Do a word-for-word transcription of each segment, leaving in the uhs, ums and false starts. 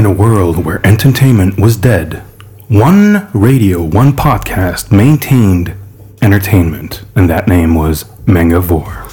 In a world where entertainment was dead, one radio, one podcast maintained entertainment, and that name was Mangavore.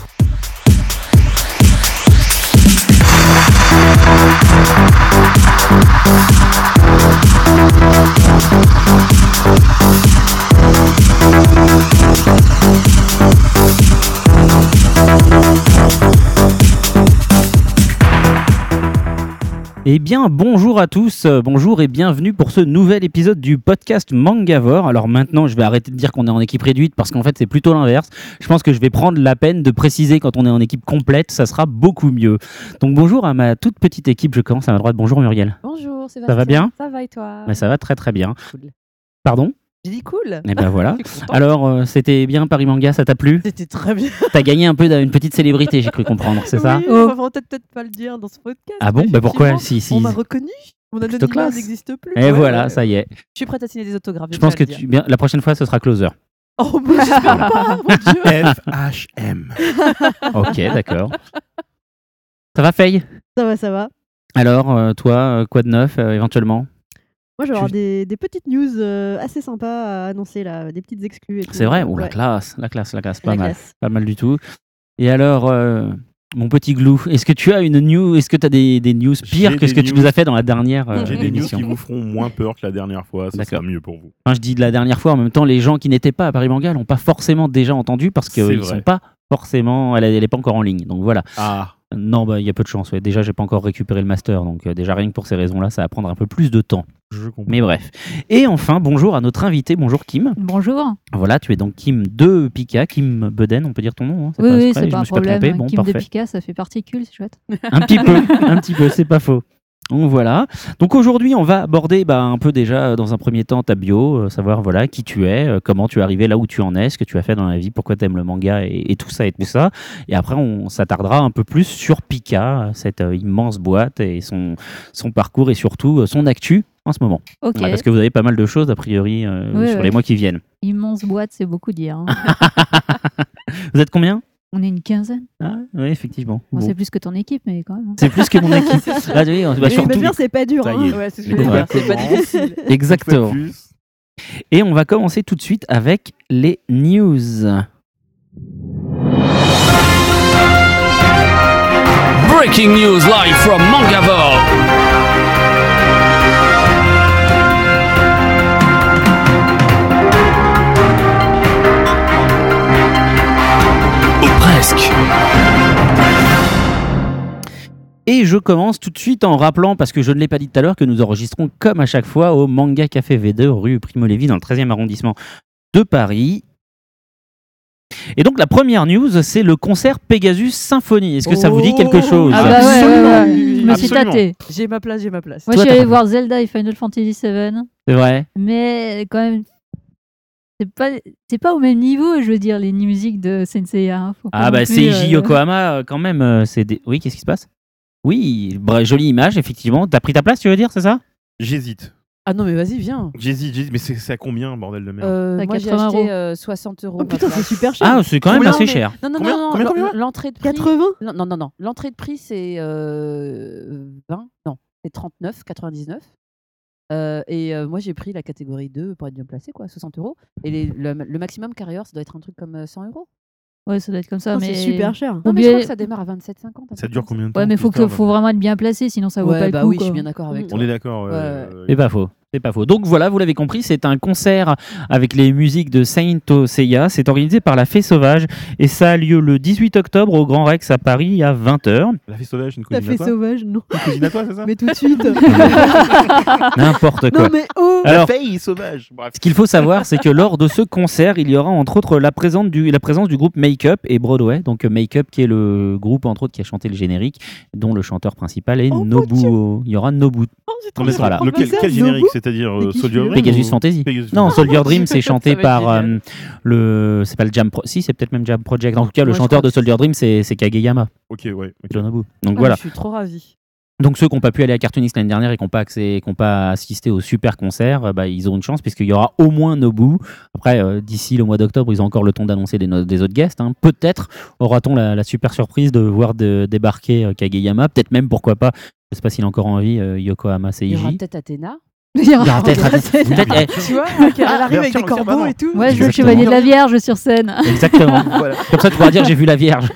Eh bien, bonjour à tous, euh, bonjour et bienvenue pour ce nouvel épisode du podcast Mangavore. Alors maintenant, je vais arrêter de dire qu'on est en équipe réduite parce qu'en fait, c'est plutôt l'inverse. Je pense que je vais prendre la peine de préciser quand on est en équipe complète, ça sera beaucoup mieux. Donc bonjour à ma toute petite équipe, je commence à ma droite. Bonjour Muriel. Bonjour Sébastien. Ça va bien ? Ça va et toi ? Ben, ça va très très bien. Cool. Pardon ? J'ai dit cool. Et ben voilà. Alors, euh, c'était bien Paris Manga, ça t'a plu ? C'était très bien. T'as gagné un peu d'une petite célébrité, j'ai cru comprendre, c'est oui, ça ? on va peut-être peut-être pas le dire dans ce podcast. Ah bon ? Ben pourquoi ? Si, si. On m'a reconnu. Mon Plutôt anonymat classe. n'existe plus. Et Ouais, voilà, ouais. ça y est. Je suis prête à signer des autographes. Je pense que tu, bien, la prochaine fois, ce sera closer. Oh, mais j'espère pas, mon Dieu. F H M. Ok, d'accord. Ça va, Faye ? Ça va, ça va. Alors, euh, toi, euh, quoi de neuf, euh, éventuellement ? Moi, je vais avoir Tu- des, des petites news euh, assez sympas à annoncer, là, des petites exclus et tout. C'est vrai ? Oh, la Ouais, classe, la classe, la classe, pas la mal. classe. Pas mal du tout. Et alors, euh, mon petit glou, est-ce que tu as une news, est-ce que tu as des, des news pires J'ai que ce des que tu news. nous as fait dans la dernière euh, J'ai des news émission ? qui vous feront moins peur que la dernière fois, ça D'accord. sera mieux pour vous. Enfin, je dis de la dernière fois, en même temps, les gens qui n'étaient pas à Paris Manga l'ont pas forcément déjà entendu parce C'est qu'ils ne vrai. sont pas forcément, elle n'est pas encore en ligne. Donc voilà. Ah, Non, bah, il y a peu de chance. Ouais. Déjà, j'ai pas encore récupéré le master, donc euh, déjà rien que pour ces raisons-là, ça va prendre un peu plus de temps. je comprends. Mais bref. Et enfin, bonjour à notre invité. Bonjour Kim. Bonjour. Voilà, tu es donc Kim de Pika, Kim Beden, on peut dire ton nom. Hein, c'est Oui, pas oui, exprès, c'est je pas me un suis pas problème. trompé. Bon, Kim parfait. de Pika, ça fait particule, c'est chouette. Un petit peu, un petit peu, c'est pas faux. Donc voilà. Donc aujourd'hui, on va aborder bah, un peu déjà euh, dans un premier temps ta bio, euh, savoir voilà qui tu es, euh, comment tu es arrivé là où tu en es, ce que tu as fait dans la vie, pourquoi tu aimes le manga et, et tout ça et tout ça. Et après, on s'attardera un peu plus sur Pika, cette euh, immense boîte et son, son parcours et surtout euh, son actu en ce moment. Ok. Ouais, parce que vous avez pas mal de choses a priori euh, Oui, sur oui. les mois qui viennent. Immense boîte, c'est beaucoup dire. hein. Vous êtes combien ? On est une quinzaine. Ah, oui, effectivement. Bon, Bon. c'est plus que ton équipe, mais quand même. hein. C'est plus que mon équipe. Ah, oui, on- bah, Mais surtout. bien, c'est pas dur. Ça hein. y est. Ouais, c'est ce que Les je voulais dire. copains C'est pas commencent. difficile. Exactement. Une fois de plus. Et on va commencer tout de suite avec les news. Breaking news live from Mangavore. Ou presque. Et je commence tout de suite en rappelant, parce que je ne l'ai pas dit tout à l'heure, que nous enregistrons comme à chaque fois au Manga Café V deux, rue Primo Levi, dans le treizième arrondissement de Paris. Et donc la première news, c'est le concert Pegasus Symphony. Est-ce que ça vous dit quelque chose ? Ah bah ouais, ouais, ouais. Absolument. Je me suis Absolument. tâtée. J'ai ma place, j'ai ma place. Moi, Toi, je suis t'as allée pas- voir Zelda et Final Fantasy sept, C'est vrai ? mais quand même, c'est pas, c'est pas au même niveau, je veux dire, les musiques de Senseiya. hein. Faut pas Ah non bah plus, Seiji euh, Yokohama, euh, quand même, euh, c'est des... Oui, qu'est-ce qui se passe ? Oui, bra- jolie image, effectivement. T'as pris ta place, tu veux dire, c'est ça ? J'hésite. Ah non, mais vas-y, viens. J'hésite, j'hésite. Mais c'est c'est à combien, bordel de merde Euh, T'as moi, j'ai quatre-vingts acheté euros. euh, soixante euros. Oh ma putain, c'est place. super cher. Ah, c'est quand même Non, assez mais- cher. Non, non, Combien non, non. Combien, combien l'en- L'entrée de prix. quatre-vingts Non, non, non, non. L'entrée de prix, c'est euh, vingt. Non, c'est trente-neuf quatre-vingt-dix-neuf. Euh, et euh, moi, j'ai pris la catégorie deux pour être bien placé, quoi, soixante euros. Et les- le, le maximum carrière, ça doit être un truc comme euh, cent euros. Ouais, ça doit être comme ça, Oh, mais. C'est super cher. Non, mais je Oubliez- crois que ça démarre à vingt-sept cinquante. Ça dure combien de temps Ouais, mais faut, que, putain, faut vraiment être bien placé, sinon ça vaut Ouais, pas bah le coup. oui, je quoi. suis bien d'accord avec toi. On est d'accord. ouais, Ouais. euh, C'est pas faux. C'est pas faux. Donc voilà, vous l'avez compris, c'est un concert avec les musiques de Saint Seiya. C'est organisé par la Fée Sauvage et ça a lieu le dix-huit octobre au Grand Rex à Paris à vingt heures. La fée sauvage, une La cousine à fée toi sauvage, non. Une cousine à toi, c'est ça Mais tout de suite. N'importe quoi. Non, mais oh Alors, La fée sauvage. Bref. ce qu'il faut savoir, c'est que lors de ce concert, il y aura entre autres la présence du, la présence du groupe Make Up et Broadway. Donc euh, Make Up qui est le groupe entre autres qui a chanté le générique, dont le chanteur principal est Oh, mon Nobuo. Il y aura Nobu. Oh, j'ai Non, trop mais envie de voilà. attends, prendre lequel, ça, quel générique Nobu. C'est-à-dire Mais euh, qui Soldier je suis Dream Pegasus ou- Fantasy. Pegasus Non, Fantasy. Soldier Dream, c'est Ça chanté va être par génial. euh, le. C'est pas le Jam Pro. Si, c'est peut-être même Jam Project. En tout cas, le Ouais, je chanteur crois de que Soldier Dream, c'est c'est Kageyama. Ok, ouais. ok. Jonobu. Donc Ah, voilà. Je suis trop ravie. Donc ceux qui n'ont pas pu aller à Cartoonist l'année dernière et qui n'ont pas, accès- qui n'ont pas assisté au super concert, euh, bah, ils auront une chance puisqu'il y aura au moins Nobu. Après, euh, d'ici le mois d'octobre, ils ont encore le temps d'annoncer des, no- des autres guests. hein. Peut-être aura-t-on la, la super surprise de voir de- débarquer euh, Kageyama. Peut-être même, pourquoi pas, je ne sais pas s'il a encore envie, euh, Yokohama Il y aura Seiji. peut-être Athéna. Il y aura- Il y aura peut-être... peut-être- eh, Tu vois, elle arrive avec tiens, des tiens, bah corbeaux non. et tout. Ouais, je veux le Exactement. chevalier de la Vierge sur scène. exactement. Voilà. Comme ça, tu pourras dire j'ai vu la Vierge.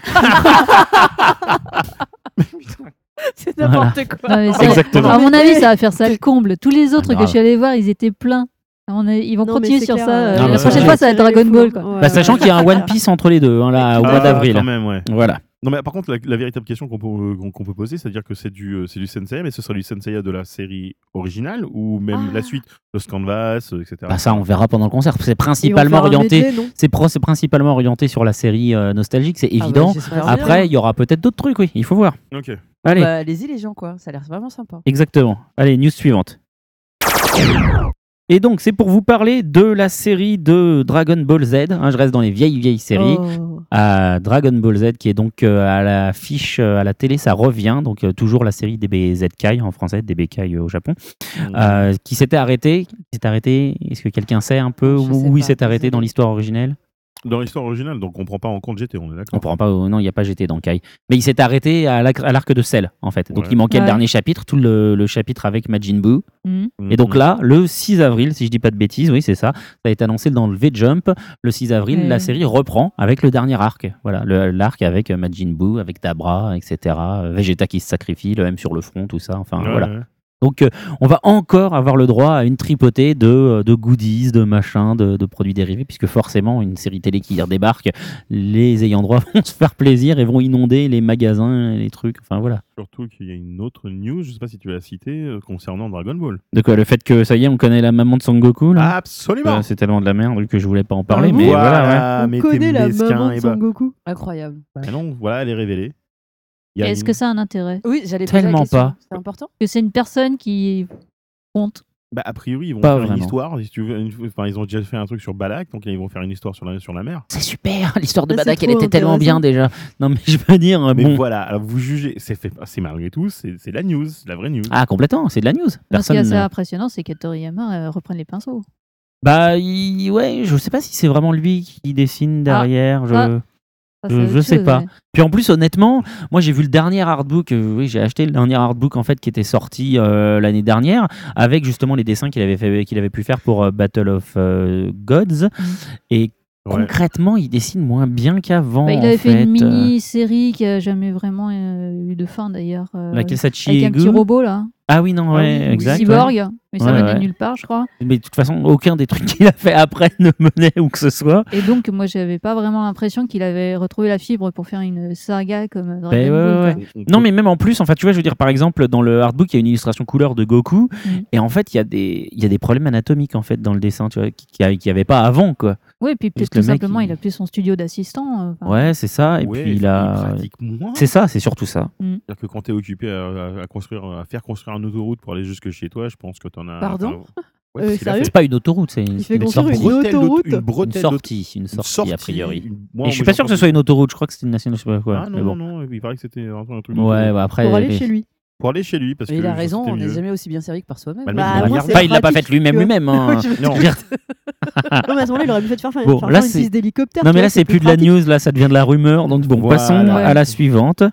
C'est n'importe quoi. Non, mais ça- Exactement. À mon avis, ça va faire ça le comble. Tous les autres Ah, que grave. je suis allé voir, ils étaient pleins. À mon avis, ils vont Non, mais continuer c'est sur clair, ça. euh, euh, Non, mais la ça, prochaine j'ai- fois, ça va être c'est Dragon fou. Ball. Quoi. Ouais, Bah, sachant ouais. qu'il y a un One Piece entre les deux, hein, là, au Ah, mois d'avril. Quand même, ouais. Voilà. Non, mais par contre, la, la véritable question qu'on peut, euh, qu'on, qu'on peut poser, c'est-à-dire que c'est du, euh, c'est du Senseiya, mais ce sera du Senseiya de la série originale ou même Ah. la suite, Lost Canvas, euh, et cetera. Bah, ça, on verra pendant le concert. C'est Ils vont principalement faire un orienté. medley, non C'est pro- c'est principalement orienté sur la série euh, nostalgique, c'est Ah bah, évident. j'espère Après, bien. il y aura peut-être d'autres trucs, oui, il faut voir. Ok. Allez, Bah, allez-y les gens quoi, ça a l'air vraiment sympa. exactement. Allez, news suivante. Et donc, c'est pour vous parler de la série de Dragon Ball Z. hein, je reste dans les vieilles, vieilles séries. Oh. À Dragon Ball Z, qui est donc euh, à l'affiche euh, à la télé, ça revient. Donc, euh, toujours la série D B Z Kai en français, D B Kai euh, au Japon, euh, qui s'était arrêtée. Qui s'est arrêté. Est-ce que quelqu'un sait un peu Je sais où il pas, s'est arrêté désolé. dans l'histoire originelle? Dans l'histoire originale, donc on prend pas en compte G T, on est On d'accord. prend pas, non, il n'y a pas G T dans Kai. Mais il s'est arrêté à l'arc, à l'arc de Cell, en fait. Donc Ouais. il manquait le Ouais. dernier chapitre, tout le, le chapitre avec Majin Buu. Mhm. Et donc là, le six avril, si je dis pas de bêtises, oui, c'est ça, ça a été annoncé dans le V-Jump. Le six avril, Ouais. la série reprend avec le dernier arc. Voilà, le- l'arc avec Majin Buu, avec Dabra, et cetera. Vegeta qui se sacrifie, le M sur le front, tout ça. Enfin, Ouais, voilà. ouais. Donc, euh, on va encore avoir le droit à une tripotée de, euh, de goodies, de machins, de, de produits dérivés, puisque forcément, une série télé qui débarque, les ayants droit vont se faire plaisir et vont inonder les magasins, et les trucs. Enfin, voilà. Surtout qu'il y a une autre news, je sais pas si tu l'as cité, euh, concernant Dragon Ball. De quoi, le fait que ça y est, on connaît la maman de Son Goku, là Absolument. Euh, C'est tellement de la merde que je voulais pas en parler, Ah mais bon voilà, ouais. Ah, On mais connaît t'es la mesquin, maman de et bah. Son Goku. Incroyable. Bah non, voilà, elle est révélée. Il y a Est-ce une- que ça a un intérêt Oui, j'allais poser la Tellement question. pas. C'est important. Que c'est une personne qui compte. Bah, a priori, ils vont Pas faire vraiment. une histoire. Si tu veux, une- Enfin, ils ont déjà fait un truc sur Balak, donc ils vont faire une histoire sur la, sur la mer. C'est super, l'histoire de Ah, c'est Badak, elle trop était tellement bien déjà. Non, mais je veux dire, Mais bon. voilà, alors vous jugez, c'est fait, c'est malgré tout, c'est c'est la news, c'est la vraie news. Ah, complètement, c'est de la news. Non, ce qui Personne. est assez ne- impressionnant, c'est que Toriyama euh, reprenne les pinceaux. Bah, il- ouais, je sais pas si c'est vraiment lui qui dessine derrière. je... Ah. Ça, Je- c'est je autre sais chose, pas. ouais. Puis en plus, honnêtement, moi j'ai vu le dernier artbook. euh, oui, j'ai acheté le dernier artbook en fait qui était sorti euh, l'année dernière avec justement les dessins qu'il avait fait, qu'il avait pu faire pour euh, Battle of euh, Gods. Et Ouais. concrètement, il dessine moins bien qu'avant. Bah, il en avait fait, une fait, euh, mini-série qui a jamais vraiment euh, eu de fin d'ailleurs. euh, laquelle Sachi avec un Egu. petit robot là. Ah oui, non, Ah ouais, oui, oui. exact. ouais. Cyborg, mais ça Ouais, venait ouais. de nulle part, je crois. Mais de toute façon, aucun des trucs qu'il a fait après ne menait où que ce soit. Et donc, moi, j'avais pas vraiment l'impression qu'il avait retrouvé la fibre pour faire une saga comme Dragon Ben ouais, Ball. ouais, quoi. ouais. On- on Non, peut- mais même en plus, enfin, tu vois, je veux dire, par exemple, dans le artbook, il y a une illustration couleur de Goku, Mm. et en fait, il y a des, il y a des problèmes anatomiques en fait dans le dessin, tu vois, qu'il n'y avait pas avant, quoi. Oui, et puis peut-être Juste tout le mec, simplement, il- il... a plus son studio d'assistant. euh, enfin, Ouais, c'est ça. Et Ouais, puis il il a, pratique moins. c'est ça, c'est surtout ça. C'est-à-dire que quand tu es occupé à, à- à construire, à faire construire une autoroute pour aller jusque chez toi, je pense que tu en as. Pardon enfin, ouais, Euh, parce qu'il a sérieux fait C'est pas une autoroute, c'est Il c'est fait une construire sortie. une bretelle d'auto- autoroute une Une bretelle d'auto- sortie, une une sortie, a priori. une- moi, Et je suis moi, pas sûr que ce j'entends- soit une autoroute. Je crois que c'était une nationale, je sais pas quoi. Ah mais non, bon. non, non, il paraît que c'était un, un truc. Ouais, d'auto. bah après. Pour aller mais- chez lui. Pour aller chez lui, parce Mais que. il a je- raison, c'était on n'est mieux. jamais aussi bien servi que par soi-même. Bah, le mec, Bah, il moi, regarde. c'est Enfin, il l'a pas pratique, fait lui-même, tu vois. lui-même. hein. Je veux Non. dire- Non, mais à ce moment-là, il aurait pu faire, faire, Bon, faire là, une c'est- piste d'hélicoptère. Non, tu mais vois, là, c'est plus plus de la pratique. news, là, ça devient de la rumeur. Donc, bon, Voilà. passons Ouais. à la suivante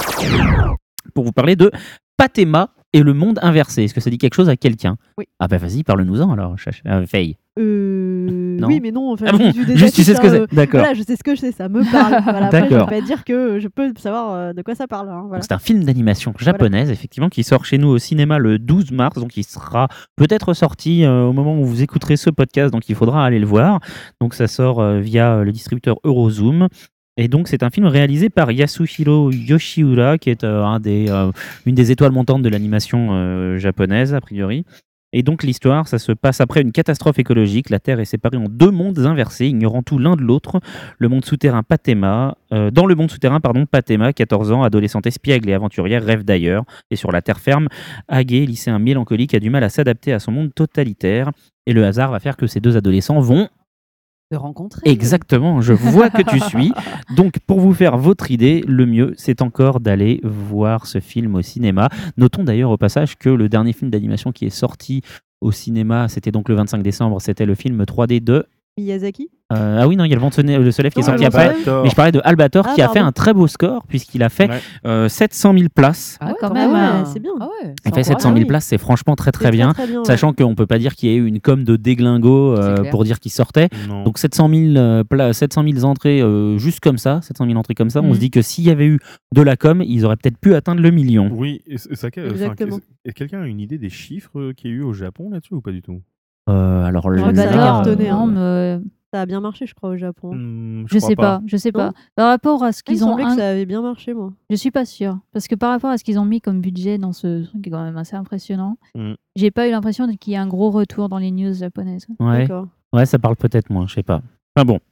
pour vous parler de Pathéma et le monde inversé. Est-ce que ça dit quelque chose à quelqu'un? Oui. Ah, bah vas-y, parle-nous-en alors, Chach- euh, Faye. Euh, Non. oui, mais non. Enfin, Ah bon, j'ai vu des juste tu sais ce que affiches, hein, c'est. D'accord. Voilà, je sais ce que c'est, ça me parle. Voilà, après, je D'accord. vais pas dire que je peux savoir euh, de quoi ça parle. hein, voilà. Donc, c'est un film d'animation japonaise, effectivement, qui sort chez nous au cinéma le douze mars. Donc, il sera peut-être sorti euh, au moment où vous écouterez ce podcast. Donc, il faudra aller le voir. Donc, ça sort euh, via euh, le distributeur Eurozoom. Et donc, c'est un film réalisé par Yasuhiro Yoshiura, qui est euh, un des, euh, une des étoiles montantes de l'animation euh, japonaise, a priori. Et donc, l'histoire, ça se passe après une catastrophe écologique. La Terre est séparée en deux mondes inversés, ignorant tout l'un de l'autre. Le monde souterrain Pathéma, euh, dans le monde souterrain, pardon, Pathéma, quatorze ans, adolescente espiègle et aventurière, rêve d'ailleurs. Et sur la terre ferme, Age, lycéen mélancolique, a du mal à s'adapter à son monde totalitaire. Et le hasard va faire que ces deux adolescents vont De rencontrer. Exactement, je vois que tu suis. Donc, pour vous faire votre idée, le mieux, c'est encore d'aller voir ce film au cinéma. Notons d'ailleurs au passage que le dernier film d'animation qui est sorti au cinéma, c'était donc le vingt-cinq décembre, c'était le film trois D de... Miyazaki. Euh, ah oui, non, il y a le vent de se lève qui est Non, sorti le après. Vent se lève. Mais je parlais de Albator Ah, qui a fait pardon. un très beau score puisqu'il a fait Ouais. euh, sept cent mille places. Ah ouais, quand quand même, même. ouais, hein. c'est bien. Ah ouais, Il c'est fait sept cent encourageant. mille oui. places, c'est franchement très très C'est bien. très bien, ouais. Sachant qu'on peut pas dire qu'il y ait eu une com de déglingo euh, C'est clair. pour dire qu'il sortait. Non. Donc sept cent mille, euh, pla- sept cent mille entrées euh, juste comme ça, sept cent mille entrées comme ça, on Mhm. se dit que s'il y avait eu de la com, ils auraient peut-être pu atteindre le million. Oui, et c- ça, enfin, Exactement. est-ce que quelqu'un a une idée des chiffres euh, qu'il y a eu au Japon là-dessus ou pas du tout? Euh, alors Ouais, là, ça a euh, cartonné, hein. non, mais Ça a bien marché, je crois, au Japon. Hmm, je crois sais pas, je sais Non pas. Par rapport à ce Il me qu'ils ont, semblait que un- ça avait bien marché, moi. je suis pas sûre, parce que par rapport à ce qu'ils ont mis comme budget dans ce truc qui est quand même assez impressionnant, Mm. j'ai pas eu l'impression qu'il y ait un gros retour dans les news japonaises. ouais, D'accord. ouais, ça parle peut-être moins, je sais pas. Enfin bon.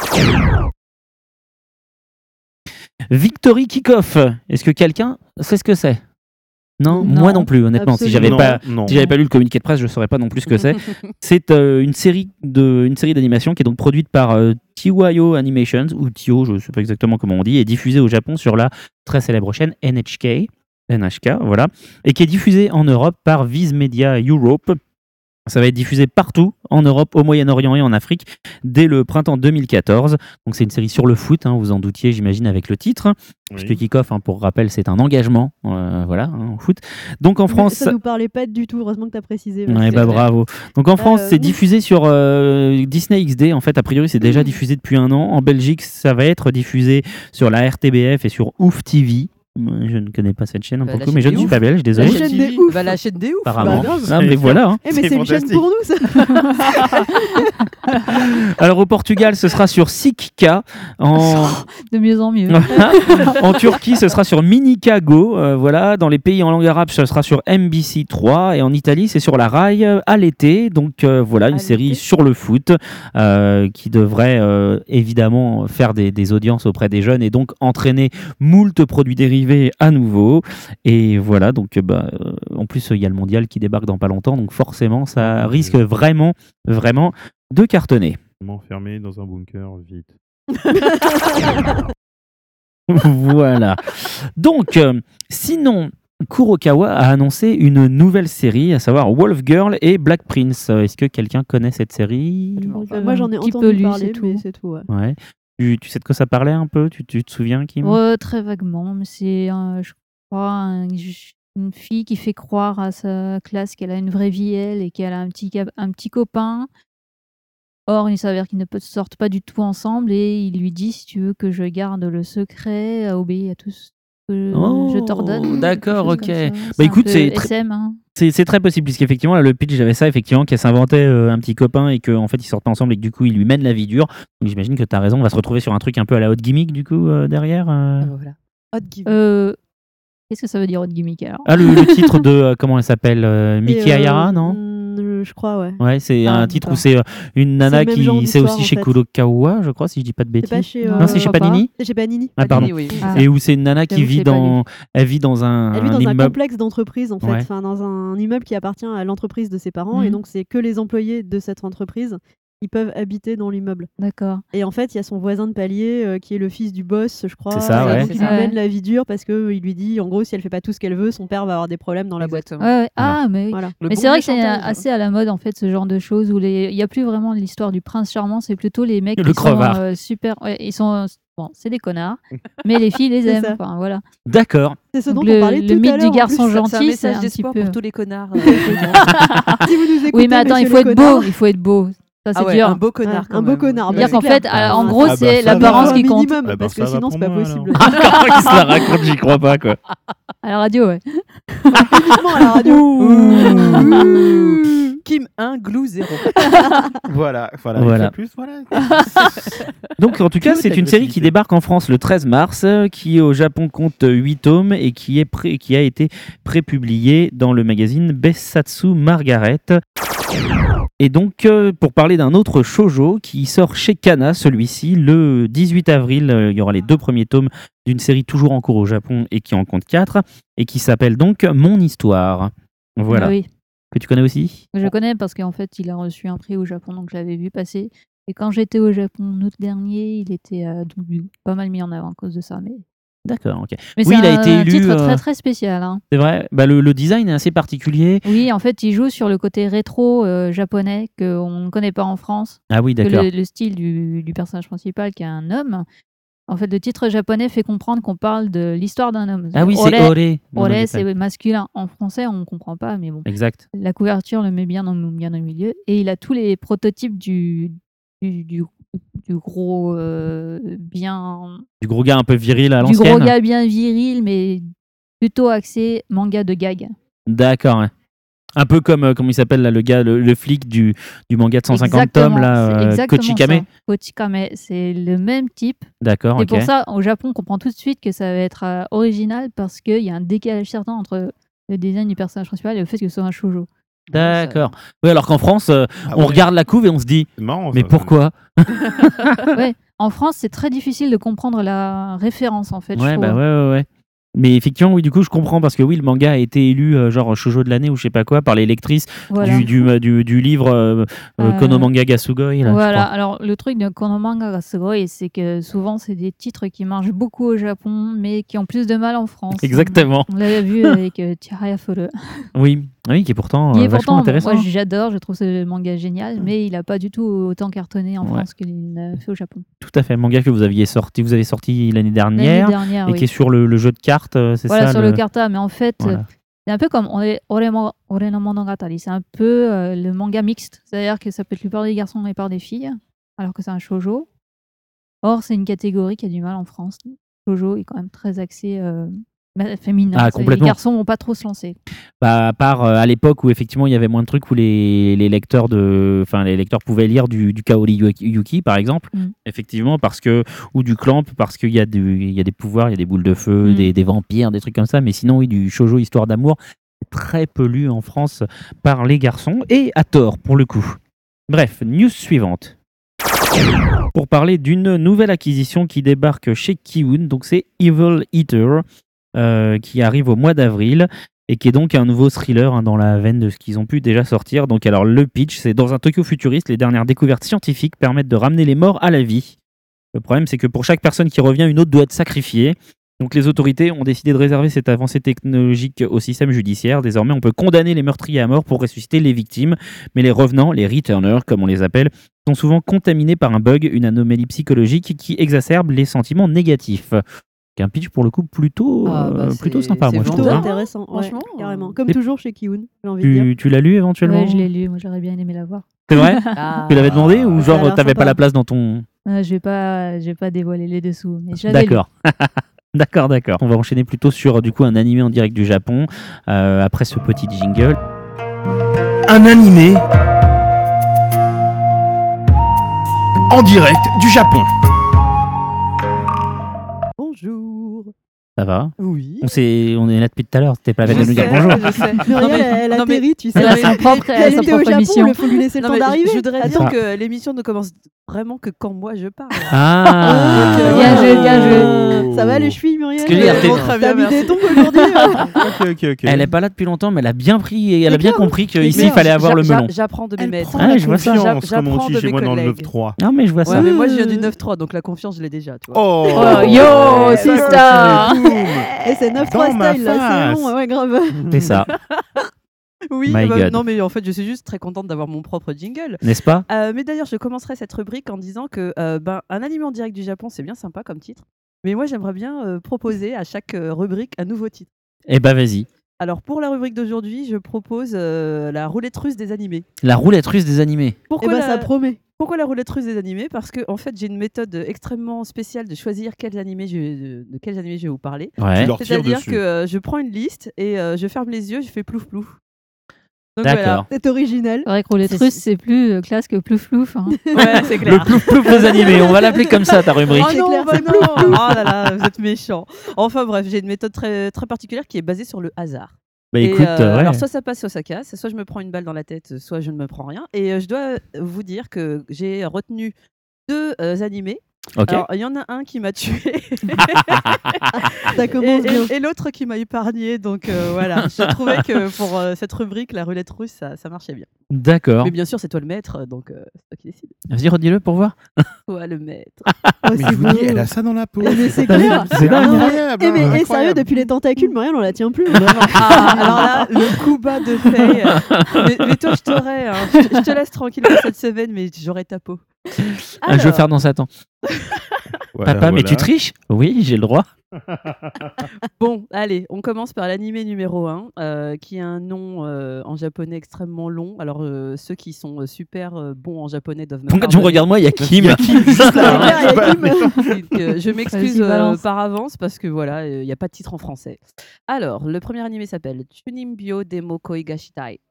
Victory Kickoff. Est-ce que quelqu'un sait ce que c'est? Non, Non. moi non plus, honnêtement. Si j'avais Absolument. pas, Non, non. si j'avais pas lu le communiqué de presse, je saurais pas non plus ce que c'est. C'est euh, une série de, une série d'animation qui est donc produite par euh, T Y O Animations ou T O, je sais pas exactement comment on dit, et diffusée au Japon sur la très célèbre chaîne N H K, N H K, voilà, et qui est diffusée en Europe par Viz Media Europe. Ça va être diffusé partout, en Europe, au Moyen-Orient et en Afrique, dès le printemps deux mille quatorze. Donc c'est une série sur le foot, hein, vous en doutiez, j'imagine, avec le titre. Parce que Oui. Kick-Off, hein, pour rappel, c'est un engagement, euh, voilà, hein, au foot. Donc en Mais France... Ça nous parlait pas du tout, heureusement que tu as précisé. Ouais, Valérie. bah clair. bravo. Donc en France, Euh, c'est diffusé sur euh, Disney X D. En fait, a priori, c'est déjà diffusé depuis un an. En Belgique, ça va être diffusé sur la R T B F et sur Ouf T V. Moi, je ne connais pas cette chaîne, hein, Bah, pour la le coup, mais je chaîne ne des suis ouf. pas belge, La désolé. chaîne des ouf. Bah, la chaîne des ouf. Apparemment. Bah, grave. Ah, mais voilà. hein. Eh, mais C'est c'est une chaîne fantastique. pour nous, ça. Alors au Portugal, ce sera sur Sikka. En... De mieux en mieux. en Turquie, ce sera sur Minica Go. euh, voilà. Dans les pays en langue arabe, ce sera sur M B C trois. Et en Italie, c'est sur la Rai euh, à l'été. Donc euh, voilà, une À série l'été. sur le foot euh, qui devrait euh, évidemment faire des, des audiences auprès des jeunes et donc entraîner moult produits dérivés à nouveau. Et voilà, donc euh, bah, euh, en plus, il y a le mondial qui débarque dans pas longtemps. Donc forcément, ça risque vraiment, vraiment de cartonner. M'enfermer dans un bunker, vite. Voilà. Donc, euh, sinon, Kurokawa a annoncé une nouvelle série, à savoir Wolf Girl et Black Prince. Euh, Est-ce que quelqu'un connaît cette série? Euh, Moi, j'en ai Un petit peu entendu lu, parler, c'est mais tout. c'est tout. Ouais. Ouais. Tu, tu sais de quoi ça parlait un peu? Tu, tu te souviens, Kim? Ouais, très vaguement, mais c'est, euh, je crois, un- une fille qui fait croire à sa classe qu'elle a une vraie vie, elle, et qu'elle a un petit, cap- un petit copain. Or, il s'avère qu'ils ne pe- sortent pas du tout ensemble et il lui dit, si tu veux que je garde le secret, obéis à tout ce que Oh, je t'ordonne. d'accord, quelque chose ok. comme ça. Bah, C'est un écoute, peu c'est très- S M, hein. C'est c'est très possible, puisqu'effectivement, là, le pitch, j'avais ça, effectivement, qu'elle s'inventait euh, un petit copain et qu'en fait, ils sortent pas ensemble et que du coup, il lui mène la vie dure. Donc, j'imagine que tu as raison, on va se retrouver sur un truc un peu à la hot gimmick, du coup, euh, derrière. euh. Ah, bah, voilà. Hot give. Euh, Qu'est-ce que ça veut dire, hot gimmick, alors? Ah, le, le titre de, euh, comment elle s'appelle euh, Miki Et, euh, Ayara, non? mm, Je crois, ouais. Ouais, c'est Ah, un titre où d'accord. c'est euh, une nana le même genre qui c'est d'histoire, aussi en chez fait. Kurokawa, je crois, si je dis pas de C'est bêtises. pas chez. Non, Non, c'est euh, chez crois pas. Panini. C'est chez Panini. Ah, pardon. Oui, oui. Ah. Et où c'est une nana qui J'avoue que vit j'ai pas dans, elle vit dans un, Elle vit un dans un immeuble. complexe d'entreprise, en fait, Ouais. enfin, dans un immeuble qui appartient à l'entreprise de ses parents, Mhm. et donc c'est que les employés de cette entreprise qui peuvent habiter dans l'immeuble. D'accord. Et en fait, il y a son voisin de palier euh, qui est le fils du boss, je crois. C'est ça, et ouais. donc C'est il lui ça. mène la vie dure parce que il lui dit, en gros, si elle fait pas tout ce qu'elle veut, son père va avoir des problèmes dans la boîte. Exactement. Ouais, ouais. Ah, mais oui. Voilà. Le Mais bon c'est vrai que vieux c'est chantage. assez à la mode en fait ce genre de choses où les... il n'y a plus vraiment l'histoire du prince charmant, c'est plutôt les mecs Le qui crevard. sont euh, super. Ouais, ils sont euh, bon, c'est des connards, mais les filles les C'est aiment. ça. Enfin, voilà. D'accord. C'est ce dont Donc, le- on parlait le tout mythe à du l'heure. en garçon plus. gentil. C'est un c'est message un d'espoir petit peu- pour tous les connards. euh, Si vous nous écoutez, Oui, mais attends, il messieurs faut les être connards, beau, il faut être beau. Ça c'est Ah ouais, dur. un beau connard. Ouais, quand un beau même. connard, C'est-à-dire bah, qu'en c'est fait, clair. euh, en Ah, gros, bah, c'est ça l'apparence va. qui Un compte. minimum, Ah bah, parce ça que va sinon, c'est pour pas moi, possible. Comment il se la raconte, j'y crois pas, quoi. À la radio, ouais. Uniquement à la radio. Ouh. Kim un, Glou zéro. Voilà, voilà. Voilà. Et plus, voilà. Donc, en tout cas, Toute c'est une série qui agressivité. débarque en France le treize mars, euh, qui au Japon compte huit tomes et qui, est pré- qui a été prépublié dans le magazine Bessatsu Margaret. Et donc, euh, pour parler d'un autre shoujo qui sort chez Kana, celui-ci, le dix-huit avril, euh, il y aura les deux premiers tomes d'une série toujours en cours au Japon et qui en compte quatre, et qui s'appelle donc Mon Histoire. Voilà. Ah oui. Que tu connais aussi? Je connais parce qu'en fait, il a reçu un prix au Japon, donc je l'avais vu passer. Et quand j'étais au Japon en août dernier, il était euh, donc, pas mal mis en avant à cause de ça. Mais, D'accord, ok. mais Oui, c'est il a un, été un élu, titre euh, très très spécial. Hein. C'est vrai. Bah, le, le design est assez particulier. Oui, en fait, il joue sur le côté rétro euh, japonais qu'on ne connaît pas en France. Ah oui, Que d'accord. le, le style du, du personnage principal, qui est un homme, en fait, le titre japonais fait comprendre qu'on parle de l'histoire d'un homme. Ah oui, c'est Ore, Ore. Non, Ore, non, c'est masculin. En français, on ne comprend pas, mais bon. Exact. La couverture le met bien dans, bien dans le milieu. Et il a tous les prototypes du, du, du, du gros euh, bien... Du gros gars un peu viril à Du l'ancienne. gros gars bien viril, mais plutôt axé manga de gag. D'accord, ouais. Un peu comme, euh, comment il s'appelle là, le gars, le, le flic du, du manga de cent cinquante Exactement, tomes, là, c'est euh, exactement Kochikame. ça. Kochikame, c'est le même type. D'accord, Et ok. pour ça, au Japon, on comprend tout de suite que ça va être euh, original parce qu'il y a un décalage certain entre le design du personnage principal et le fait que ce soit un shoujo. D'accord. Oui, alors qu'en France, euh, Ah on ouais. regarde la couve et on se dit, C'est marrant, mais ça. pourquoi Ouais, en France, c'est très difficile de comprendre la référence en fait. je Ouais, trouve. bah ouais, ouais, ouais. Mais effectivement, oui, du coup, je comprends parce que oui, le manga a été élu euh, genre shoujo de l'année ou je sais pas quoi par les lectrices Voilà. du, du, euh, du, du livre euh, euh, Euh, Konomanga ga Sugoi. Là, je Voilà, crois. alors le truc de Konomanga ga Sugoi, c'est que souvent c'est des titres qui marchent beaucoup au Japon, mais qui ont plus de mal en France. Exactement. On, on l'avait vu avec euh, Chihaya Furu. Oui, oui, qui est pourtant Qui euh, est vachement pourtant, intéressant. moi j'adore, je trouve ce manga génial, mais il a pas du tout autant cartonné en Ouais. France qu'il l'a fait au Japon. Tout à fait. Le manga que vous aviez sorti, vous avez sorti l'année L'année dernière, dernière, et oui. qui est sur le, le jeu de cartes, euh, c'est Voilà, ça sur le... Carta, mais en fait, Voilà. euh, c'est un peu comme Ore, Ore mo- Ore no Monogatari, c'est un peu euh, le manga mixte, c'est-à-dire que ça peut être lu par des garçons et par des filles, alors que c'est un shoujo. Or, c'est une catégorie qui a du mal en France. Le shoujo est quand même très axé euh, ma- féminin. Ah, C'est- complètement. Les garçons vont pas trop se lancer. Bah, à part euh, à l'époque où effectivement il y avait moins de trucs où les, les lecteurs de, enfin les lecteurs pouvaient lire du, du Kaori Yuki, Yuki, par exemple, Mm. effectivement parce que ou du Clamp parce qu'il y a du, il y a des pouvoirs, il y a des boules de feu, Mm. des, des vampires, des trucs comme ça, mais sinon oui du shoujo histoire d'amour c'est très peu lu en France par les garçons et à tort pour le coup. Bref, news suivante. Pour parler d'une nouvelle acquisition qui débarque chez Kiun, donc c'est Evil Eater, euh, qui arrive au mois d'avril et qui est donc un nouveau thriller hein, dans la veine de ce qu'ils ont pu déjà sortir. Donc alors le pitch, c'est dans un Tokyo futuriste, les dernières découvertes scientifiques permettent de ramener les morts à la vie. Le problème, c'est que pour chaque personne qui revient, une autre doit être sacrifiée. Donc les autorités ont décidé de réserver cette avancée technologique au système judiciaire. Désormais, on peut condamner les meurtriers à mort pour ressusciter les victimes. Mais les revenants, les returners, comme on les appelle, sont souvent contaminés par un bug, une anomalie psychologique qui exacerbe les sentiments négatifs. C'est un pitch pour le coup plutôt, Ah, bah, euh, c'est- plutôt sympa, c'est moi je Plutôt trouve. vendeur. hein. intéressant, ouais, Franchement, carrément. euh, Comme Et- toujours chez Kiun, j'ai envie de dire. Tu, tu l'as lu éventuellement Ouais, je l'ai lu, moi j'aurais bien aimé l'avoir. C'est vrai Ah. Tu l'avais demandé ou Ça a genre l'air t'avais pas sympa. la place dans ton... Euh, je vais pas, je vais pas dévoiler les dessous, mais je l'avais lu. D'accord. D'accord, d'accord. On va enchaîner plutôt sur du coup un animé en direct du Japon euh, après ce petit jingle. Un animé en direct du Japon. Bonjour. Ça va Oui. on, s'est- on est là depuis tout à l'heure, c'était pas la peine Je de nous dire sais, bonjour. je sais. Muriel, Non, mais- elle non, mais- atterrit, tu sais. Elle a mais- son propre, elle a Elle sa était au propre Japon, émission. il faut lui laisser le Non, temps mais je- d'arriver. je voudrais C'est dire ça. que l'émission ne commence vraiment que quand moi je parle. Ah Donc, euh, Bien joué, bien joué. Ça va les chevilles, Muriel? Parce que hier, t'es- Très bien, T'as mis merci. des tongs aujourd'hui? Ok, ok, ok. Elle est pas là depuis longtemps, mais elle a bien pris et elle a C'est bien clair, compris c'est qu'ici il clair. fallait avoir le J'a- melon. J'apprends de mes Elle maîtres. prend Ah, la je vois ça. Confiance, comme J'apprends on dit de chez mes moi dans le collègues. neuf trois. Non, mais je vois ça. Ouais, mais moi je viens du neuf trois, donc la confiance je l'ai déjà, tu vois. Oh, Oh, yo, Ouais, sister. boum. Et c'est neuf trois Dans ma style, là, face. c'est bon, ouais, grave. C'est ça, Oui, My bah, God. non mais en fait je suis juste très contente d'avoir mon propre jingle. n'est-ce pas? Euh, mais d'ailleurs je commencerai cette rubrique en disant que euh, ben, un animé en direct du Japon c'est bien sympa comme titre. Mais moi j'aimerais bien euh, proposer à chaque euh, rubrique un nouveau titre. Eh bah vas-y. Alors pour la rubrique d'aujourd'hui je propose euh, la roulette russe des animés. La roulette russe des animés. Et Pourquoi, bah la... ça promet. Pourquoi la roulette russe des animés? Parce que en fait j'ai une méthode extrêmement spéciale de choisir quels animés je... de... de quels animés je vais vous parler. Ouais. Tu leur tires C'est-à-dire dessus. que euh, je prends une liste et euh, je ferme les yeux, je fais plouf plouf. Donc D'accord. C'est original. C'est vrai que Roulette C'est- Russe, c'est plus euh, classe que Plouf Plouf. hein. voilà. Ouais, c'est Le clair. plouf plouf des animés, on va l'appeler comme ça ta rubrique. Oh C'est non, clair, bah c'est non. Oh là là, vous êtes méchants. Enfin bref, j'ai une méthode très, très particulière qui est basée sur le hasard. Bah Et, écoute, euh, ouais. alors soit ça passe, soit ça casse, soit je me prends une balle dans la tête, soit je ne me prends rien. Et euh, je dois vous dire que j'ai retenu deux euh, animés. Ok. Alors il y en a un qui m'a tué Ça et, commence bien. et- et l'autre qui m'a épargné. Donc euh, voilà, je trouvais que pour euh, cette rubrique, la roulette russe, ça, ça marchait bien. D'accord. Mais bien sûr, c'est toi le maître, donc euh, c'est toi qui décide. Vas-y, redis-le pour voir. Toi le maître. Oh, Mais c'est je vous beau. dis, elle a ça dans la peau. Mais c'est T'as vu clair. C'est dingue. incroyable. Eh, mais, hein, et sérieux, incroyable. depuis les tentacules, Marianne, on la tient plus. Ah, alors là, le coup bas de Faye. mais, mais toi, je t'aurais. Hein. Je, te- je te laisse tranquille pour cette semaine, mais j'aurais ta peau. Un jeu Alors, faire dans Satan. Voilà, Papa, mais voilà. tu triches? Oui, j'ai le droit. Bon, allez, on commence par l'animé numéro un, euh, qui a un nom euh, en japonais extrêmement long. Alors, euh, ceux qui sont euh, super euh, bons en japonais doivent me Pourquoi tu me pardonner. regardes moi? Il y a Kim. Il y a Kim juste là. C'est clair, il y a Bah, Kim. mais- Donc, euh, je m'excuse Vas-y, euh, balance. par avance parce que voilà, il n'y a pas de titre en français. Alors, le premier animé s'appelle Chunimbyo Demo Koigashitai.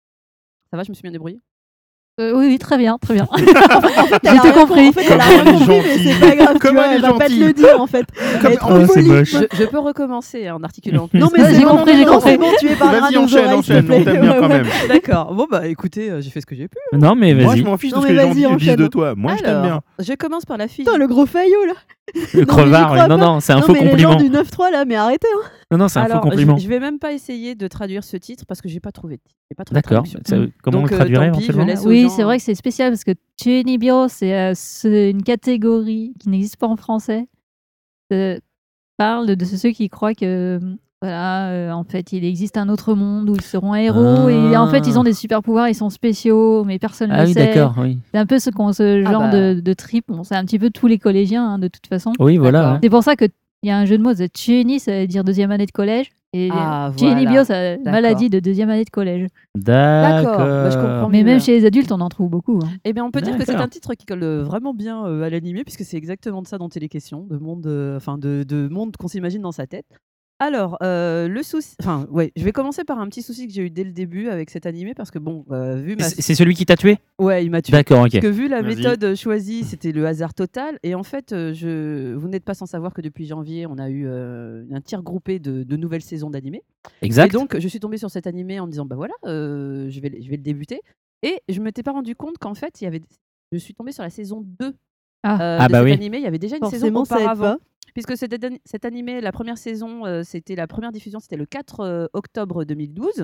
Ça va, je me suis bien débrouillée? Euh, oui, oui, très bien, très bien. Elle a J'ai tout rien compris. En fait, elle a Comme rien elle est compris, mais gentille. c'est pas grave. tu Comme vois, elle est elle va pas te gentille. le dire en fait. Comme- Elle est trop Oh, c'est polie. moche. Je, je peux recommencer hein, en articulant plus. Non mais Ouais, c'est j'ai bon, compris, non, j'ai non, compris. c'est bon, tu es par Vas-y, nos enchaîne, oreilles, s'il te enchaîne. plaît. On t'aime bien Ouais, quand ouais. même. D'accord. Bon bah écoutez, euh, j'ai fait ce que j'ai pu. Non, mais Moi, je vas-y. m'en fiche de Non, ce mais que les gens vas-y, disent disent de enchaîne. toi. Moi, je t'aime bien. Alors, je commence par la fille. Putain, le gros faillot là. Le Non, mais crevard. j'y crois Non, pas. non, c'est un Non faux mais les gens compliment. du neuf trois là, mais arrêtez. hein. Non, non, c'est un faux Alors, compliment. je, je vais même pas essayer de traduire ce titre parce que j'ai pas trouvé. de titre. J'ai pas trouvé de D'accord. traduction. Ça- Comment on Donc, le euh, traduirait tant pis, je éventuellement? laisse aux Oui, gens, c'est hein. vrai que c'est spécial parce que Chunibyo, c'est euh, c'est une catégorie qui n'existe pas en français. Ça parle de, de ceux qui croient que voilà, euh, en fait, il existe un autre monde où ils seront héros Ah. et en fait, ils ont des super pouvoirs, ils sont spéciaux, mais personne ne Ah le oui, sait. d'accord, oui. C'est un peu ce, qu'on- ce Ah genre bah. de, de trip. Bon, c'est un petit peu tous les collégiens, hein, de toute façon. Oui, voilà. D'accord. ouais. C'est pour ça qu'il y a un jeu de mots, c'est Chuni, ça veut dire deuxième année de collège. Et Ah, Chunibyo, voilà. ça D'accord. maladie de deuxième année de collège. D'accord. bah, je comprends. Mais mieux, même là. chez les adultes, on en trouve beaucoup. hein. Eh bien, on peut dire que c'est D'accord. un titre qui colle euh, vraiment bien euh, à l'animé, puisque c'est exactement de ça dont il est question, de monde, euh, enfin de, de monde qu'on s'imagine dans sa tête. Alors, euh, le souci, enfin, ouais, je vais commencer par un petit souci que j'ai eu dès le début avec cet animé, parce que bon, euh, vu ma, C'est c'est celui qui t'a tué? ouais, il m'a tué. D'accord, ok. Parce que vu la Vas-y. méthode euh, choisie, c'était le hasard total. Et en fait, euh, je... vous n'êtes pas sans savoir que depuis janvier, on a eu euh, un tir groupé de, de nouvelles saisons d'animé. Exact. Et donc, je suis tombée sur cet animé en me disant, bah voilà, euh, je, vais, je vais le débuter. Et je ne m'étais pas rendu compte qu'en fait, il y avait... je suis tombée sur la saison deux Ah. euh, Ah de bah cet oui. animé. Il y avait déjà une Forcément, saison ça aide auparavant. pas. Puisque cet, an- cet animé, la première saison, euh, c'était la première diffusion, c'était le quatre euh, octobre deux mille douze.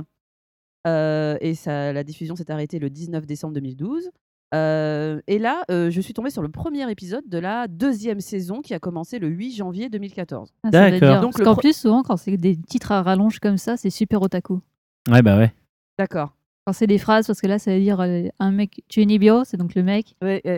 Euh, et ça, la diffusion s'est arrêtée le dix-neuf décembre deux mille douze. Euh, et là, euh, je suis tombée sur le premier épisode de la deuxième saison qui a commencé le huit janvier deux mille quatorze. Ah, ça veut D'accord. dire- Donc, Parce le qu'en pro- plus, souvent, quand c'est des titres à rallonge comme ça, c'est super otaku. Ouais, bah ouais. D'accord. Quand c'est des phrases, parce que là, ça veut dire euh, un mec, Chunibyo, c'est donc le mec, Ouais, ouais.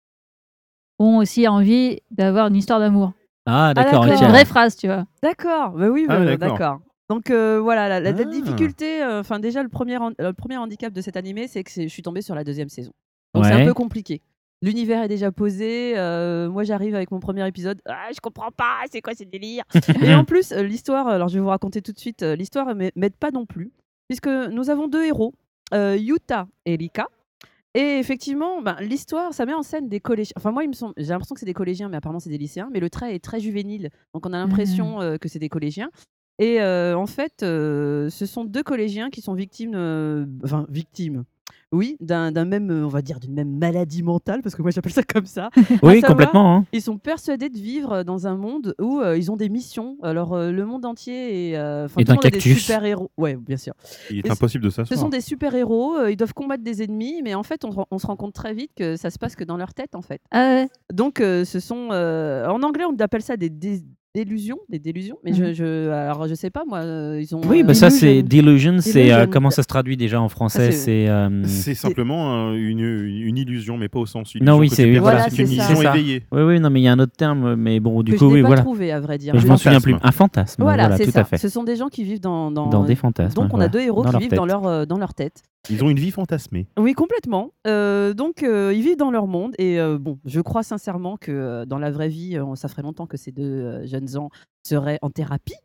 ont aussi envie d'avoir une histoire d'amour. Ah, d'accord, d'accord. ok. C'est une vraie phrase, tu vois. D'accord, bah oui, Ah bah, ouais, d'accord. d'accord. Donc euh, voilà, la, la- la Ah. difficulté, euh, enfin déjà le premier, han- le premier handicap de cet animé, c'est que c'est- je suis tombée sur la deuxième saison. Donc c'est Ouais. un peu compliqué. L'univers est déjà posé, euh, moi j'arrive avec mon premier épisode, ah, je comprends pas, c'est quoi ces délires Et en plus, euh, l'histoire, alors je vais vous raconter tout de suite, euh, l'histoire ne m'aide pas non plus, puisque nous avons deux héros, euh, Yuta et Rika. Et effectivement, ben, l'histoire, ça met en scène des collégiens. Enfin, moi, il me semble, j'ai l'impression que c'est des collégiens, mais apparemment, c'est des lycéens. Mais le trait est très juvénile. Donc, on a l'impression euh, que c'est des collégiens. Et euh, en fait, euh, ce sont deux collégiens qui sont victimes. euh, Enfin, victimes. Oui, d'un d'un même, euh, on va dire, d'une même maladie mentale, parce que moi, j'appelle ça comme ça. Oui, savoir- complètement. hein. Ils sont persuadés de vivre dans un monde où euh, ils ont des missions. Alors, euh, le monde entier est. euh, enfin, Est tout le un monde a des cactus. super-héros. Ouais, bien sûr. Il est Et impossible de Ce s'asseoir. sont des super-héros, euh, ils doivent combattre des ennemis, mais en fait, on, se rend- on se rend compte très vite que ça se passe que dans leur tête, en fait. Ah ouais. Donc, euh, ce sont. euh, en anglais, on appelle ça des dé- délusions, des délusions. Mais je, je, alors, je sais pas, moi, euh, ils ont. Oui, euh, bah ça, c'est Delusion. delusion. C'est euh, Delusion. comment ça se traduit déjà en français? Ah, c'est- C'est. euh, C'est simplement euh, une, une illusion, mais pas au sens Non, illusion oui, côté c'est- pervers, voilà, c'est une c'est ça. illusion C'est ça. éveillée. Oui, oui, non, mais il y a un autre terme, mais bon, du que coup, je n'ai oui, pas voilà. trouvé, à vrai dire. Mais je Mais m'en en- souviens fantasme. plus. Un fantasme. Voilà, Voilà, c'est tout ça. à fait. Ce sont des gens qui vivent dans. Dans, Dans des fantasmes. Donc, on voilà. a deux héros Dans qui leur vivent tête. dans leur, euh, dans leur tête. Ils ont une vie fantasmée. Oui, complètement. Euh, donc, euh, ils vivent dans leur monde. Et euh, bon, je crois sincèrement que euh, dans la vraie vie, euh, ça ferait longtemps que ces deux euh, jeunes gens seraient en thérapie,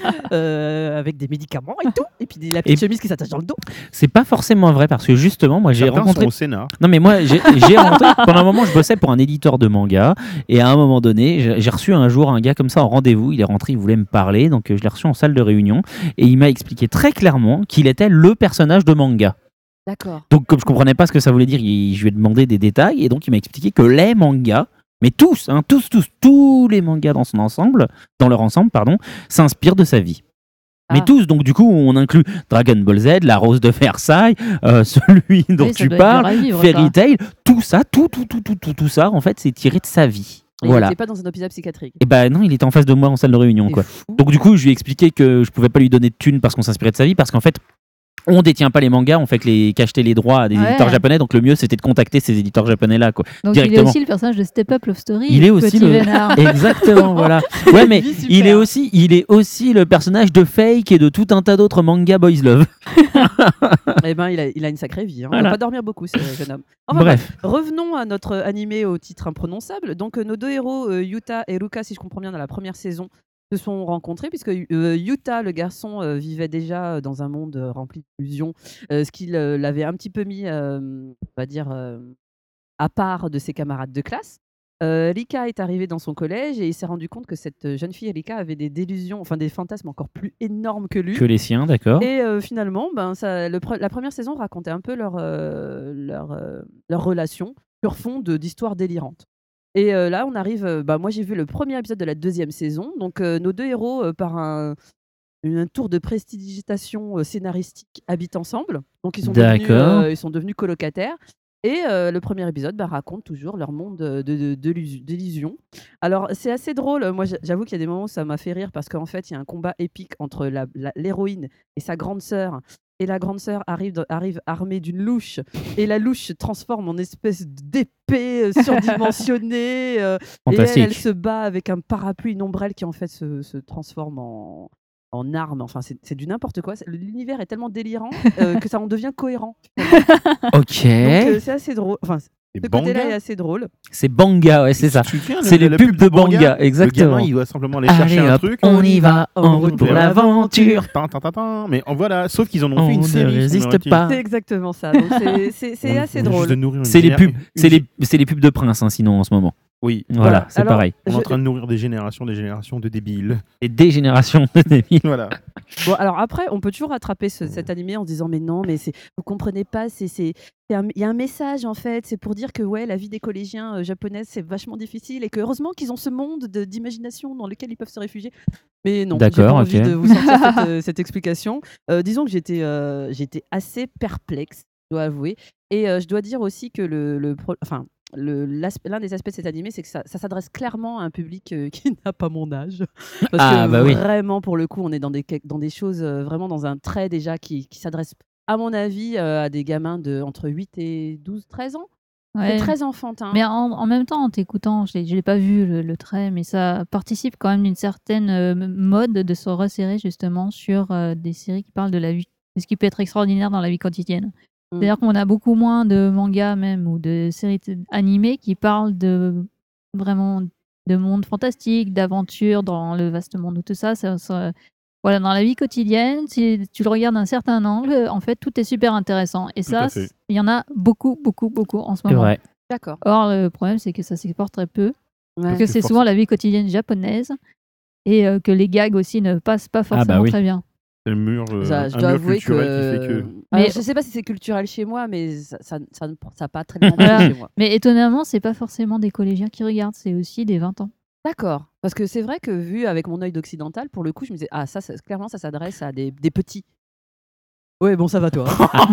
euh, avec des médicaments et tout. Et puis des- la petite Et- chemise qui s'attache dans le dos. C'est pas forcément vrai parce que justement, moi, j'ai Certains rencontré. sont au Sénat. Non, mais moi, j'ai j'ai rencontré. Pendant un moment, je bossais pour un éditeur de manga. Et à un moment donné, j'ai j'ai reçu un jour un gars comme ça en rendez-vous. Il est rentré, il voulait me parler. Donc, euh, je l'ai reçu en salle de réunion. Et il m'a expliqué très clairement qu'il était le personnage de manga. D'accord. Donc, comme je comprenais pas ce que ça voulait dire, il- je lui ai demandé des détails. Et donc, il m'a expliqué que les mangas, mais tous, hein, tous, tous, tous les mangas dans son ensemble, dans leur ensemble, pardon, s'inspirent de sa vie. Mais Ah. tous, donc du coup, on inclut Dragon Ball Z, La Rose de Versailles, euh, celui dont Oui, ça tu doit être dur parles, à vivre, Fairy ça. Tail, tout ça, tout, tout, tout, tout, tout, tout ça, en fait, c'est tiré de sa vie. Il Voilà. n'était pas dans un hôpital psychiatrique. Et ben non, il était en face de moi en salle de réunion, C'est quoi. fou. Donc du coup, je lui ai expliqué que je pouvais pas lui donner de thunes parce qu'on s'inspirait de sa vie, parce qu'en fait, on détient pas les mangas, on fait que les qu'acheter les droits à des Ouais. éditeurs japonais, donc le mieux c'était de contacter ces éditeurs japonais là, quoi. Donc il est Directement. aussi le personnage de Step Up Love Story. Il est aussi petit le- vénard. Exactement, voilà. Ouais, mais Vie super. il est aussi, il est aussi le personnage de Fake et de tout un tas d'autres mangas boys love. Eh ben, il a, il a une sacrée vie. Hein. Il Voilà. va pas dormir beaucoup, ce jeune homme. Enfin, Bref. bref, revenons à notre animé au titre imprononçable. Donc, euh, nos deux héros, euh, Yuta et Ruka, si je comprends bien, dans la première saison, se sont rencontrés puisque euh, Yuta, le garçon, euh, vivait déjà dans un monde euh, rempli d'illusions, euh, ce qui euh, l'avait un petit peu mis, euh, on va dire, euh, à part de ses camarades de classe. Euh, Rika est arrivée dans son collège et il s'est rendu compte que cette jeune fille, Rika, avait des délusions, enfin des fantasmes encore plus énormes que lui. Que les siens, d'accord. Et euh, finalement, ben, ça, le pre- la première saison racontait un peu leur, euh, leur, euh, leur relation sur fond de- d'histoires délirantes. Et euh, là, on arrive. euh, bah, moi, j'ai vu le premier épisode de la deuxième saison. Donc, euh, nos deux héros, euh, par un, une- un tour de prestidigitation euh, scénaristique, habitent ensemble. Donc, ils sont devenus, D'accord. euh, ils sont devenus colocataires. Et euh, le premier épisode bah, raconte toujours leur monde de- de- de- d'illusion- d'illusions. Alors, c'est assez drôle. Moi, j'a- j'avoue qu'il y a des moments où ça m'a fait rire parce qu'en fait, il y a un combat épique entre la- la- l'héroïne et sa grande sœur. Et la grande sœur arrive, dans- arrive armée d'une louche. Et la louche se transforme en espèce d'épée euh, surdimensionnée. euh, et elle, Fantastique. elle se bat avec un parapluie, une ombrelle qui en fait se, se transforme en, en arme. Enfin, c'est c'est du n'importe quoi. C'est- L'univers est tellement délirant euh, que ça en devient cohérent. Ok. Donc, euh, c'est assez drôle. Enfin, Et ce côté-là est Banga, assez drôle. C'est Banga, ouais, c'est ça. tu te souviens, C'est la- les la pubs pub de pour Banga, exactement. Le gamin, il doit simplement aller chercher Allez un hop, truc. on y va, en route pour Et l'aventure. Tin, tin, tin, tin. Mais en voilà, sauf qu'ils en ont On fait une ne série. résiste semble-t-il. pas. C'est exactement ça. Donc, c'est- c'est c'est On- assez on vient juste drôle. de nourrir une C'est les géné- pubs, une c'est gé- les, c'est les pubs de Prince, hein, sinon en ce moment. Oui. Voilà, Voilà. c'est Alors, pareil. On est Je- en train de nourrir des générations, des générations de débiles. Et des générations de débiles. Voilà. Bon, alors après, on peut toujours rattraper ce- cet animé en se disant mais non, mais c'est vous comprenez pas, c'est c'est c'est un- il y a un message en fait, c'est pour dire que ouais, la vie des collégiens euh, japonaises c'est vachement difficile et que heureusement qu'ils ont ce monde de- d'imagination dans lequel ils peuvent se réfugier. Mais non, j'ai pas D'accord, envie ok. de vous sortir cette, euh, cette explication. Euh, disons que j'étais euh, j'étais assez perplexe, je dois avouer, et euh, je dois dire aussi que le, le pro- enfin le- l'aspe- l'un des aspects de cet animé, c'est que ça, ça s'adresse clairement à un public euh, qui n'a pas mon âge. Parce Ah, que bah oui. vraiment, pour le coup, on est dans des, dans des choses, euh, vraiment dans un trait déjà qui, qui s'adresse, à mon avis, euh, à des gamins de entre huit et douze, treize ans. Ouais. C'est très enfantin. Mais en, en même temps, en t'écoutant, je ne l'ai pas vu le, le trait, mais ça participe quand même d'une certaine euh, mode de se resserrer justement sur euh, des séries qui parlent de la vie, de ce qui peut être extraordinaire dans la vie quotidienne. Mm. C'est-à-dire qu'on a beaucoup moins de mangas même ou de séries t- animées qui parlent de vraiment de monde fantastique, d'aventures dans le vaste monde de tout ça. ça, ça- voilà, dans la vie quotidienne, si tu le regardes d'un certain angle, en fait, tout est super intéressant. Et Tout ça, à fait. c- il y en a beaucoup, beaucoup, beaucoup en ce C'est moment. vrai. D'accord. Or, le problème, c'est que ça s'exporte très peu, Ouais. parce que c'est force- souvent la vie quotidienne japonaise et euh, que les gags aussi ne passent pas forcément bah oui. très bien. C'est le mur, euh, Ça, je un dois mur avouer que. culturel qui fait que. Alors, Mais- je sais pas si c'est culturel chez moi, mais ça ça, ça, ne- ça a pas très bien Voilà. marché chez moi. Mais étonnamment, c'est pas forcément des collégiens qui regardent, c'est aussi des vingt ans. D'accord. Parce que c'est vrai que vu avec mon œil d'occidental, pour le coup, je me disais, ah, ça, ça clairement, ça s'adresse à des, des petits. Ouais, bon, ça va toi.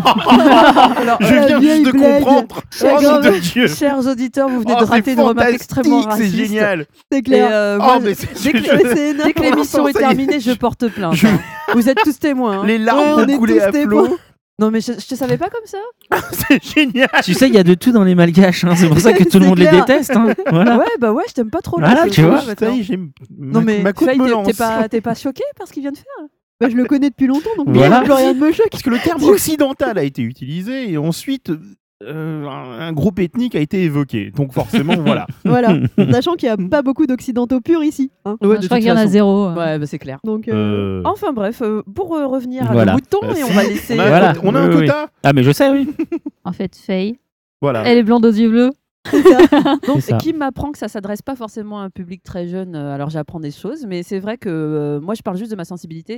Alors, Je euh, viens vieille juste de blague. comprendre. Ouais, Oh grave. nom de Dieu. Chers auditeurs, vous venez Oh, de c'est rater une remarque extrêmement fantastique, raciste. C'est génial. C'est Et, clair. euh, Oh, moi, mais c'est dès que, je- c'est dès que l'émission est ça y est. terminée, je porte plainte. Je- hein. Vous êtes tous témoins. hein. Les Ouais, larmes on vont est couler tous à témoins. flot. Non, mais je, je te savais pas comme ça. C'est génial. Tu sais, il y a de tout dans les malgaches, hein, c'est pour ça que tout le C'est monde les clair. déteste. hein, Voilà. Ouais, bah ouais, je t'aime pas trop. là, Voilà, ce- tu ce- vois. ce- Ça y est, j'ai Non, mais ma coupe Faye, me t'es- lance. t'es pas, t'es pas choqué par ce qu'il vient de faire? Bah, je le connais depuis longtemps, donc Voilà. plus rien ne me choque. Parce que le terme occidental a été utilisé et ensuite euh, un un groupe ethnique a été évoqué. Donc forcément, voilà. Voilà. Sachant qu'il n'y a pas beaucoup d'occidentaux purs ici. hein. Ouais, de je crois toute qu'il y en a façon. zéro. euh. Ouais, bah c'est clair. Donc, euh, Euh, Enfin bref, euh, pour euh, revenir à Voilà. nos moutons, bah, et on si. va laisser. On a, un Voilà. quota- on a un Oui, oui. quota. Ah, mais je sais, oui. En fait, Faye, Voilà. elle est blonde aux yeux bleus. Donc, C'est ça. qui m'apprend que ça s'adresse pas forcément à un public très jeune. euh, Alors, j'apprends des choses, mais c'est vrai que euh, moi, je parle juste de ma sensibilité.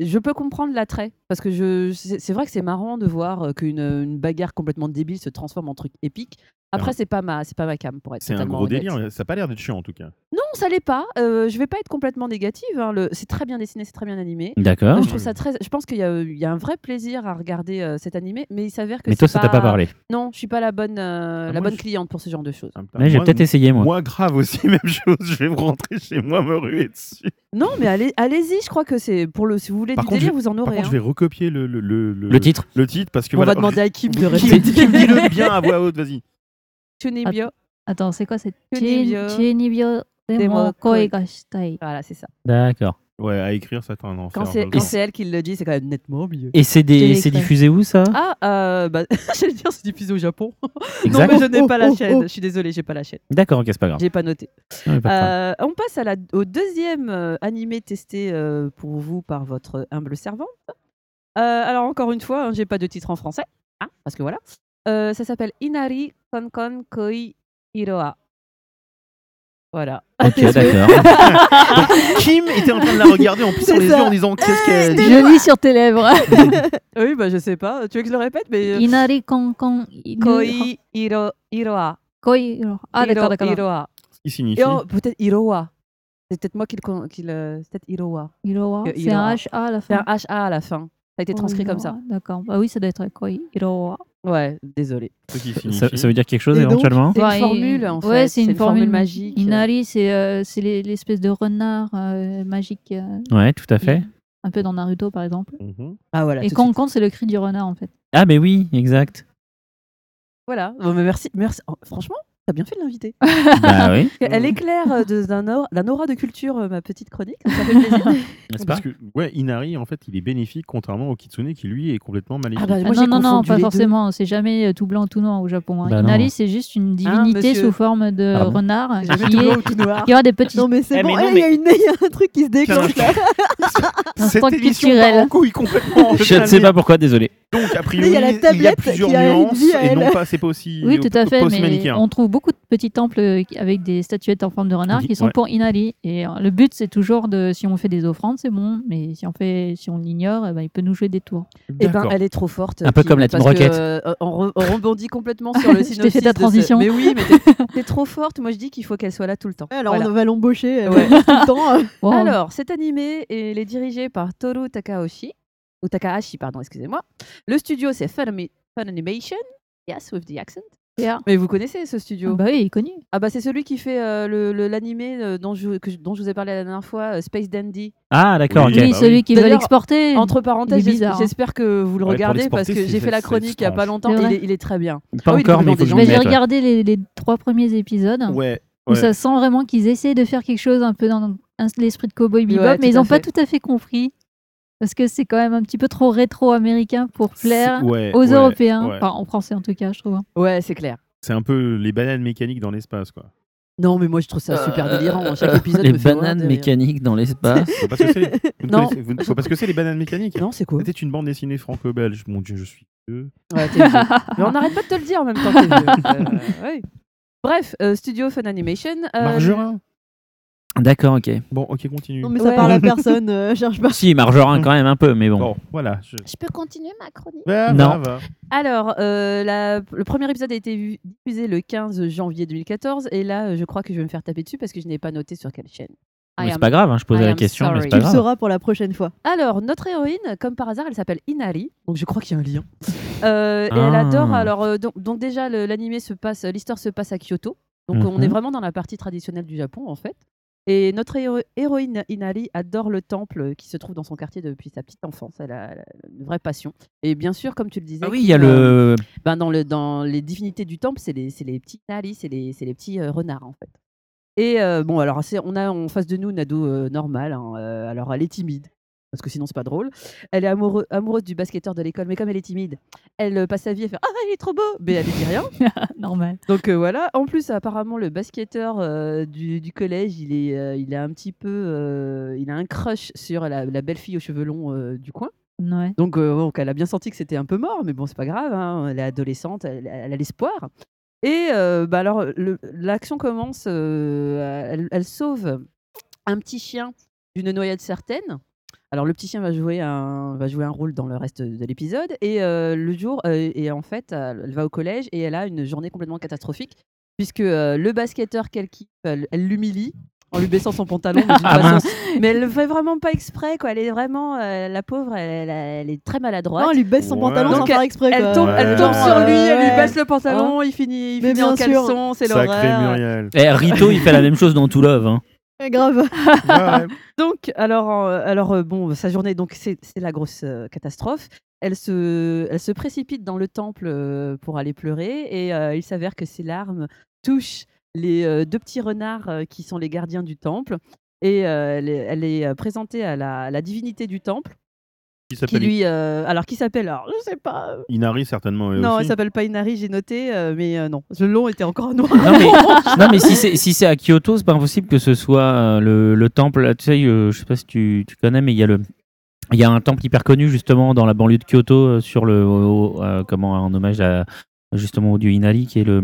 je peux comprendre l'attrait parce que je, c'est, c'est vrai que c'est marrant de voir euh, qu'une une bagarre complètement débile se transforme en truc épique. Après, Ah. c'est pas ma, c'est pas ma cam pour être C'est un totalement gros honnête. délire. Ça a pas l'air d'être chiant en tout cas. Non, ça l'est pas. Euh, je vais pas être complètement négative. hein. Le, c'est très bien dessiné, c'est très bien animé. D'accord. Euh, je trouve ça très. Je pense qu'il y a, il y a un vrai plaisir à regarder euh, cet animé, mais il s'avère que Mais toi, c'est ça t'a pas parlé. Non, je suis pas la bonne, euh, Ah, la moi, bonne je- cliente pour ce genre de choses. Ah, putain, Ouais, j'ai moi, peut-être essayé, moi. Moi, grave aussi, même chose. Je vais me rentrer chez moi, me ruer dessus. Non, mais allez, allez-y. Je crois que c'est pour le. Si vous voulez Par du contre, délire, je- vous en Par aurez. contre, je hein. vais recopier le, le, le, Le titre. le titre parce que On voilà. va demander à Kim de Kim, répéter. Kim, dis-le bien à voix haute, vas-y. Chunibyo. Attends, c'est quoi cette Kunibyo. Chunibyo Demo Demo Koi ga shitai. Voilà, c'est ça. D'accord. Ouais, à écrire, ça t'en un enfer. Quand c'est, vraiment. quand c'est elle qui le dit, c'est quand même nettement mieux. Et c'est des, J'ai c'est extrait. diffusé où ça Ah, euh, bah, j'allais dire c'est diffusé au Japon. Exact. Non, mais je n'ai Oh, pas la oh, chaîne. oh. Je suis désolée, j'ai pas la chaîne. D'accord, ok, c'est pas grave. J'ai pas noté. Ouais, pas de problème. Euh, on passe à la, au deuxième euh, animé testé euh, pour vous par votre humble servante. Euh, alors encore une fois, hein, j'ai pas de titre en français, hein, parce que voilà. Euh, ça s'appelle Inari Konkon Koi Iroha. Voilà. Ok, d'accord. Kim était en train de la regarder en plissant C'est les ça. yeux en disant qu'est-ce qu'elle dit. Joli sur tes lèvres. Oui, bah je sais pas. Tu veux que je le répète, mais euh, Inari kon kon Koi Iro Iroha. Koi. Ah Iro- d'accord, d'accord. Iroha. Ce qui signifie. Et oh, peut-être Iroha. C'est peut-être moi qui le, con- qui le c'est peut-être Iroha. Iroha. Que C'est un Iroha. H A à la C'est fin. un H A à la fin. Ça a été transcrit comme ça. Iroha, D'accord. Bah oui, ça doit être Koi Iroha. Ouais, désolé. Ce qui signifie. Ça, ça veut dire quelque chose Et donc éventuellement C'est une Ouais, formule il- en fait. Ouais, c'est une, formule magique. Inari, c'est euh, c'est les- l'espèce de renard euh, magique, euh, Ouais, tout à fait. un peu dans Naruto par exemple. Mhm. Ah voilà. Et tout de suite. Konkon, c'est le cri du renard en fait. Ah, mais oui, exact. Voilà. Bon, mais merci, merci. Oh, franchement, t'as bien fait de l'inviter. Bah oui, Elle éclaire euh, de- d'un aura, d'un aura de culture euh, ma petite chronique. Ça fait plaisir. n'est-ce pas Parce que, ouais, Inari, en fait, il est bénéfique, contrairement au Kitsune qui, lui, est complètement maléfique. Ah bah, Ah moi, j'ai non, non, non, confondu pas les deux. forcément. C'est jamais euh, tout blanc, tout noir au Japon. hein. Bah non. Inari, c'est juste une divinité monsieur. sous forme de Pardon. renard Jamais qui, tout blanc est, ou tout noir. qui aura des petits. Non mais c'est Eh, bon, mais non, eh, il y, a une- il y a un truc qui se déclenche là. Un Cette stock émission culturel. part en couille complètement. Je ne sais pas pourquoi, désolé. Donc, a priori, Il y a la il y a tablette plusieurs qui a une nuances vie à et non elle. pas, c'est pas aussi, Oui, tout à fait, pas aussi mais manichéen. on trouve beaucoup de petits temples euh, avec des statuettes en forme de renard Oui, qui sont ouais. pour Inari. Et euh, le but, c'est toujours de, si on fait des offrandes, c'est bon, mais si on fait, si on l'ignore, eh ben, il peut nous jouer des tours. Eh ben, D'accord. elle est trop forte. Un peu Kim, comme la Team parce que, Rocket. euh, on, re- on rebondit complètement sur le Je synopsis. t'ai fait ta de ce- transition. Mais oui, mais t'es, t'es trop forte. Moi, je dis qu'il faut qu'elle soit là tout le temps. Alors Voilà. on va l'embaucher elle Ouais. va venir tout le temps. euh. Bon, Alors, cet animé, il est dirigé par Toru Takahashi. Ou Takahashi, pardon, excusez-moi. Le studio, c'est Fun, Ami- Fun Animation. Yes, with the accent. yeah. Mais vous connaissez ce studio? Bah oui, il est connu. Ah bah c'est celui qui fait euh, le, le- l'animé euh, dont, je, que je- dont je vous ai parlé la dernière fois, euh, Space Dandy. Ah, d'accord, Oui, ok. Oui, bah celui oui. qui veut D'ailleurs, l'exporter. Entre Il parenthèses, est j'es- bizarre, hein. j'espère que vous le Ouais, pour regardez parce l'exporter, que c'est- j'ai fait la c'est chronique il y a pas étrange. longtemps C'est et il vrai. est, il est très bien. Pas Ah oui, encore, il mais est il faut que je dans m'y Bah, j'ai mette. ouais. regardé les, les trois premiers épisodes Ouais. où ouais. ça sent vraiment qu'ils essaient de faire quelque chose un peu dans un- l'esprit de Cowboy Bebop, Ouais, mais tout ils à n'ont pas fait. tout à fait compris. Parce que c'est quand même un petit peu trop rétro-américain pour plaire C'est- ouais, aux ouais, Européens. ouais. Enfin, en français en tout cas, je trouve. Ouais, c'est clair. C'est un peu les bananes mécaniques dans l'espace, quoi. Non, mais moi je trouve ça super délirant. Chaque épisode Les me fait mourir bananes de rire. mécaniques dans l'espace. Faut pas ce que c'est les- vous ne Non. connaissez- vous ne- faut pas ce que c'est les bananes mécaniques. Non, c'est quoi? C'était une bande dessinée franco-belge. Mon Dieu, je suis vieux. Ouais, t'es vieux. Mais on n'arrête pas de te le dire en même temps que t'es vieux. Euh, ouais. Bref, euh, Studio Fun Animation. euh, Margerin. D'accord, ok. Bon, ok, continue. Non mais ça Ouais. parle à personne, euh, cherche pas. Si, Margerin quand même un peu, mais bon. Bon, voilà. Je... Je peux continuer ma chronique? Va, Non. va, va. Alors, euh, la- le premier épisode a été vu- diffusé le quinze janvier deux mille quatorze et là, euh, je crois que je vais me faire taper dessus parce que je n'ai pas noté sur quelle chaîne. I Mais c'est am- pas grave, hein, je posais I la am question, mais c'est sorry. pas Tu le grave. sauras pour la prochaine fois. Alors, notre héroïne, comme par hasard, elle s'appelle Inari, donc je crois qu'il y a un lien. Euh, et elle Ah. adore. Alors, euh, donc, donc déjà, le- l'animé se passe, l'histoire se passe à Kyoto. Donc, Mhm. on est vraiment dans la partie traditionnelle du Japon, en fait. Et notre héro- héroïne Inari adore le temple qui se trouve dans son quartier depuis sa petite enfance. Elle a, elle a une vraie passion. Et bien sûr, comme tu le disais, Ah oui, il Kim, y a euh, le. ben dans, le, dans les divinités du temple, c'est les, c'est les petits Inari, c'est les, c'est les petits euh, renards, en fait. Et euh, bon, alors, c'est- on a en face de nous une ado euh, normale. hein, euh, alors, elle est timide. Parce que sinon, c'est pas drôle. Elle est amoureux- amoureuse du basketteur de l'école, mais comme elle est timide, elle euh, passe sa vie à faire Ah, il est trop beau Mais elle ne dit rien. Normal. Donc euh, voilà. En plus, apparemment, le basketteur euh, du, du collège, il est, euh, il est un petit peu. euh, il a un crush sur la, la belle fille aux cheveux longs euh, du coin. Ouais. Donc, euh, donc, elle a bien senti que c'était un peu mort, mais bon, c'est pas grave. hein, Elle est adolescente, elle, elle a l'espoir. Et euh, bah alors, le- l'action commence. euh, elle, elle sauve un petit chien d'une noyade certaine. Alors le petit chien va jouer un, va jouer un rôle dans le reste de l'épisode et euh, le jour euh, et en fait euh, elle va au collège et elle a une journée complètement catastrophique puisque euh, le basketteur qu'elle kiffe, elle, elle l'humilie en lui baissant son pantalon, mais, d'une Ah, façon- mince. mais elle le fait vraiment pas exprès quoi. Elle est vraiment euh, la pauvre, elle, elle- elle est très maladroite. Non, elle lui baisse son Ouais. pantalon sans Donc, faire exprès. Elle quoi. tombe, Ouais. elle tombe sur lui, elle lui Ouais. baisse le pantalon, il finit, il Mais finit en bien sûr. caleçon, c'est Sacré l'horreur. Muriel. Eh, Rito, il fait la même chose dans To Love. Hein. Ouais, grave. Ouais, ouais. Donc, alors, euh, alors euh, bon, sa journée, donc c'est c'est la grosse euh, catastrophe. Elle se, elle se précipite dans le temple euh, pour aller pleurer et euh, il s'avère que ses larmes touchent les euh, deux petits renards euh, qui sont les gardiens du temple. Et euh, elle, est, elle est, euh, présentée à la, à la divinité du temple, Qui qui s'appelle lui, euh, alors qui s'appelle, alors je sais pas. euh, Inari, certainement. elle non, aussi. elle s'appelle pas Inari, j'ai noté, euh, mais euh, non, le long était encore noir. Non mais, non, mais si c'est si c'est à Kyoto, c'est pas impossible que ce soit euh, le, le temple. là, Tu sais, euh, je sais pas si tu, tu connais, mais il y a le il y a un temple hyper connu justement dans la banlieue de Kyoto euh, sur le au- au- euh, comment en hommage à justement au dieu Inari qui est le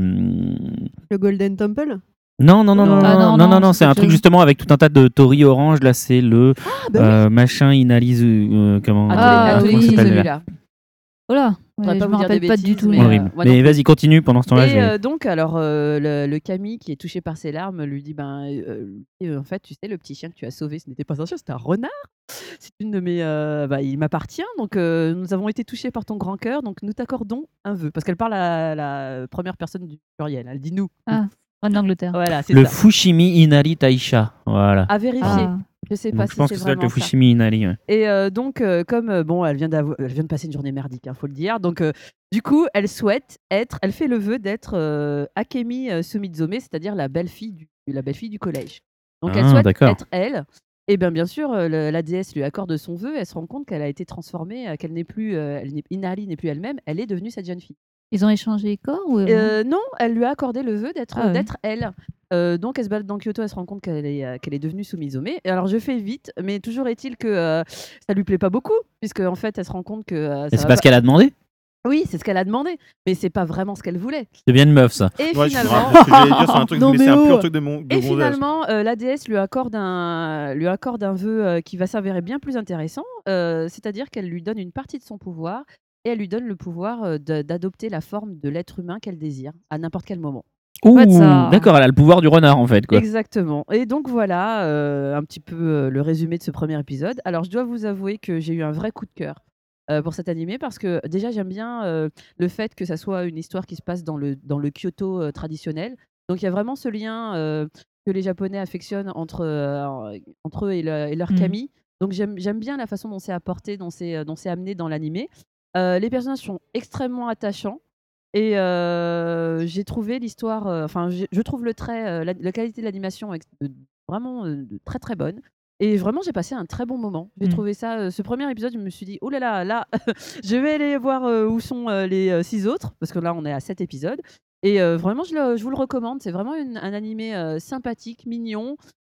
Le Golden Temple. non non non non Ah, non non, non non, non c'est c'est un autre truc chose. justement avec tout un tas de torii orange. Là c'est le Ah, bah euh, machin Inari euh, comment À tous les- Ah, à tous les comment oui. coups, ça s'appelle, là celui-là. Voilà. Faudrait Ouais, pas je vous me dire rappelle des pas du bêtises, tout. mais, mais- euh, Horrible. moi non Mais plus. vas-y continue pendant ce temps-là. Et je vais- euh, donc, alors, euh, le, le Camille, qui est touché par ses larmes, lui dit ben, euh, euh, en fait, tu sais, le petit chien que tu as sauvé, ce n'était pas un chien, c'était un renard. C'est une de mes. euh, bah, il m'appartient, donc euh, nous avons été touchés par ton grand cœur, donc nous t'accordons un vœu. Parce qu'elle parle à la première personne du pluriel, elle dit nous. Ah, reine d'Angleterre. Voilà, c'est Le ça. Fushimi Inari Taisha. Voilà. À vérifier. Ah. Je sais Donc, pas je si pense c'est que ça doit être vraiment le ça. Fushimi Inari. ouais. Et euh, donc, euh, comme euh, bon, elle vient, d'avo- elle vient de passer une journée merdique, il faut le dire. Donc, euh, du coup, elle souhaite être, elle fait le vœu d'être euh, Akemi euh, Sumizome, c'est-à-dire la belle-fille du, la belle-fille du collège. Donc, elle Ah, souhaite d'accord. être elle. Et bien, bien sûr, euh, le- la déesse lui accorde son vœu. Elle se rend compte qu'elle a été transformée, euh, qu'elle n'est plus, euh, elle n'est- Inari n'est plus elle-même. Elle est devenue cette jeune fille. Ils ont échangé les corps ou Euh, non, elle lui a accordé le vœu d'être Ah ouais. d'être elle. Euh, donc elle se balade dans Kyoto, elle se rend compte qu'elle est, euh, qu'elle est devenue Sumizome. Et alors je fais vite, mais toujours est-il que euh, ça lui plaît pas beaucoup, puisque en fait elle se rend compte que euh, ça Et c'est va parce pas- qu'elle a demandé. Oui, c'est ce qu'elle a demandé, mais c'est pas vraiment ce qu'elle voulait. C'est bien une meuf ça. Et Ouais, je me finalement, rappelle ce que j'allais dire, c'est un truc, Non, mais mais c'est un oh. pur truc de mon. de et gonzesse. finalement, euh, la déesse lui accorde un, lui accorde un vœu euh, qui va s'avérer bien plus intéressant, euh, c'est-à-dire qu'elle lui donne une partie de son pouvoir et elle lui donne le pouvoir euh, de- d'adopter la forme de l'être humain qu'elle désire à n'importe quel moment. Ouh, fait, ça- d'accord, elle a le pouvoir du renard en fait quoi. Exactement. Et donc voilà euh, un petit peu euh, le résumé de ce premier épisode. Alors je dois vous avouer que j'ai eu un vrai coup de cœur euh, pour cet animé parce que déjà j'aime bien euh, le fait que ça soit une histoire qui se passe dans le, dans le Kyoto euh, traditionnel. Donc il y a vraiment ce lien euh, que les Japonais affectionnent entre, euh, entre eux et, le- et leur Mm. kami. Donc j'aime j'aime bien la façon dont c'est apporté, dont c'est euh, dont c'est amené dans l'animé. Euh, les personnages sont extrêmement attachants. Et euh, j'ai trouvé l'histoire, euh, enfin, j'ai- je trouve le trait, euh, la, la qualité de l'animation ex- de- vraiment euh, de très très bonne. Et vraiment, j'ai passé un très bon moment. J'ai Mm. trouvé ça, euh, ce premier épisode, je me suis dit, oh là là, là, je vais aller voir euh, où sont euh, les euh, six autres, parce que là, on est à sept épisodes. Et euh, vraiment, je, le- je vous le recommande. C'est vraiment une- un animé euh, sympathique, mignon.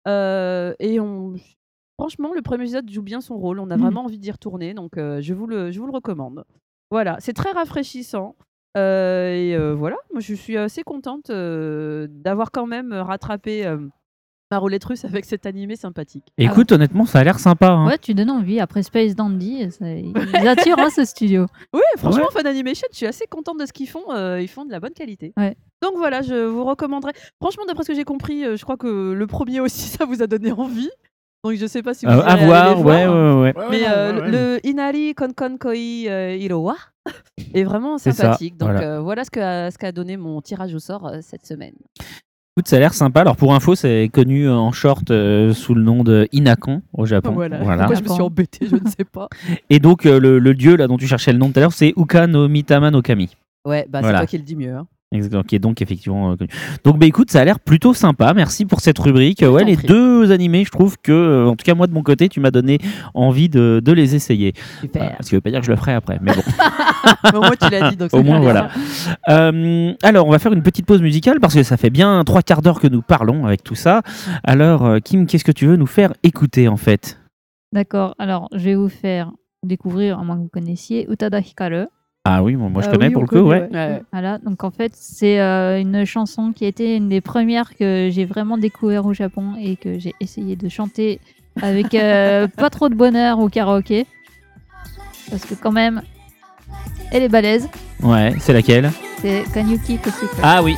euh, et on, franchement, le premier épisode joue bien son rôle. On a Mm. vraiment envie d'y retourner. Donc, euh, je, vous le, je vous le recommande. Voilà, c'est très rafraîchissant. Euh, et euh, voilà, moi je suis assez contente euh, d'avoir quand même rattrapé euh, ma roulette russe avec cet animé sympathique. Écoute, honnêtement, ça a l'air sympa. hein. Ouais, tu donnes envie. Après Space Dandy, ça- ils attirent hein, ce studio. Oui, franchement, Ouais. Fun Animation, je suis assez contente de ce qu'ils font. euh, ils font de la bonne qualité. Ouais. Donc voilà, je vous recommanderais. Franchement, d'après ce que j'ai compris, euh, je crois que le premier aussi, ça vous a donné envie. Donc je sais pas si vous Euh, irez à aller voir, les ouais, voir. ouais, ouais. Ouais, ouais, Mais non, euh, ouais, ouais. le Inari Konkon Koi euh, Iroha est vraiment C'est ça, sympathique. Donc voilà. euh, voilà ce qu'a ce qu'a donné mon tirage au sort euh, cette semaine. Écoute, ça a l'air sympa. Alors pour info, c'est connu en short euh, sous le nom de Inakan au Japon. Voilà. Voilà. Pourquoi je me suis D'accord. embêtée, je ne sais pas. Et donc euh, le, le dieu là dont tu cherchais le nom tout à l'heure, c'est Uka no Mitama no Kami. Ouais, bah Voilà. c'est toi qui le dis mieux. hein. Exactement, qui est donc effectivement euh, connu. Donc bah écoute, ça a l'air plutôt sympa. Merci pour cette rubrique. Je Ouais, t'en les prie. deux animés, je trouve que, euh, en tout cas moi de mon côté, tu m'as donné envie de, de les essayer. Super. Euh, ce qui veut pas dire que je le ferai après, mais bon. Mais au moins tu l'as dit, donc ça Au fait moins, plaisir. voilà. Euh, alors, on va faire une petite pause musicale parce que ça fait bien trois quarts d'heure que nous parlons avec tout ça. Alors, euh, Kim, qu'est-ce que tu veux nous faire écouter en fait? D'accord. Alors, je vais vous faire découvrir, à moins que vous connaissiez, Utada Hikaru. Ah oui, bon, moi je Ah connais oui, pour on le coup, connaît, ouais. ouais. Ouais. Voilà, donc en fait, c'est euh, une chanson qui a été une des premières que j'ai vraiment découvert au Japon et que j'ai essayé de chanter avec euh, pas trop de bonheur au karaoké. Parce que quand même, elle est balèze. Ouais, c'est laquelle? C'est Can You Keep a Secret? Ah oui.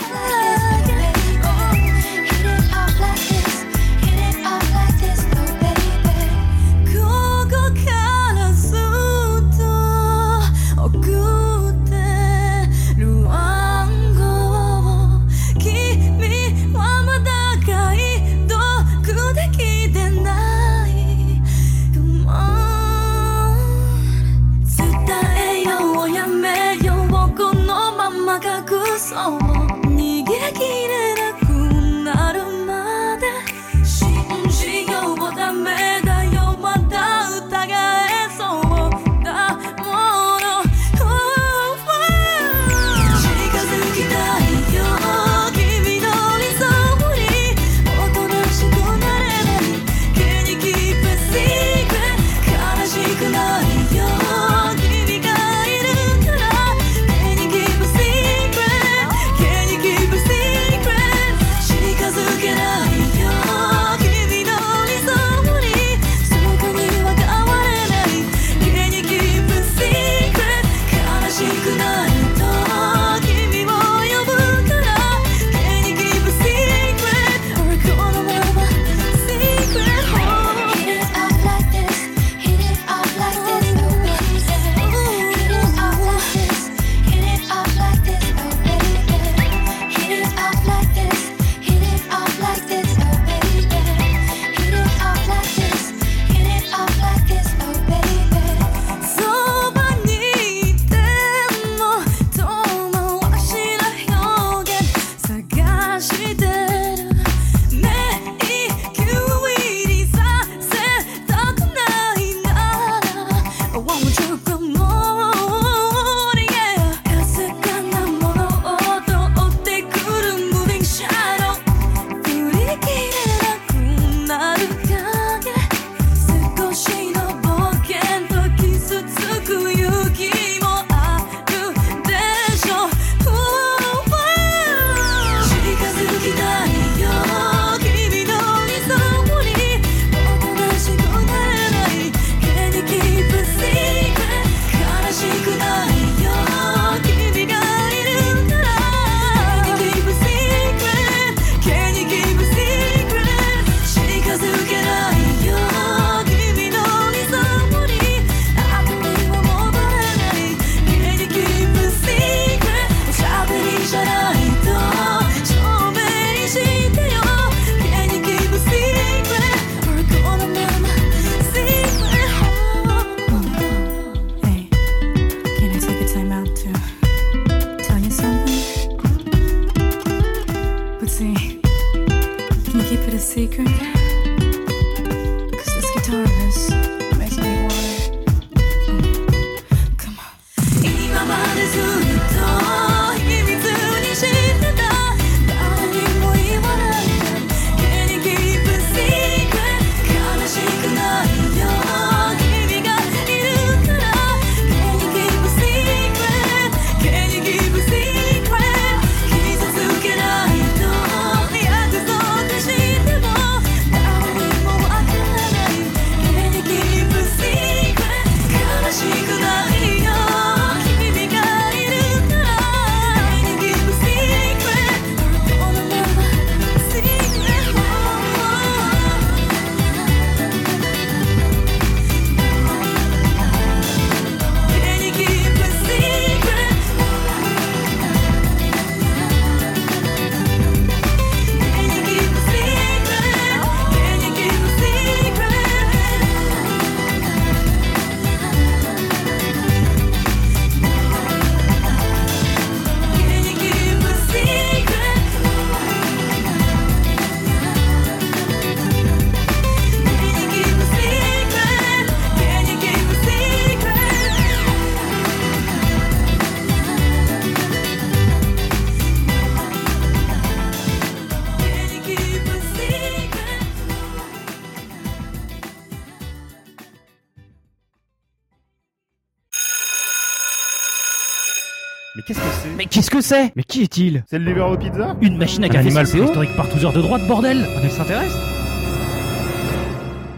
Mais qu'est-ce que c'est? Mais qu'est-ce que c'est? Mais qui est-il? C'est le livreur de pizza? Une machine à Un café animal C O? préhistorique par tous heures de droite, bordel! Un extraterrestre?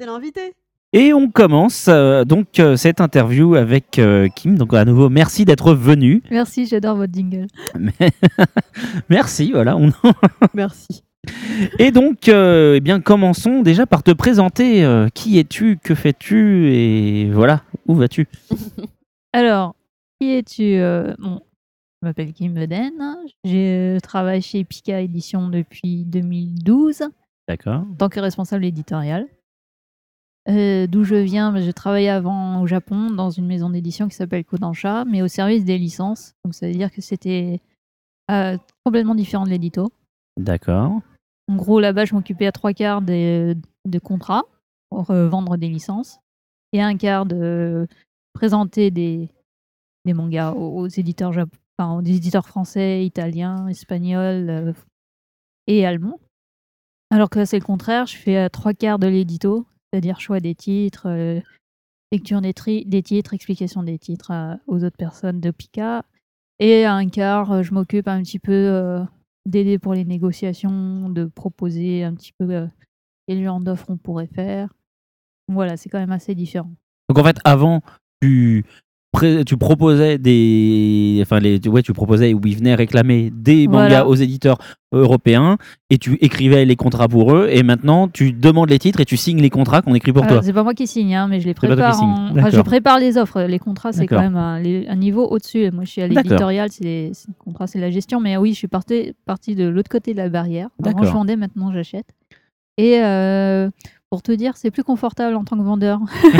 C'est l'invité. Et on commence euh, donc euh, cette interview avec euh, Kim. Donc à nouveau, merci d'être venu. Merci, j'adore votre jingle. Merci, voilà. On... Merci. Et donc, euh, eh bien, commençons déjà par te présenter. Euh, qui es-tu? Que fais-tu? Et voilà, où vas-tu? Alors, qui es-tu euh, bon, je m'appelle Kim Beden. Je travaille chez Pika Édition depuis deux mille douze D'accord. en tant que responsable éditorial. Euh, D'où je viens, je travaillais avant au Japon dans une maison d'édition qui s'appelle Kodansha, mais au service des licences. Donc ça veut dire que c'était euh, complètement différent de l'édito. D'accord. En gros, là-bas, je m'occupais à trois quarts des, de contrats pour euh, vendre des licences et un quart de présenter des, des mangas aux, aux éditeurs jap- enfin, aux éditeurs français, italiens, espagnols euh, et allemands. Alors que là, c'est le contraire, je fais à trois quarts de l'édito, c'est-à-dire choix des titres, euh, lecture des, tri- des titres, explication des titres à- aux autres personnes de Pika. Et à un quart, euh, je m'occupe un petit peu euh, d'aider pour les négociations, de proposer un petit peu euh, quel genre d'offres on pourrait faire. Voilà, c'est quand même assez différent. Donc en fait, avant, tu, pré- tu proposais des, enfin les, tu- ouais, tu proposais ou ils venaient réclamer des mangas Voilà. aux éditeurs européens et tu écrivais les contrats pour eux. Et maintenant, tu demandes les titres et tu signes les contrats qu'on écrit pour Alors, toi. c'est pas moi qui signe, hein, mais je les pas toi qui prépare. signe. en- enfin, D'accord. je prépare les offres. Les contrats, c'est quand D'accord. même un, les- un niveau au-dessus. Moi, je suis à D'accord. l'éditorial, c'est les, c'est le contrat, c'est la gestion. Mais oui, je suis partie, partie de l'autre côté de la barrière. Avant, D'accord. je vendais, maintenant, j'achète. Et euh, pour te dire, c'est plus confortable en tant que vendeur.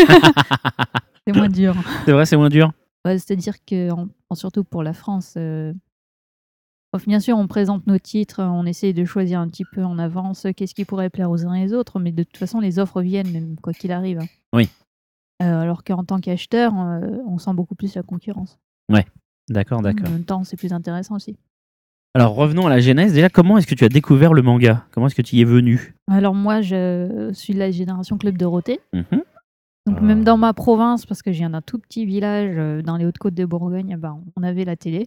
C'est moins dur. C'est vrai, c'est moins dur. Ouais, c'est-à-dire que, en- en- surtout pour la France, euh, bon, bien sûr, on présente nos titres, on essaie de choisir un petit peu en avance euh, qu'est-ce qui pourrait plaire aux uns et aux autres, mais de toute façon, les offres viennent, même quoi qu'il arrive. hein. Oui. Euh, alors qu'en tant qu'acheteur, euh, on sent beaucoup plus la concurrence. D'accord, d'accord. En même temps, c'est plus intéressant aussi. Alors revenons à la genèse. Déjà, comment est-ce que tu as découvert le manga? Comment est-ce que tu y es venu? Alors moi, je suis de la génération Club Dorothée. Mhm. Donc Ah. même dans ma province, parce que je viens d'un tout petit village euh, dans les Hautes-Côtes de Bourgogne, bah, on avait la télé.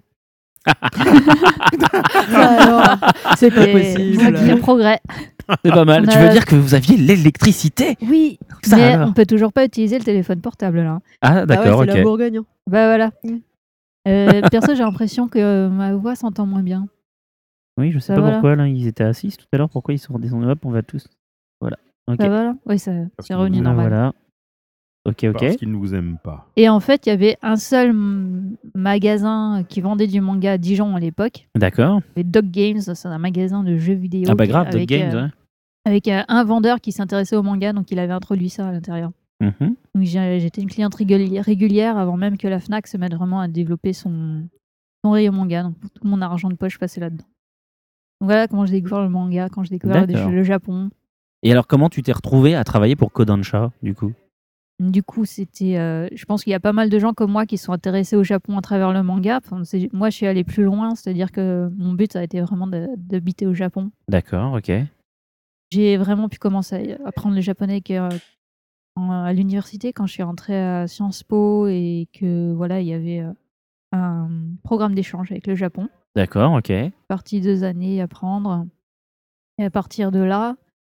Alors, c'est pas Et possible. ça qui est un progrès. C'est pas mal. On Tu a- veux dire que vous aviez l'électricité? Oui, Ça mais alors. on peut toujours pas utiliser le téléphone portable là. Ah, Ah ouais, d'accord, c'est la ok. Bourgogne. hein. Bah voilà. Mm. Euh, perso, j'ai l'impression que ma voix s'entend moins bien. Oui, je sais Bah pas voilà. pourquoi là, ils étaient assis tout à l'heure. Pourquoi ils sont redescendus? Hop, on va tous. Voilà. Ok. Bah voilà. Oui, ça, Parce c'est que revenu vous- normal. Voilà. Ok, ok. Parce qu'ils ne vous aiment pas. Et en fait, il y avait un seul mm, magasin qui vendait du manga à Dijon à l'époque. D'accord. Les Dog Games, c'est un magasin de jeux vidéo. Ah bah qui- grave, Dog avec, Games, euh, ouais. avec euh, un vendeur qui s'intéressait au manga, donc il avait introduit ça à l'intérieur. Mhm. Donc j'ai- j'étais une cliente réguli- régulière avant même que la Fnac se mette vraiment à développer son, son rayon manga. Donc tout mon argent de poche passait là-dedans. Donc voilà comment j'ai découvert le manga, quand j'ai découvert D'accord. le, le Japon. Et alors, comment tu t'es retrouvé à travailler pour Kodansha, du coup? Du coup, c'était. euh, je pense qu'il y a pas mal de gens comme moi qui sont intéressés au Japon à travers le manga. Enfin, c'est- moi, je suis allée plus loin, c'est-à-dire que mon but, ça a été vraiment de- d'habiter au Japon. D'accord, ok. J'ai vraiment pu commencer à apprendre le japonais que, euh, en- à l'université quand je suis rentrée à Sciences Po et que voilà, il y avait euh, un programme d'échange avec le Japon. D'accord, ok. Partie deux années à apprendre. Et à partir de là,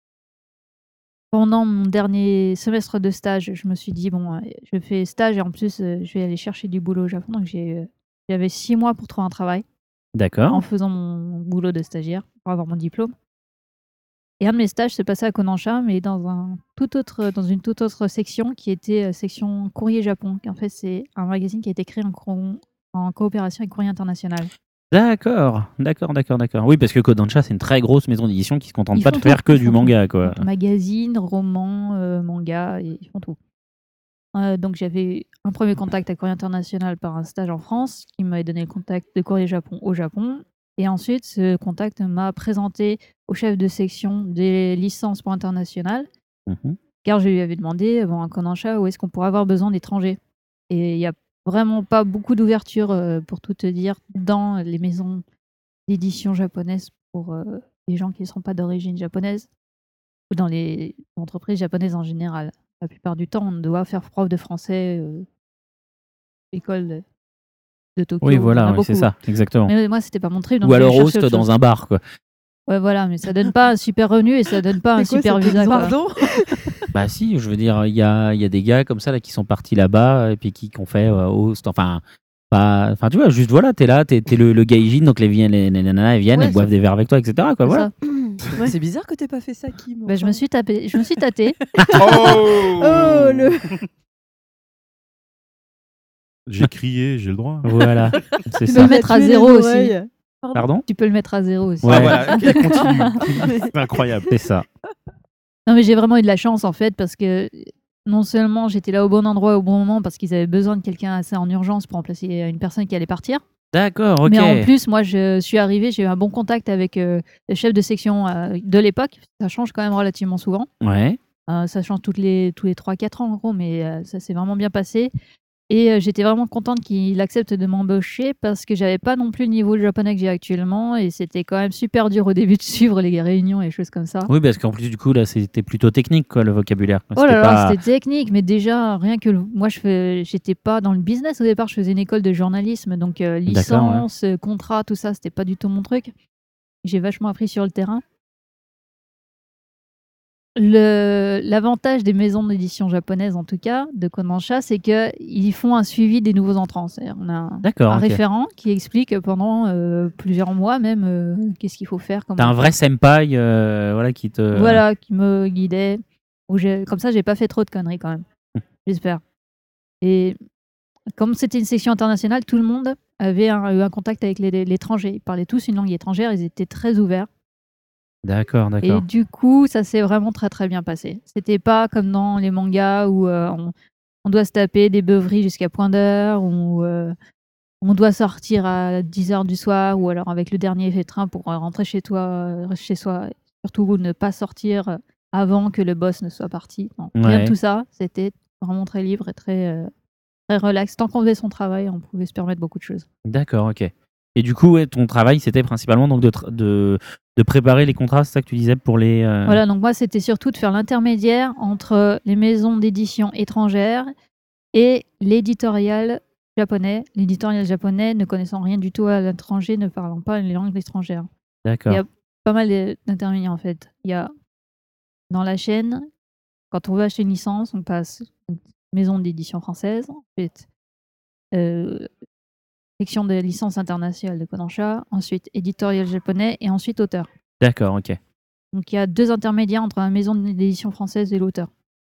pendant mon dernier semestre de stage, je me suis dit, bon, euh, je fais stage et en plus, euh, je vais aller chercher du boulot au Japon. Donc, j'ai, euh, j'avais six mois pour trouver un travail D'accord. en faisant mon boulot de stagiaire pour avoir mon diplôme. Et un de mes stages s'est passé à Kodansha, mais dans, un tout autre, dans une toute autre section qui était euh, section Courrier Japon. Qui, en fait, c'est un magazine qui a été créé en, co- en coopération avec Courrier International. D'accord, d'accord, d'accord, d'accord. Oui, parce que Kodansha, c'est une très grosse maison d'édition qui se contente Ils pas font de faire tout, que ils du font manga, quoi. Donc, magazine, roman, euh, manga, et ils font tout. Euh, donc j'avais un premier contact avec Courrier International par un stage en France qui m'avait donné le contact de Courrier Japon au Japon. Et ensuite, ce contact m'a présenté au chef de section des licences pour international, Mhm. car je lui avais demandé, bon, à Kodansha, où est-ce qu'on pourrait avoir besoin d'étrangers. Et il n'y a vraiment pas beaucoup d'ouverture, euh, pour tout te dire, dans les maisons d'édition japonaises pour euh, les gens qui ne sont pas d'origine japonaise, ou dans les entreprises japonaises en général. La plupart du temps, on doit faire preuve de français, euh, école de, de Tokyo. Oui, il y en a voilà, oui, beaucoup. c'est ça, exactement. Mais moi, c'était pas mon trip. donc Ou j'allais alors chercher host autre dans chose. un bar, quoi. Ouais, voilà, mais ça donne pas un super revenu et ça donne pas un C'est quoi super cette visa. quoi. Pardon Bah si, je veux dire, il y a, il y a des gars comme ça là qui sont partis là-bas et puis qui, qui ont fait euh, host, enfin, pas, enfin tu vois, juste voilà, t'es là, t'es, t'es le, le gaijin, donc les, les, les, les nanas elles viennent, Ouais, elles boivent ça- des verres avec toi, et cetera. Quoi, C'est voilà. ça. C'est bizarre que t'aies pas fait ça, Kim. Bah, je enfin. me suis tapé, je me suis tâtée. Oh, Oh, le... J'ai crié, j'ai le droit. Voilà, c'est Tu ça. peux le mettre à Tuer les zéro aussi. oreilles. Pardon. Tu peux le mettre à zéro aussi. Ouais. Ah voilà, ok, continue. C'est incroyable. C'est ça. Non, mais j'ai vraiment eu de la chance en fait parce que non seulement j'étais là au bon endroit au bon moment parce qu'ils avaient besoin de quelqu'un assez en urgence pour remplacer une personne qui allait partir. D'accord, ok. Mais en plus, moi, je suis arrivée, j'ai eu un bon contact avec euh, le chef de section euh, de l'époque. Ça change quand même relativement souvent. Ouais. Euh, ça change toutes les, tous les trois quatre ans en gros, mais euh, ça s'est vraiment bien passé. Et euh, j'étais vraiment contente qu'il accepte de m'embaucher parce que j'avais pas non plus le niveau de japonais que j'ai actuellement et c'était quand même super dur au début de suivre les réunions et choses comme ça. Oui, parce qu'en plus du coup là, c'était plutôt technique quoi, le vocabulaire. Oh C'était là là, pas- c'était technique, mais déjà, rien que le- moi, je fais... j'étais pas dans le business au départ, je faisais une école de journalisme, donc euh, D'accord, licence, euh, contrat, tout ça, c'était pas du tout mon truc. J'ai vachement appris sur le terrain. Le- L'avantage des maisons d'édition japonaises, en tout cas, de Kodansha, c'est qu'ils font un suivi des nouveaux entrants. C'est-à-dire, on a un, D'accord, un ok. référent qui explique pendant euh, plusieurs mois même euh, qu'est-ce qu'il faut faire. comment T'as un faire. vrai senpai, euh, voilà, qui te. Voilà, qui me guidait. Où j'ai- comme ça, j'ai pas fait trop de conneries quand même. J'espère. Et comme c'était une section internationale, tout le monde avait un- eu un contact avec les- les- l'étranger. Ils parlaient tous une langue étrangère, ils étaient très ouverts. D'accord, Et d'accord. du coup, ça s'est vraiment très très bien passé. C'était pas comme dans les mangas où euh, on, on doit se taper des beuveries jusqu'à point d'heure, où euh, on doit sortir à dix heures du soir, ou alors avec le dernier train pour euh, rentrer chez toi, euh, chez soi. Surtout ne pas sortir avant que le boss ne soit parti. Non, rien Ouais. de tout ça. C'était vraiment très libre et très, euh, très relax. Tant qu'on faisait son travail, on pouvait se permettre beaucoup de choses. D'accord, ok. Et du coup, ouais, ton travail, c'était principalement donc de, tra- de, de préparer les contrats, c'est ça que tu disais pour les. euh, Voilà, donc moi, c'était surtout de faire l'intermédiaire entre les maisons d'édition étrangères et l'éditorial japonais. L'éditorial japonais, ne connaissant rien du tout à l'étranger, ne parlant pas les langues étrangères. D'accord. Il y a pas mal de- d'intermédiaires en fait. Il y a dans la chaîne, quand on veut acheter une licence, on passe donc, maison d'édition française, ensuite euh, section de licence internationale de Kodansha, ensuite éditorial japonais et ensuite auteur. D'accord, ok. Donc il y a deux intermédiaires entre la maison d'édition française et l'auteur.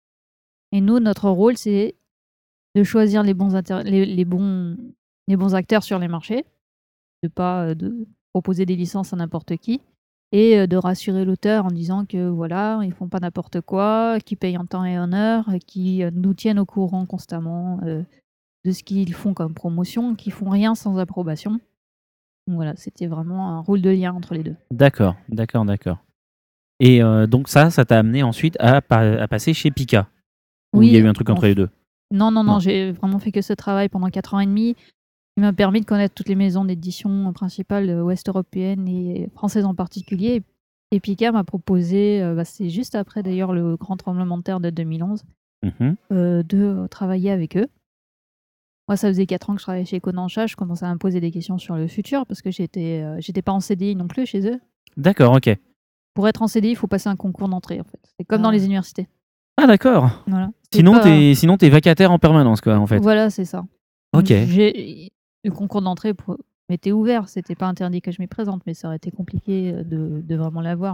Et nous, notre rôle, c'est de choisir les bons, inter- les, les bons, les bons acteurs sur les marchés, de pas euh, de proposer des licences à n'importe qui, et euh, de rassurer l'auteur en disant que voilà, ils font pas n'importe quoi, qu'ils payent en temps et en heure, qu'ils euh, nous tiennent au courant constamment euh, de ce qu'ils font comme promotion, qu'ils font rien sans approbation. Donc voilà, c'était vraiment un rôle de lien entre les deux. D'accord, d'accord, d'accord. Et euh, donc ça, ça t'a amené ensuite à, pa- à passer chez Pika. Où il y a eu un truc entre on- les deux. Non, non, non, Non. j'ai vraiment fait que ce travail pendant quatre ans et demi qui m'a permis de connaître toutes les maisons d'édition principales euh, ouest européennes et françaises en particulier. Et Pika m'a proposé, euh, bah, c'est juste après d'ailleurs le grand tremblement de terre de deux mille onze, Mhm. euh, de euh, travailler avec eux. Moi, ça faisait quatre ans que je travaillais chez Kodansha, je commençais à me poser des questions sur le futur parce que j'étais euh, j'étais pas en C D I non plus chez eux. D'accord, ok. Pour être en C D I, il faut passer un concours d'entrée en fait. C'est comme Ah. dans les universités. Ah, d'accord. Voilà. C'est Sinon, pas- t'es sinon t'es vacataire en permanence, quoi, en fait. Voilà, c'est ça. Ok. J'ai- Le concours d'entrée pour- m'était ouvert, c'était pas interdit que je m'y présente, mais ça aurait été compliqué euh, de, de vraiment l'avoir.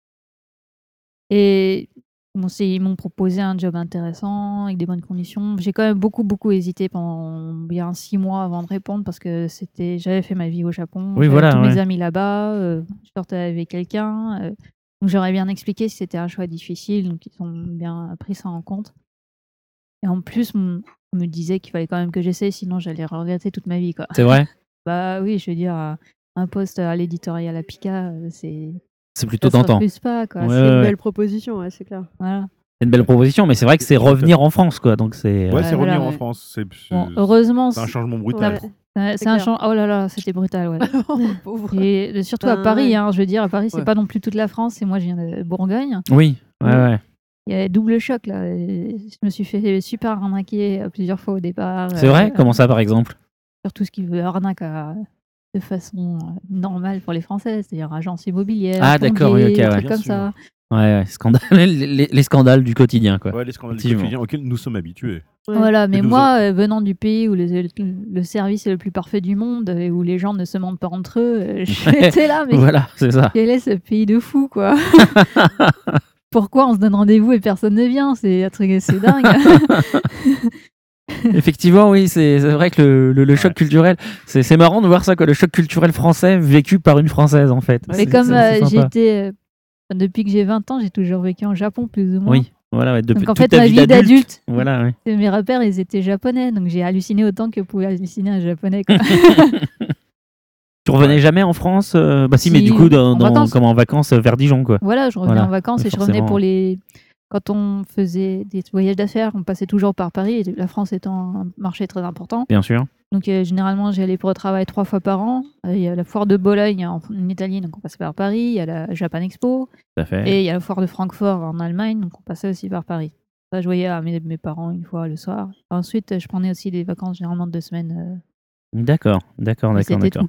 Et bon, c'est- ils m'ont proposé un job intéressant, avec des bonnes conditions. J'ai quand même beaucoup, beaucoup hésité pendant bien six mois avant de répondre parce que c'était, j'avais fait ma vie au Japon, Oui, j'avais voilà, tous mes ouais. amis là-bas, euh, je sortais avec quelqu'un. euh, donc j'aurais bien expliqué si c'était un choix difficile, donc ils ont bien pris ça en compte. Et en plus, on on me disait qu'il fallait quand même que j'essaie, sinon j'allais regretter toute ma vie, quoi. C'est vrai. Bah oui, je veux dire, euh, un poste à l'éditorial à Pika, euh, c'est C'est plutôt ça se tentant. refuse pas, quoi. Ouais, C'est- C'est une ouais. belle proposition, ouais, c'est clair. Voilà. C'est une belle proposition, mais c'est vrai que c'est revenir en France, quoi. Donc c'est. Ouais, Ouais, c'est voilà, revenir en ouais. France. C'est Bon, c'est- heureusement, c'est un c'est changement brutal. Ouais. c'est c'est un clair. champ. Oh là là, c'était brutal, ouais. Pauvre. Et euh, surtout à Ben, Paris, ouais. hein, je veux dire, à Paris, c'est Ouais. pas non plus toute la France, et moi, je viens de Bourgogne. Oui. Ouais, Mm. ouais. Il y a double choc, là. Et je me suis fait super arnaquer euh, plusieurs fois au départ. C'est euh, vrai. Comment ça, par exemple? Sur tout ce qui veut arnaque à- de façon euh, normale pour les Français, c'est-à-dire agence immobilière, Ah, d'accord, oui, ok, plombier, ouais. trucs Bien comme sûr. ça. Ouais, ouais, scandale, les, les- les scandales du quotidien, quoi. Ouais, les scandales du Effectivement. quotidien auxquels nous sommes habitués. Ouais. Voilà, mais nous moi, euh, venant du pays où le, le service est le plus parfait du monde et où les gens ne se mentent pas entre eux, euh, j'étais là, mais Voilà, c'est ça. quel est ce pays de fou, quoi? Pourquoi on se donne rendez-vous et personne ne vient? C'est un truc, c'est dingue. Effectivement, oui, c'est c'est vrai que le, le- le choc Ouais. culturel, c'est c'est marrant de voir ça, quoi, le choc culturel français vécu par une Française, en fait. Mais C'est- comme c'est- euh, c'est j'ai sympa. été, euh, enfin, depuis que j'ai vingt ans, j'ai toujours vécu au Japon, plus ou moins. Oui, voilà, ouais, depuis Donc en toute fait, ta ma vie d'adulte, Voilà, ouais. et mes repères, ils étaient japonais, donc j'ai halluciné autant que pouvait halluciner un japonais, quoi. Tu revenais jamais en France euh, Bah si, mais Si, du coup, dans, en dans- vacances. comme en vacances euh, vers Dijon, quoi. Voilà, je revenais Voilà, en vacances mais et je revenais forcément. pour les. Quand on faisait des voyages d'affaires, on passait toujours par Paris, et la France étant un marché très important. Bien sûr. Donc euh, généralement, j'y allais pour le travail trois fois par an. Euh, Il y a la foire de Bologne en, en Italie, donc on passait par Paris. Il y a la Japan Expo. Tout à fait. Et il y a la foire de Francfort en Allemagne, donc on passait aussi par Paris. Ça, je voyais à mes, mes parents une fois le soir. Ensuite, je prenais aussi des vacances généralement de deux semaines. D'accord, d'accord, euh, et d'accord, c'était d'accord. tout.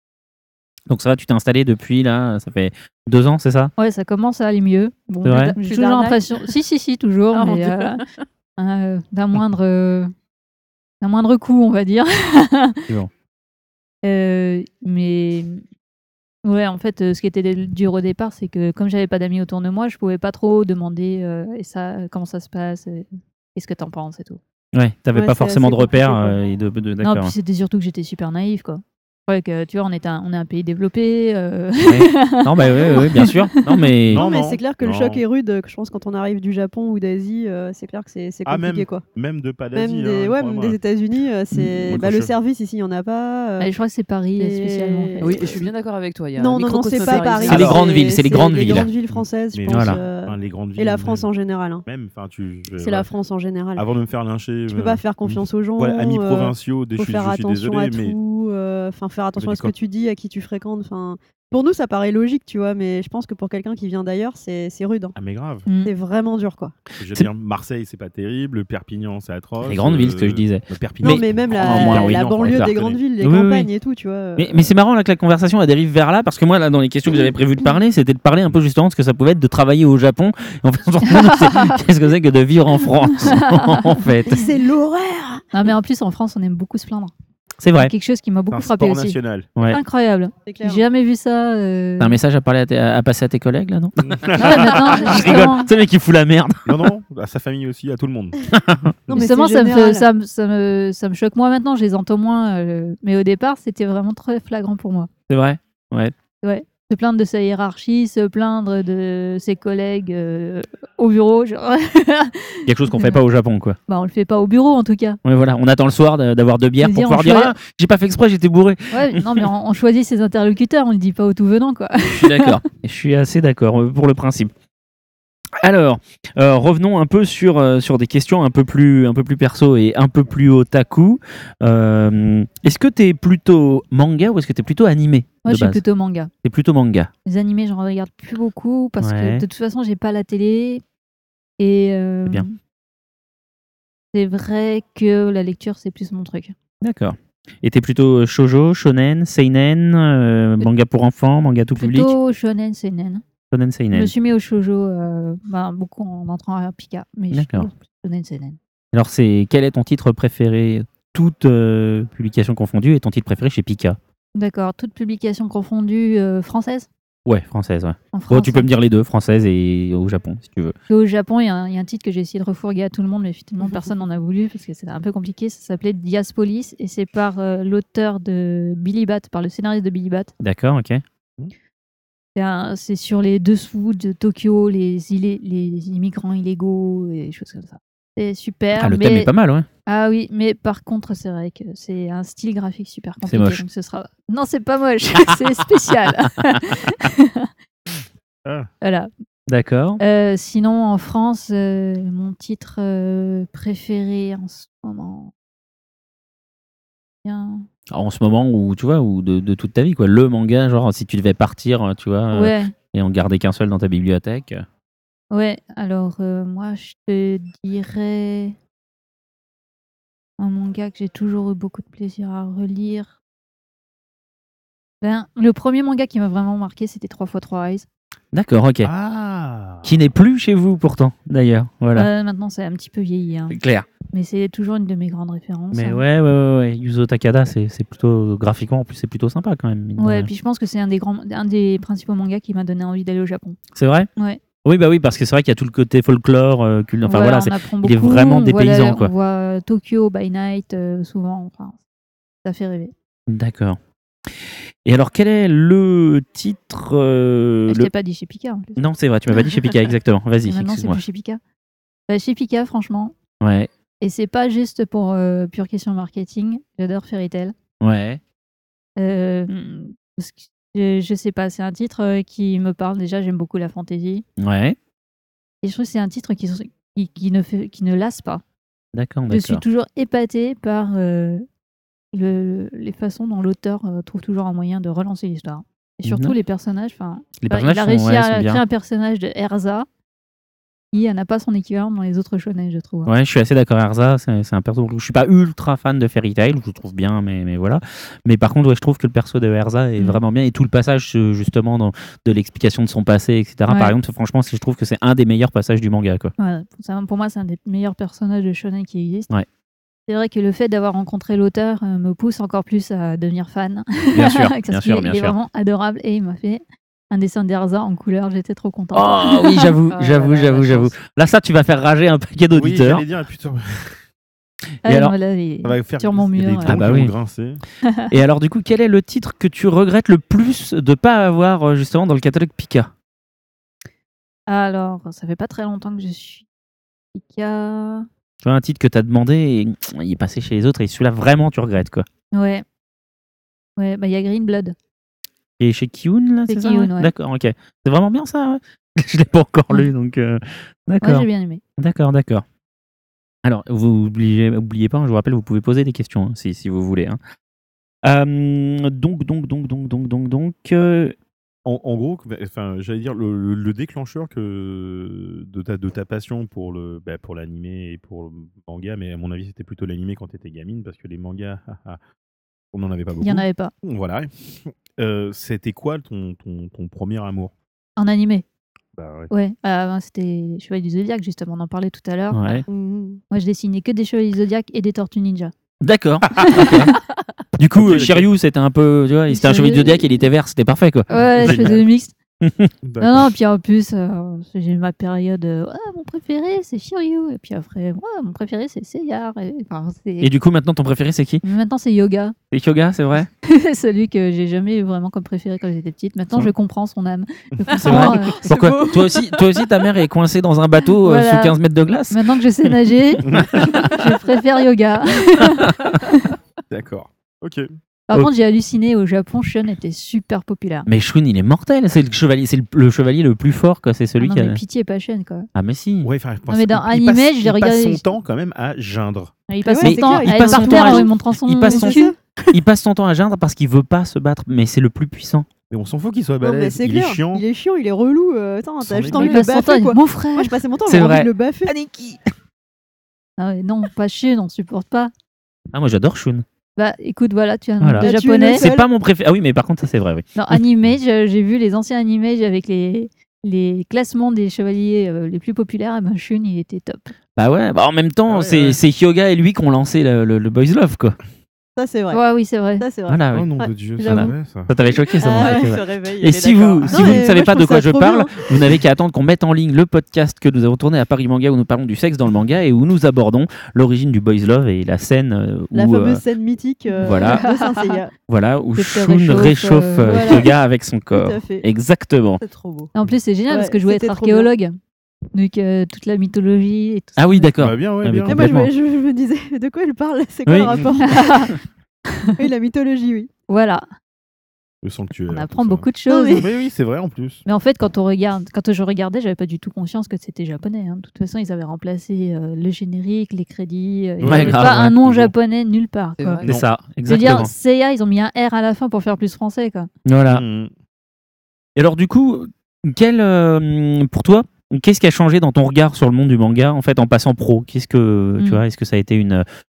Donc ça va, tu t'es installé depuis, là, ça fait deux ans, c'est ça? Ouais, ça commence à aller mieux. Bon, C'est vrai j'ai Plus toujours d'arnaque l'impression. Si, si, si, toujours, Ah, mon mais Dieu. euh, euh, d'un moindre, euh, d'un moindre coût, on va dire. C'est bon. Euh, mais ouais, en fait, euh, ce qui était dur au départ, c'est que comme j'avais pas d'amis autour de moi, je pouvais pas trop demander euh, et ça, comment ça se passe, euh, qu'est-ce que t'en penses et tout. Ouais, t'avais Ouais, pas c'est forcément assez de repères compliqué, quoi. euh, et de, de- Non, d'accord. puis c'était surtout que j'étais super naïve, quoi. Ouais, que tu vois, on est un, on est un pays développé. euh, Ouais. Non, bah ouais, ouais, bien sûr. Non, mais Non, Non, mais non, c'est clair que le non. choc est rude. que Je pense quand on arrive du Japon ou d'Asie, euh, c'est clair que c'est c'est Ah, compliqué, même, quoi. même de pas d'Asie. Même des, hein, ouais, même crois-moi. des États-Unis, euh, c'est Moi, bah, quand le je- service ici, il y en a pas. euh, et je crois que c'est Paris Et- spécialement. en fait. Oui, et je suis bien d'accord avec toi. Il y a un Non, non, non, c'est microcosme pas parisien. Paris. C'est les grandes villes, c'est les grandes villes. Les grandes villes françaises, je Mais pense. voilà. euh, Enfin, les grandes villes. Et la France même, en général. hein. Même, enfin, tu. je- C'est voilà. la France en général. Avant de me faire lyncher. Tu euh, peux pas faire confiance aux gens. Voilà, amis euh, provinciaux, des faut je suis, faire je suis attention désolé, à mais. tout, euh, enfin faire attention Mais à ce que quand- tu dis, à qui tu fréquentes. Enfin, pour nous, ça paraît logique, tu vois, mais je pense que pour quelqu'un qui vient d'ailleurs, c'est c'est rude. hein. Ah, mais grave. Mm. C'est vraiment dur, quoi. Je veux C'est- dire, Marseille, c'est pas terrible. Perpignan, c'est atroce. Les grandes villes, ce que je disais. euh, Perpignan, Non, Mais- mais même Oh, la, moins, la- oui, la non, banlieue faut des arrêter. grandes villes, les Oui, oui, campagnes oui. et tout, tu vois. Mais, mais c'est marrant là que la conversation elle dérive vers là parce que moi là dans les questions que j'avais prévu de parler c'était de parler un peu justement de ce que ça pouvait être de travailler au Japon. Et en fait on se rend compte, c'est- qu'est-ce que c'est que de vivre en France en fait. C'est l'horreur. Non, mais en plus, en France, on aime beaucoup se plaindre. C'est vrai. C'est quelque chose qui m'a c'est beaucoup un frappé sport aussi. national. Ouais. Incroyable. C'est clair. J'ai jamais vu ça. euh, T'as un message à parler à, tes- à passer à tes collègues là non? Ah ouais, maintenant, Je rigole. justement, C'est le mec qui fout la merde. Non, non, à sa famille aussi, à tout le monde. Non, mais justement, c'est ça me, fait- général. ça, me, ça, me, ça me choque moins maintenant, je les entends moins. euh, mais au départ, c'était vraiment très flagrant pour moi. C'est vrai. Se plaindre de sa hiérarchie, se plaindre de ses collègues euh, au bureau. Genre... Quelque chose qu'on fait pas au Japon quoi. bah, on le fait pas au bureau en tout cas. Ouais voilà, on attend le soir de- d'avoir deux bières Je veux pour dire, pouvoir on dire choisit- ah, j'ai pas fait exprès, j'étais bourré. Ouais, non, mais on, on choisit ses interlocuteurs, on le dit pas au tout venant, quoi. Je suis d'accord. Je suis assez d'accord euh, pour le principe. Alors, euh, revenons un peu sur, euh, sur des questions un peu plus, un peu plus perso et un peu plus otaku. Euh, est-ce que tu es plutôt manga ou est-ce que tu es plutôt animé Moi, de je suis base plutôt manga. T'es plutôt manga. Les animés, j'en regarde plus beaucoup parce Ouais. que de toute façon, j'ai pas la télé. Et euh, C'est bien. c'est vrai que la lecture, c'est plus mon truc. D'accord. Et t'es plutôt shoujo, shonen, seinen, euh, manga pour enfants, manga tout public, Plutôt shonen, seinen. shonen, Je seinen. me suis mis au shoujo euh, bah, beaucoup en entrant à Pika. Mais je suis D'accord. plutôt shonen, seinen. Alors, c'est quel est ton titre préféré, toute euh, publication confondue, et ton titre préféré chez Pika? D'accord. Toute publication confondue euh, française Ouais, française, ouais. en Bon, France. tu peux me dire les deux, française et au Japon, si tu veux. Et au Japon, il y, a un- il y a un titre que j'ai essayé de refourguer à tout le monde, mais finalement, personne n'en a voulu parce que c'était un peu compliqué. Ça s'appelait Diaspolis et c'est par euh, l'auteur de Billy Bat, par le scénariste de Billy Bat. D'accord, ok. C'est un- C'est sur les dessous de Tokyo, les, illé- les immigrants illégaux et des choses comme ça. C'est super. Ah, le mais... thème est pas mal, ouais. Ah oui, mais par contre, c'est vrai que c'est un style graphique super compliqué. moche. Donc ce sera... Non, c'est pas moche, c'est spécial. Ah. Voilà. D'accord. Euh, sinon, en France, euh, mon titre euh, préféré en ce moment. Bien. En ce moment où tu vois, ou de, de toute ta vie, quoi. Le manga, genre si tu devais partir, tu vois, euh, Ouais, et en garder qu'un seul dans ta bibliothèque. ouais. Alors, euh, moi, je te dirais un manga que j'ai toujours eu beaucoup de plaisir à relire. Ben, le premier manga qui m'a vraiment marqué, c'était trois fois trois Eyes. D'accord, ok. Ah. Qui n'est plus chez vous pourtant, d'ailleurs. Voilà. Euh, maintenant, c'est un petit peu vieilli. hein. C'est clair. Mais c'est toujours une de mes grandes références. Mais hein. ouais, ouais, ouais, ouais. Yuzo Takada, c'est c'est plutôt graphiquement, en plus, c'est plutôt sympa quand même. mine de Ouais, rien. puis je pense que c'est un des grands, un des principaux mangas qui m'a donné envie d'aller au Japon. C'est vrai. Ouais. Oui, bah oui, parce que c'est vrai qu'il y a tout le côté folklore, euh, cul- enfin voilà, on c'est- apprend il est beaucoup, vraiment on voit dépaysant, la- quoi. On voit euh, Tokyo by Night euh, souvent. Enfin, ça fait rêver. D'accord. Et alors, quel est le titre euh, Je le- t'ai pas dit chez Pika en plus. Non, c'est vrai, tu m'as pas dit chez Pika, exactement. Vas-y, Et maintenant, c'est excuse-moi. plus chez Pika. Bah, chez Pika, franchement. Ouais, Et c'est pas juste pour euh, pure question marketing. J'adore Fairy Tail. ouais. Euh, parce que, je, je sais pas, c'est un titre euh, qui me parle déjà. J'aime beaucoup la fantasy. Ouais, Et je trouve que c'est un titre qui, qui, qui ne, fait, qui ne lasse pas. d'accord, Je suis d'accord. toujours épatée par euh, le, les façons dont l'auteur euh, trouve toujours un moyen de relancer l'histoire. Et surtout Mhm. les personnages. Enfin, Les enfin, personnages il a sont, réussi ouais, à sont créer bien. un personnage de Erza qui n'a pas son équivalent dans les autres shonen, je trouve. Ouais, je suis assez d'accord, Erza, c'est c'est un perso. Je suis pas ultra fan de Fairy Tail, je le trouve bien, mais, mais voilà. Mais par contre, ouais, je trouve que le perso de Erza est Mm. vraiment bien et tout le passage, euh, justement, dans- de l'explication de son passé, et cetera. Ouais. Par exemple, franchement, c'est- je trouve que c'est un des meilleurs passages du manga, quoi. Ouais, ça, pour moi, c'est un des meilleurs personnages de shonen qui existent. Ouais. C'est vrai que le fait d'avoir rencontré l'auteur euh, me pousse encore plus à devenir fan. Bien sûr, Parce bien qu'il sûr, est- bien il est sûr. vraiment adorable et il m'a fait un dessin d'Erza en couleur. J'étais trop contente. Oh oui, j'avoue, Ah, j'avoue, là, là, j'avoue, la j'avoue. chance. Là, ça, tu vas faire rager un paquet Oui, d'auditeurs. j'allais dire, putain, Ah, et non, alors- là, il est ça va faire sur mon il y a mur. des là. Ah bah dents qui oui. vont grincer. Et alors, du coup, quel est le titre que tu regrettes le plus de pas avoir euh, justement dans le catalogue Pika? Alors, ça fait pas très longtemps que je suis Pika. Tu vois, un titre que tu as demandé et mm, il est passé chez les autres et celui-là, vraiment, tu regrettes, quoi. Ouais. Ouais, bah il y a Green Blood. Et chez Kiyun, là, C'est c'est ça Kiyun, ouais. D'accord, ok. C'est vraiment bien ça, ouais. Je l'ai pas encore Ouais. lu, donc... euh, Ouais, D'accord, j'ai bien aimé. d'accord, d'accord. Alors, vous oubliez, oubliez pas, hein, je vous rappelle, vous pouvez poser des questions, hein, si, si vous voulez. hein. Euh, donc, donc, donc, donc, donc, donc, donc... euh, En, en gros, enfin, j'allais dire le, le- le déclencheur que de ta de ta passion pour le bah, pour l'animé et pour le manga, mais à mon avis c'était plutôt l'animé quand tu étais gamine parce que les mangas, on n'en avait pas beaucoup. Il y en avait pas. Voilà. Euh, c'était quoi ton, ton ton premier amour? En animé. Bah ouais. Ouais. Ah, c'était Chevalier du Zodiaque, justement. On en parlait tout à l'heure. ouais. Mhm. Moi, je dessinais que des Chevaliers du Zodiaque et des Tortues Ninja. D'accord. ok. Du coup, Ok, euh, Shiryu, c'était un peu... Tu vois, c'était un Shiryu- chevalier du Zodiac, il était vert, c'était parfait, quoi. Ouais, je faisais le mixte. D'accord. Non, non, puis en plus, euh, j'ai eu ma période. euh, Ah, mon préféré, c'est Shiryu. Et puis après, ouais, mon préféré, c'est Seiya. Et, enfin, c'est- Et du coup, maintenant, ton préféré, c'est qui? Mais maintenant, c'est Yoga. C'est Hyoga, c'est vrai? Celui que j'ai jamais eu vraiment comme préféré quand j'étais petite. Maintenant, C'est je comprends son âme. Je C'est comprends, vrai euh, Pourquoi? Toi aussi, toi aussi, ta mère est coincée dans un bateau euh, Voilà. sous quinze mètres de glace? Maintenant que je sais nager, je préfère Yoga. D'accord. Ok. Par Ok. contre, j'ai halluciné au Japon, Shun était super populaire. Mais Shun, il est mortel. C'est le chevalier, c'est le, le chevalier le plus fort, quoi. C'est celui Ah non, qui a. mais pitié, pas Shun, quoi. Ah, mais si. Ouais, enfin, mais dans il Animé, passe- je l'ai il passe regardé- son temps quand même à geindre. Il passe ouais, son c'est temps clair, à il être passe son par temps terre à- en lui montrant son il passe son cul. Il passe son temps à geindre parce qu'il veut pas se battre, mais c'est le plus puissant. Mais on s'en fout qu'il soit Non, mais balèze. c'est il clair. est chiant. Il est chiant, il est relou. euh, Attends, C'en t'as est juste pas. envie Il de le passe son temps, baffer, il quoi. mon frère. Moi, je passais mon temps à C'est avoir envie vrai. de le baffer. Ah ouais, non, pas Shun, on supporte pas. Ah, moi, j'adore Shun. Bah écoute, voilà, tu as un Voilà. nom de Bah, tu es japonais. le C'est seul. pas mon préféré. Ah oui, mais par contre, ça, c'est vrai, oui. Dans Animé, j'ai j'ai vu les anciens animés avec les, les classements des chevaliers euh, les plus populaires. Et ben Shun, il était top. Bah ouais, bah en même temps, Ah ouais, c'est ouais. c'est Hyoga et lui qui ont lancé le, le, le Boys Love, quoi. Ça, c'est vrai. Ouais, oui, c'est vrai. Ça, c'est vrai. Voilà, Oh oui. nom Ouais, de Dieu, ça j'avoue. va, ça. Ça t'avait choqué, ça, Ah mon ouais, mec, ce ouais. réveil, Et il est si d'accord. vous, si Non, vous mais ne savez moi, pas je de trouve quoi ça je trop parle, bien. vous n'avez qu'à attendre qu'on mette en ligne le podcast que nous avons tourné à Paris Manga où nous parlons du sexe dans le manga et où nous abordons l'origine du Boys Love et la scène euh, La où, fameuse euh, scène mythique euh, voilà. de Saint Seiya. voilà, où Que te Shun réchauffe, réchauffe euh, euh, voilà. Hyoga avec son Tout corps. à fait. Exactement. C'est trop beau. En plus, c'est génial Ouais, parce que je voulais être c'était trop bien. archéologue. Donc, euh, toute la mythologie et tout ça. Ah oui, d'accord. Bah bien, ouais, Ah, mais bien. Et moi, je me, Complètement. je me disais, de quoi elle parle? C'est quoi Oui. le rapport? Oui, la mythologie, oui. Voilà, Le sanctuaire. on tout apprend ça. beaucoup de Non, choses. mais- Mais oui, c'est vrai en plus. Mais en fait, quand on regarde, quand je regardais, j'avais pas du tout conscience que c'était japonais. hein. De toute façon, ils avaient remplacé euh, le générique, les crédits. euh, il n'y Ouais, avait grave, pas ouais, un nom toujours. japonais nulle part. C'est Quoi. vrai. C'est Non. ça, Je veux dire, exactement. Seiya, ils ont mis un R à la fin pour faire plus français. Quoi. Voilà. Mmh. Et alors du coup, quel, euh, pour toi, qu'est-ce qui a changé dans ton regard sur le monde du manga en fait en passant pro? Qu'est-ce que tu Mm. vois? Est-ce que ça a été une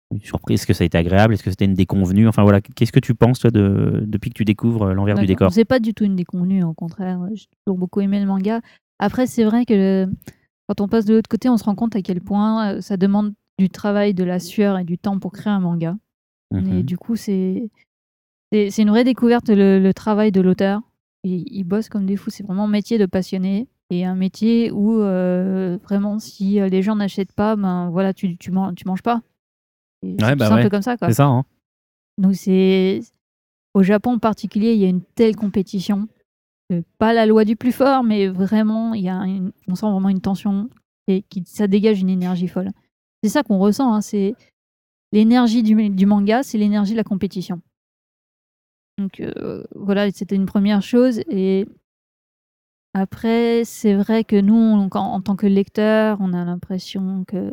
une surprise? Est-ce que ça a été agréable? Est-ce que c'était une déconvenue? Enfin voilà, qu'est-ce que tu penses toi de depuis que tu découvres euh, l'envers du D'accord. décor? C'est pas du tout une déconvenue, au contraire, j'ai toujours beaucoup aimé le manga. Après, c'est vrai que le- quand on passe de l'autre côté, on se rend compte à quel point euh, ça demande du travail, de la sueur et du temps pour créer un manga. Et Mhm. du coup, c'est c'est c'est une vraie découverte, le, le travail de l'auteur. Il, il bosse comme des fous, c'est vraiment un métier de passionné et un métier où euh, vraiment, si euh, les gens n'achètent pas, ben voilà, tu, tu, man- tu manges pas. Et Ouais, c'est tout bah simple ouais, comme ça, quoi. c'est ça. Hein. Donc c'est au Japon en particulier, il y a une telle compétition. Euh, pas la loi du plus fort, mais vraiment, il y a une- on sent vraiment une tension et qui, ça dégage une énergie folle. C'est ça qu'on ressent, hein, c'est l'énergie du, du manga, c'est l'énergie de la compétition. Donc euh, voilà, c'était une première chose. Et après, c'est vrai que nous, on- en, en tant que lecteur, on a l'impression que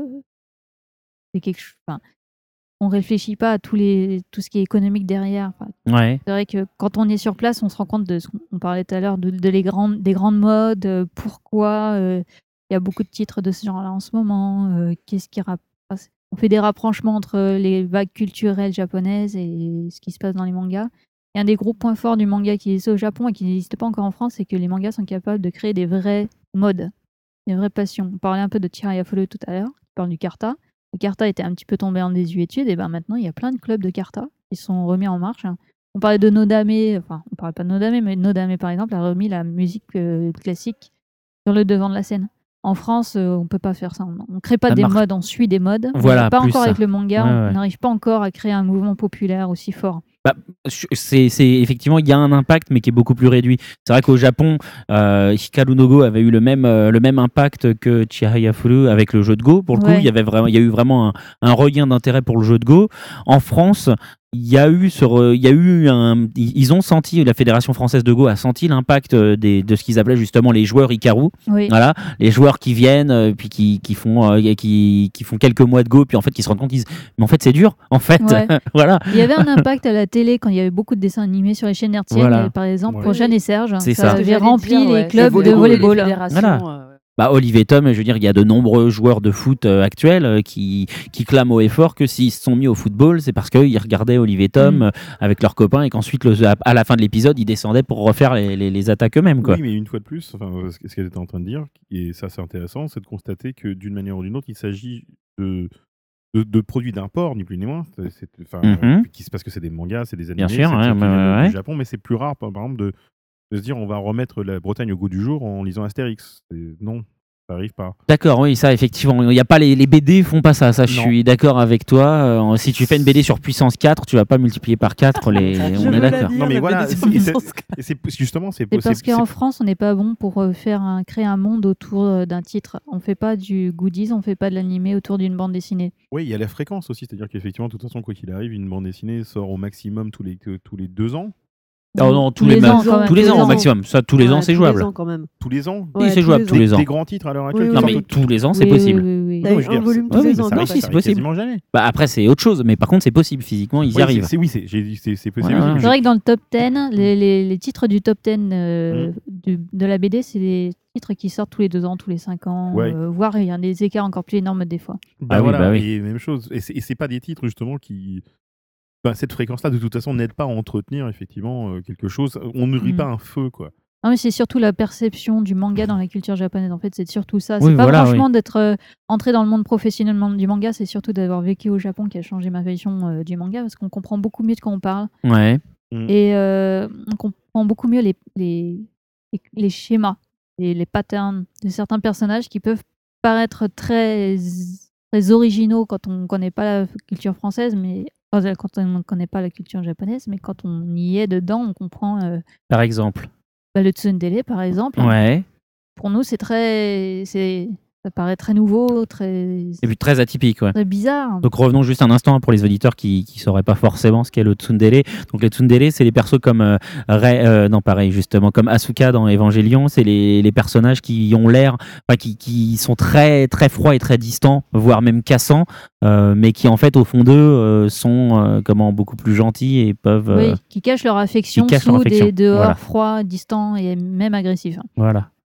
c'est quelque chose. Enfin, on réfléchit pas à tous les, tout ce qui est économique derrière. Enfin, Ouais. c'est vrai que quand on est sur place, on se rend compte de ce qu'on parlait tout à l'heure, de, de les grandes, des grandes modes, euh, pourquoi euh, il y a beaucoup de titres de ce genre-là en ce moment, euh, qu'est-ce qui rap- on fait des rapprochements entre les vagues culturelles japonaises et ce qui se passe dans les mangas. Et un des gros points forts du manga qui est au Japon et qui n'existe pas encore en France, c'est que les mangas sont capables de créer des vrais modes, des vraies passions. On parlait un peu de Chihaya Furu tout à l'heure, qui parle du karta. Le karta était un petit peu tombé en désuétude, et ben maintenant il y a plein de clubs de karta qui sont remis en marche. On parlait de Nodame, enfin on parlait pas de Nodame, mais Nodame par exemple a remis la musique euh, classique sur le devant de la scène. En France, euh, on peut pas faire ça. On, on crée pas Ça des marche. modes, on suit des modes. Voilà, mais pas plus encore ça. avec le manga, Ouais, on ouais. n'arrive pas encore à créer un mouvement populaire aussi fort. Bah, c'est, c'est effectivement il y a un impact mais qui est beaucoup plus réduit. C'est vrai qu'au Japon, euh, Hikaru no Go avait eu le même euh, le même impact que Chihaya Furu avec le jeu de Go. Pour le coup, Ouais. il y avait vraiment il y a eu vraiment un, un regain d'intérêt pour le jeu de Go. En France, il y a eu sur euh, il y a eu un ils ont senti la Fédération française de Go a senti l'impact euh, des de ce qu'ils appelaient justement les joueurs Hikaru. Oui. Voilà, les joueurs qui viennent euh, puis qui, qui font euh, qui, qui font quelques mois de Go puis en fait qui se rendent compte ils disent mais en fait c'est dur en fait. Ouais. Voilà. Il y avait un impact à la télé quand il y avait beaucoup de dessins animés sur les chaînes hertziennes. Voilà. Il y avait, par exemple, Ouais. pour Jeanne et Serge, C'est ça ça. Ce que avait j'allais rempli dire, les ouais. clubs Le de volleyball. les fédérations, Voilà. euh, ouais. Bah, Olivier Tom, je veux dire, il y a de nombreux joueurs de foot euh, actuels euh, qui, qui clament haut et fort que s'ils se sont mis au football, c'est parce qu'ils regardaient Olivier Tom Mm. euh, avec leurs copains et qu'ensuite, le- à la fin de l'épisode, ils descendaient pour refaire les, les, les attaques eux-mêmes. Quoi. Oui, mais une fois de plus, enfin, euh, ce ce qu'elle était en train de dire, et ça c'est intéressant, c'est de constater que d'une manière ou d'une autre, il s'agit de, de, de produits d'import, ni plus ni moins. C'est- c'est- enfin, Mhm. euh, qui se passe que c'est des mangas, c'est des animés, sûr, c'est ouais, qui ouais, viennent ouais, ouais. du Japon, mais c'est plus rare, par par exemple, de, de se dire on va remettre la Bretagne au goût du jour en lisant Astérix. C'est- Non, ça arrive pas. D'accord, oui, ça, effectivement. Il y a pas les, les B D font pas ça. Ça, je Non. suis d'accord avec toi. Euh, si tu fais une B D sur puissance quatre, tu vas pas multiplier par quatre les. Je On veux est la d'accord. lire, Non, mais la voilà, B D sur c'est- Puissance c'est- quatre. Et c'est justement, c'est C'est parce c'est- qu'en c'est- France, on n'est pas bon pour euh, faire un, créer un monde autour euh, d'un titre. On fait pas du goodies, on fait pas de l'animé autour d'une bande dessinée. Oui, il y a la fréquence aussi, c'est-à-dire qu'effectivement, de toute façon, quoi qu'il arrive, une bande dessinée sort au maximum tous les, que- tous les deux ans. Oh non, tous les, ans, ma- quand même. tous les tous ans les au ans. maximum. Ça, tous les Ouais, ans, c'est tous jouable. les ans quand même. Tous les ans Oui, Ouais, c'est tous jouable les tous ans. les ans. Des grands titres à l'heure actuelle. Oui, qui Non, oui, sortent mais au- tous les ans, Oui, c'est oui, possible. oui, oui, oui. T'as Non, mais eu je veux un dire, volume c'est- tous oui, les mais ans. ça quoi. va, ça si, c'est arrive possible. quasiment jamais. Bah, après, c'est autre chose. Mais par contre, c'est possible. Physiquement, ils y Oui, arrivent. c'est- c'est- Oui, c'est j'ai dit, c'est- c'est possible. Voilà. aussi. C'est vrai que dans le top dix, les, les- les titres du top dix euh, du- de la B D, c'est des titres qui sortent tous les deux ans, tous les cinq ans, Ouais. euh, voire il y a des écarts encore plus énormes des fois. Bah Ah oui, voilà, bah oui. et même chose. Et c'est et c'est pas des titres justement qui. Bah, cette fréquence-là, de toute façon, n'aide pas à entretenir effectivement euh, quelque chose. On nourrit Mm. pas un feu, quoi. Non, mais c'est surtout la perception du manga dans la culture japonaise. En fait, c'est surtout ça. Oui, C'est pas voilà, franchement d'être euh, entré dans le monde professionnellement du manga, c'est surtout d'avoir vécu au Japon qui a changé ma vision euh, du manga parce qu'on comprend beaucoup mieux de quoi on parle Ouais. Mm. et euh, on comprend beaucoup mieux les, les, les, les schémas et les patterns de certains personnages qui peuvent paraître très, très originaux quand on ne connaît pas la culture française, mais enfin, quand on ne connaît pas la culture japonaise, mais quand on y est dedans, on comprend euh, Par exemple. bah, le tsundere par exemple. Ouais. Pour nous, c'est très, c'est, ça paraît très nouveau, très, Et puis très atypique, ouais. très bizarre. Donc revenons juste un instant pour les auditeurs qui ne sauraient pas forcément ce qu'est le tsundere. Donc les tsundere, c'est les persos comme euh, Rei- euh, non pareil justement comme Asuka dans Evangelion, c'est les, les personnages qui ont l'air, enfin, qui, qui sont très très froids et très distants, voire même cassants, euh, mais qui en fait au fond d'eux euh, sont euh, comment beaucoup plus gentils et peuvent euh, Oui, qui cachent leur affection qui cachent sous leur affection. des dehors Voilà. froids, distants et même agressifs. voilà.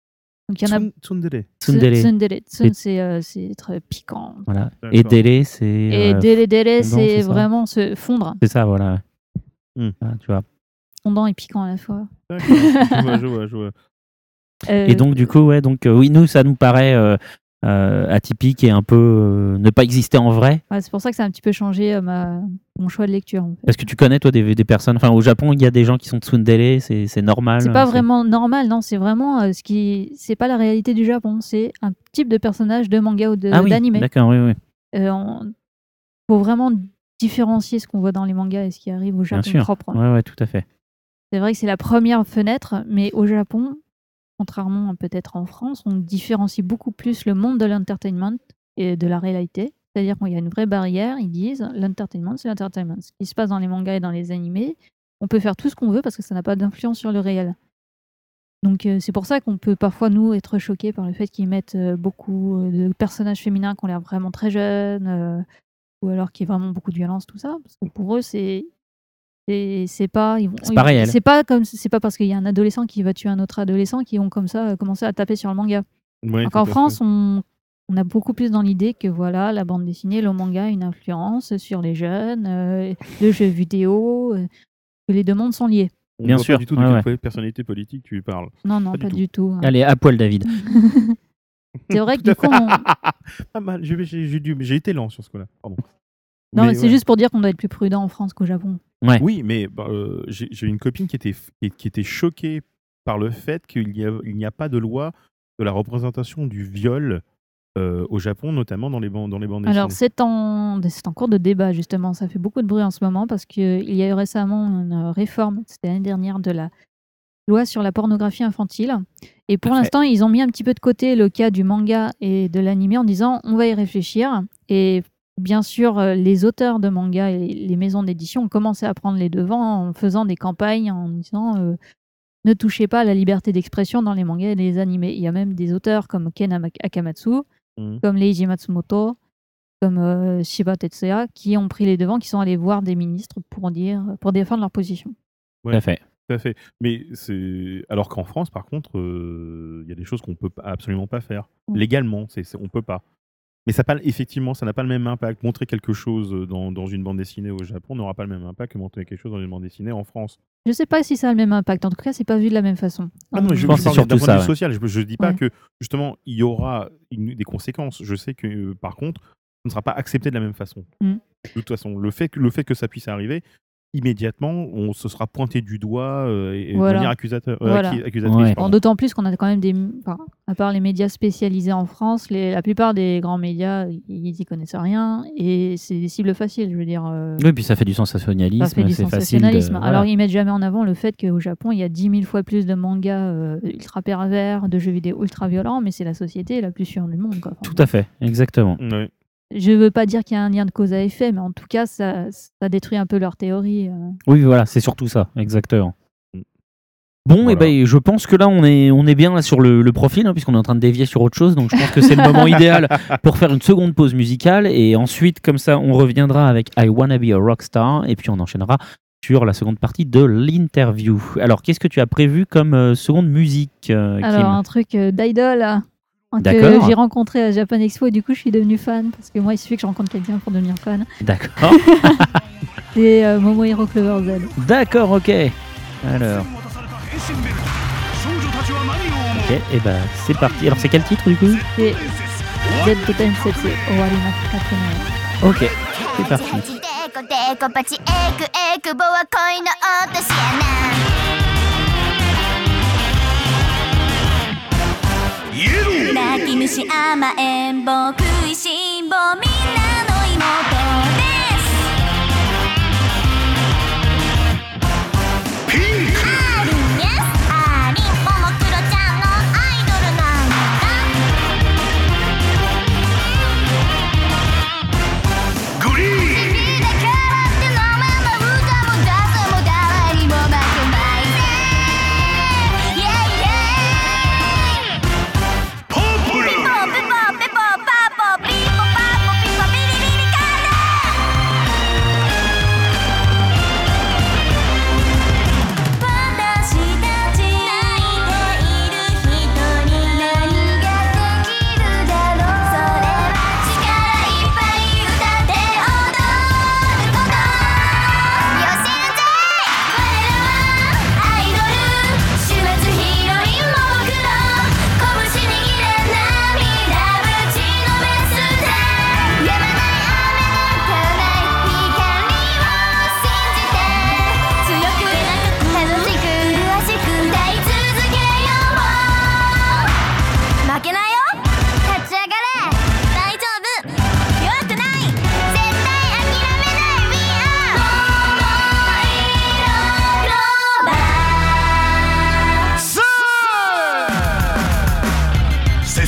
Donc il y en a Tsun- Tsundere. Tsundere. Tsundere. Tsun, Et- c'est euh, c'est très piquant. Voilà. D'accord. Et dere, c'est. Et euh, dere dere, fondant, c'est c'est ça vraiment se fondre. C'est ça, voilà. Hmm. Voilà, tu vois. Fondant et piquant à la fois. D'accord. Je vois, je vois, je vois. Euh, Et donc, du coup, ouais, donc, euh, oui, nous, ça nous paraît euh, euh, atypique et un peu euh, ne pas exister en vrai. ouais, c'est pour ça que ça a un petit peu changé euh, ma... mon choix de lecture. En fait. Parce que tu connais, toi, des, des personnes. Enfin, au Japon, il y a des gens qui sont tsundere, c'est c'est normal. C'est pas c'est- vraiment normal, non, c'est vraiment euh, ce qui. C'est pas la réalité du Japon, c'est un type de personnage de manga ou de- Ah oui, d'anime. d'accord, oui, oui. Euh, on- faut vraiment différencier ce qu'on voit dans les mangas et ce qui arrive au Bien Japon sûr. propre. Ouais, ouais, tout à fait. C'est vrai que c'est la première fenêtre, mais au Japon, contrairement à peut-être en France, on différencie beaucoup plus le monde de l'entertainment et de la réalité. C'est-à-dire qu'il y a une vraie barrière, ils disent l'entertainment, c'est l'entertainment. Ce qui se passe dans les mangas et dans les animés, on peut faire tout ce qu'on veut parce que ça n'a pas d'influence sur le réel. Donc euh, c'est pour ça qu'on peut parfois, nous, être choqués par le fait qu'ils mettent euh, beaucoup euh, de personnages féminins qui ont l'air vraiment très jeunes, euh, ou alors qu'il y ait vraiment beaucoup de violence, tout ça. Parce que pour eux, c'est... C'est c'est pas, ils vont- C'est pas ils- réel. C'est pas comme, c'est pas parce qu'il y a un adolescent qui va tuer un autre adolescent qui vont comme ça euh, commencer à taper sur le manga. Ouais, Donc tout en à fait. France, on, on a beaucoup plus dans l'idée que voilà, la bande dessinée, le manga a une influence sur les jeunes, euh, le jeu vidéo, euh, que les deux mondes sont liés. On Bien voit sûr, Pas du tout de ouais, quelle personnalité politique tu parles. Non, non, Pas pas, du du tout. hein. Allez, à poil, David. C'est vrai que Tout à du coup, on- Pas mal. J'ai j'ai- j'ai dû- j'ai été lent sur ce coup-là. Pardon. non, Mais mais c'est ouais. juste pour dire qu'on doit être plus prudent en France qu'au Japon. Ouais. Oui, mais bah, euh, j'ai j'ai une copine qui était, qui, qui était choquée par le fait qu'il n'y a, il n'y a pas de loi de la représentation du viol euh, au Japon, notamment dans les, ban- dans les bandes Alors, dessinées. c'est en, c'est en cours de débat, justement. Ça fait beaucoup de bruit en ce moment parce qu'il y a eu récemment une réforme, c'était l'année dernière, de la loi sur la pornographie infantile. Et pour Parfait. l'instant, ils ont mis un petit peu de côté le cas du manga et de l'anime en disant on va y réfléchir. Et bien sûr, euh, les auteurs de manga et les maisons d'édition ont commencé à prendre les devants en faisant des campagnes en disant euh, ne touchez pas à la liberté d'expression dans les mangas et les animés. Il y a même des auteurs comme Ken Ama- Akamatsu, Mhm. comme Leiji Matsumoto, comme euh, Shiba Tetsuya, qui ont pris les devants, qui sont allés voir des ministres pour, dire, pour défendre leur position. Tout à fait. Tout à fait. Mais c'est alors qu'en France, par contre, euh, il y a des choses qu'on peut pas- absolument pas faire Mm. légalement. C'est, c'est- on peut pas. Mais ça pas, effectivement, ça n'a pas le même impact. Montrer quelque chose dans, dans une bande dessinée au Japon n'aura pas le même impact que montrer quelque chose dans une bande dessinée en France. Je sais pas si ça a le même impact. En tout cas, c'est pas vu de la même façon. Ah non, mais je, Je pense je que parle c'est d'un surtout point ça, de vue ouais. social. Je ne dis pas Ouais. que justement il y aura une- des conséquences. Je sais que euh, par contre, ça ne sera pas accepté de la même façon. Mm. De toute façon, le fait, que, le fait que ça puisse arriver, immédiatement, on se sera pointé du doigt euh, et, et Voilà. de manière accusateur, euh, Voilà. accu- accusatrice. Ouais. Bon, pardon. d'autant plus qu'on a quand même des. Enfin, à part les médias spécialisés en France, les, la plupart des grands médias, ils y connaissent rien et c'est des cibles faciles. Je veux dire. euh, Oui, puis ça fait du sensationnalisme. Ça fait du c'est facile de- sensationnalisme. voilà. Alors, ils mettent jamais en avant le fait qu'au Japon, il y a dix mille fois plus de mangas euh, ultra pervers, de jeux vidéo ultra violents, mais c'est la société la plus sûre du monde. Quoi. Enfin, Tout à fait, exactement. Ouais. je veux pas dire qu'il y a un lien de cause à effet, mais en tout cas, ça, ça détruit un peu leur théorie. euh. Oui, voilà, c'est surtout ça, exactement. Mm. Bon, et Voilà. ben, je pense que là, on est, on est bien là sur le, le profil, hein, puisqu'on est en train de dévier sur autre chose. Donc, je pense que c'est le moment idéal pour faire une seconde pause musicale. Et ensuite, comme ça, on reviendra avec I Wanna Be a Rockstar. Et puis, on enchaînera sur la seconde partie de l'interview. Alors, qu'est-ce que tu as prévu comme euh, seconde musique, euh, Kim Alors, un truc euh, d'idol hein, que D'accord. j'ai rencontré à Japan Expo et du coup, je suis devenue fan parce que moi, il suffit que je rencontre quelqu'un pour devenir fan. D'accord. C'est euh, Momohiro Clover Z. D'accord, ok. Alors, ok, et ben, c'est parti. Alors, c'est quel titre, du coup C'est Z Tensetsu Owari Nakatsuno. Ok, c'est parti. デコデコパチエクエクボは恋の落とし穴泣き虫甘えん坊食いしん坊みんなの妹ですピンクアリンですアリンももクロちゃんのアイドルなんだグリーンピポピポピポパポピポパポピポピ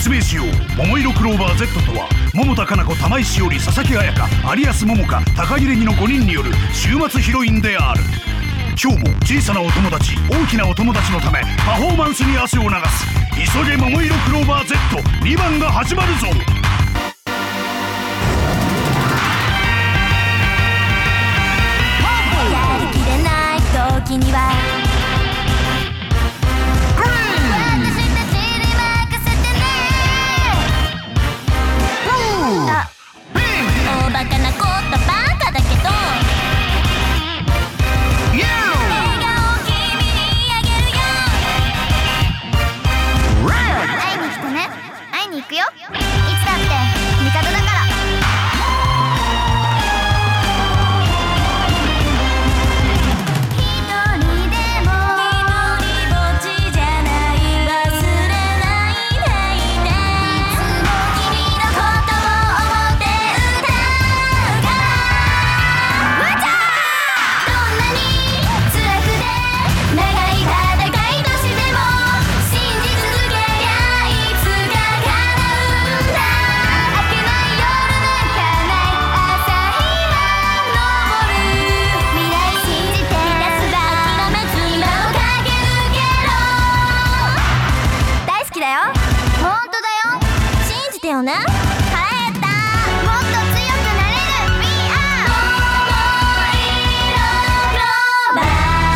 説明しよう。桃色クローバー Z とは桃田かな子、玉井詩織、佐々木彩香、有安桃香、高木れにのごにんによる週末ヒロインである。今日も小さなお友達、大きなお友達のためパフォーマンスに汗を流す。急げ桃色クローバー ゼットに 番が始まるぞ。 やりきれない時には大バカなことバカだけど笑顔を君にあげるよ。会いに来てね。会いに行くよ。いつだって味方だから。ね、腹減った。もっと強くなれる。 We are 桃色クローバ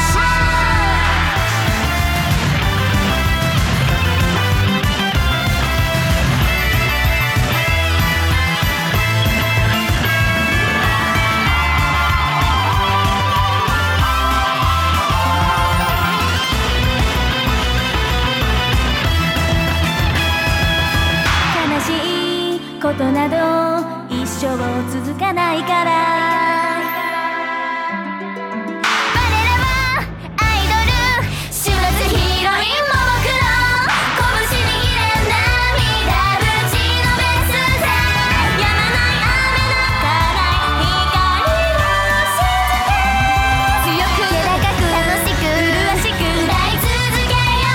ことなど一生続かないから。我らはアイドル週末ヒロインも僕の拳握れ涙ぶちのめすぜ。やまない雨泣かない光を信じて強く気高く楽しく麗しく歌い続け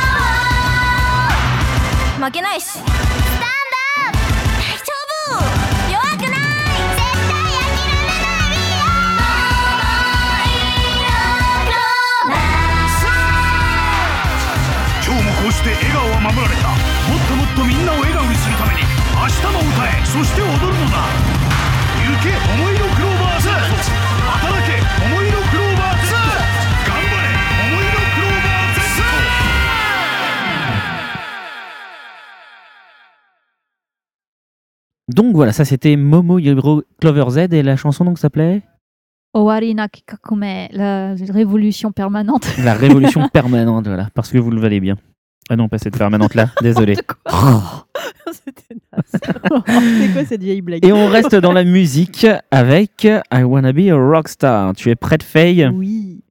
よう。負けないしこうして笑顔は守られた。もっともっとみんなを笑顔にするために明日も歌え、そして踊るのだ。行け桃色クローバー Z、 働け桃色クローバー Z、 頑張れ桃色クローバー Z。 Donc voilà, ça c'était Momo Hiro Clover Z et la chanson donc s'appelait Owari na Kikakume, la révolution permanente. La révolution permanente, voilà, parce que vous le valez bien. Ah non, pas cette permanente-là, désolé. C'était naze. C'est quoi cette vieille blague? Et on reste dans la musique avec I Wanna Be a Rockstar. Tu es prête, Faye? Oui.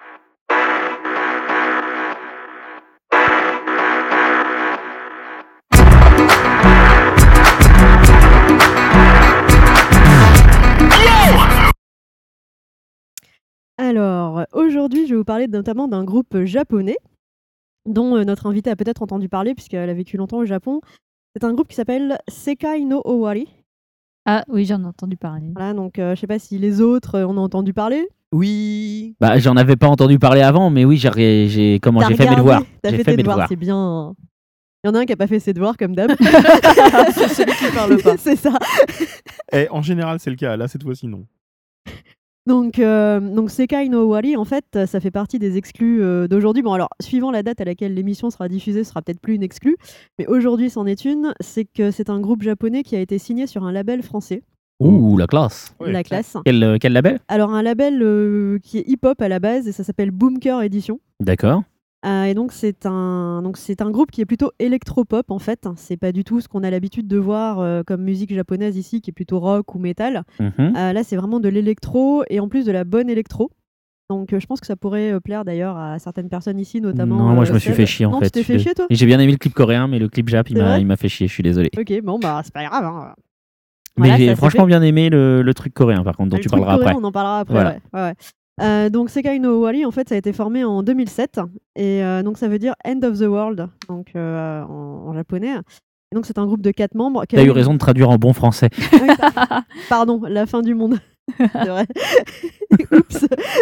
Alors, aujourd'hui, je vais vous parler notamment d'un groupe japonais dont euh, notre invitée a peut-être entendu parler puisqu'elle a vécu longtemps au Japon. C'est un groupe qui s'appelle Sekai no Owari. Ah oui, j'en ai entendu parler. Voilà, donc euh, je sais pas si les autres euh, en ont entendu parler. Oui. Bah, j'en avais pas entendu parler avant, mais oui, j'ai, j'ai comment T'as j'ai fait mes regardé, devoirs. T'as J'ai fait fait tes mes devoirs, devoirs. c'est bien. Il y en a un qui a pas fait ses devoirs comme d'hab. C'est celui qui parle pas. C'est ça. Et en général, c'est le cas. Là, cette fois-ci, non. Donc, euh, donc Sekai no Owari, en fait, ça fait partie des exclus euh, d'aujourd'hui. Bon, alors, suivant la date à laquelle l'émission sera diffusée, ce sera peut-être plus une exclue. Mais aujourd'hui, c'en est une. C'est que c'est un groupe japonais qui a été signé sur un label français. Ouh, la classe. Ouais. La classe. Quel, euh, quel label? Alors, un label euh, qui est hip-hop à la base et ça s'appelle Boomker Edition. D'accord. Euh, et donc c'est un donc c'est un groupe qui est plutôt électropop en fait. C'est pas du tout ce qu'on a l'habitude de voir euh, comme musique japonaise ici, qui est plutôt rock ou métal. Mhm. Euh, là, c'est vraiment de l'électro et en plus de la bonne électro. Donc euh, je pense que ça pourrait euh, plaire d'ailleurs à certaines personnes ici, notamment. Non, moi je euh, me suis Seb. fait chier en non, fait. tu t'es Je suis fait dés- chier toi Et j'ai bien aimé le clip coréen, mais le clip Jap, il C'est m'a, vrai il m'a fait chier, je suis désolé. Ok, bon bah c'est pas grave. Hein. Mais Voilà, j'ai ça, c'est franchement fait. bien aimé le, le truc coréen par contre, dont Le tu truc parleras coréen, après. on en parlera après. Voilà. Ouais, ouais, ouais. Euh, donc Sekai no Owari, en fait, ça a été formé en deux mille sept et euh, donc ça veut dire End of the World, donc euh, en, en japonais. Et donc c'est un groupe de quatre membres. qui a T'as eu raison de traduire en bon français. Oui, pa- Pardon, la fin du monde. C'est vrai. Oups.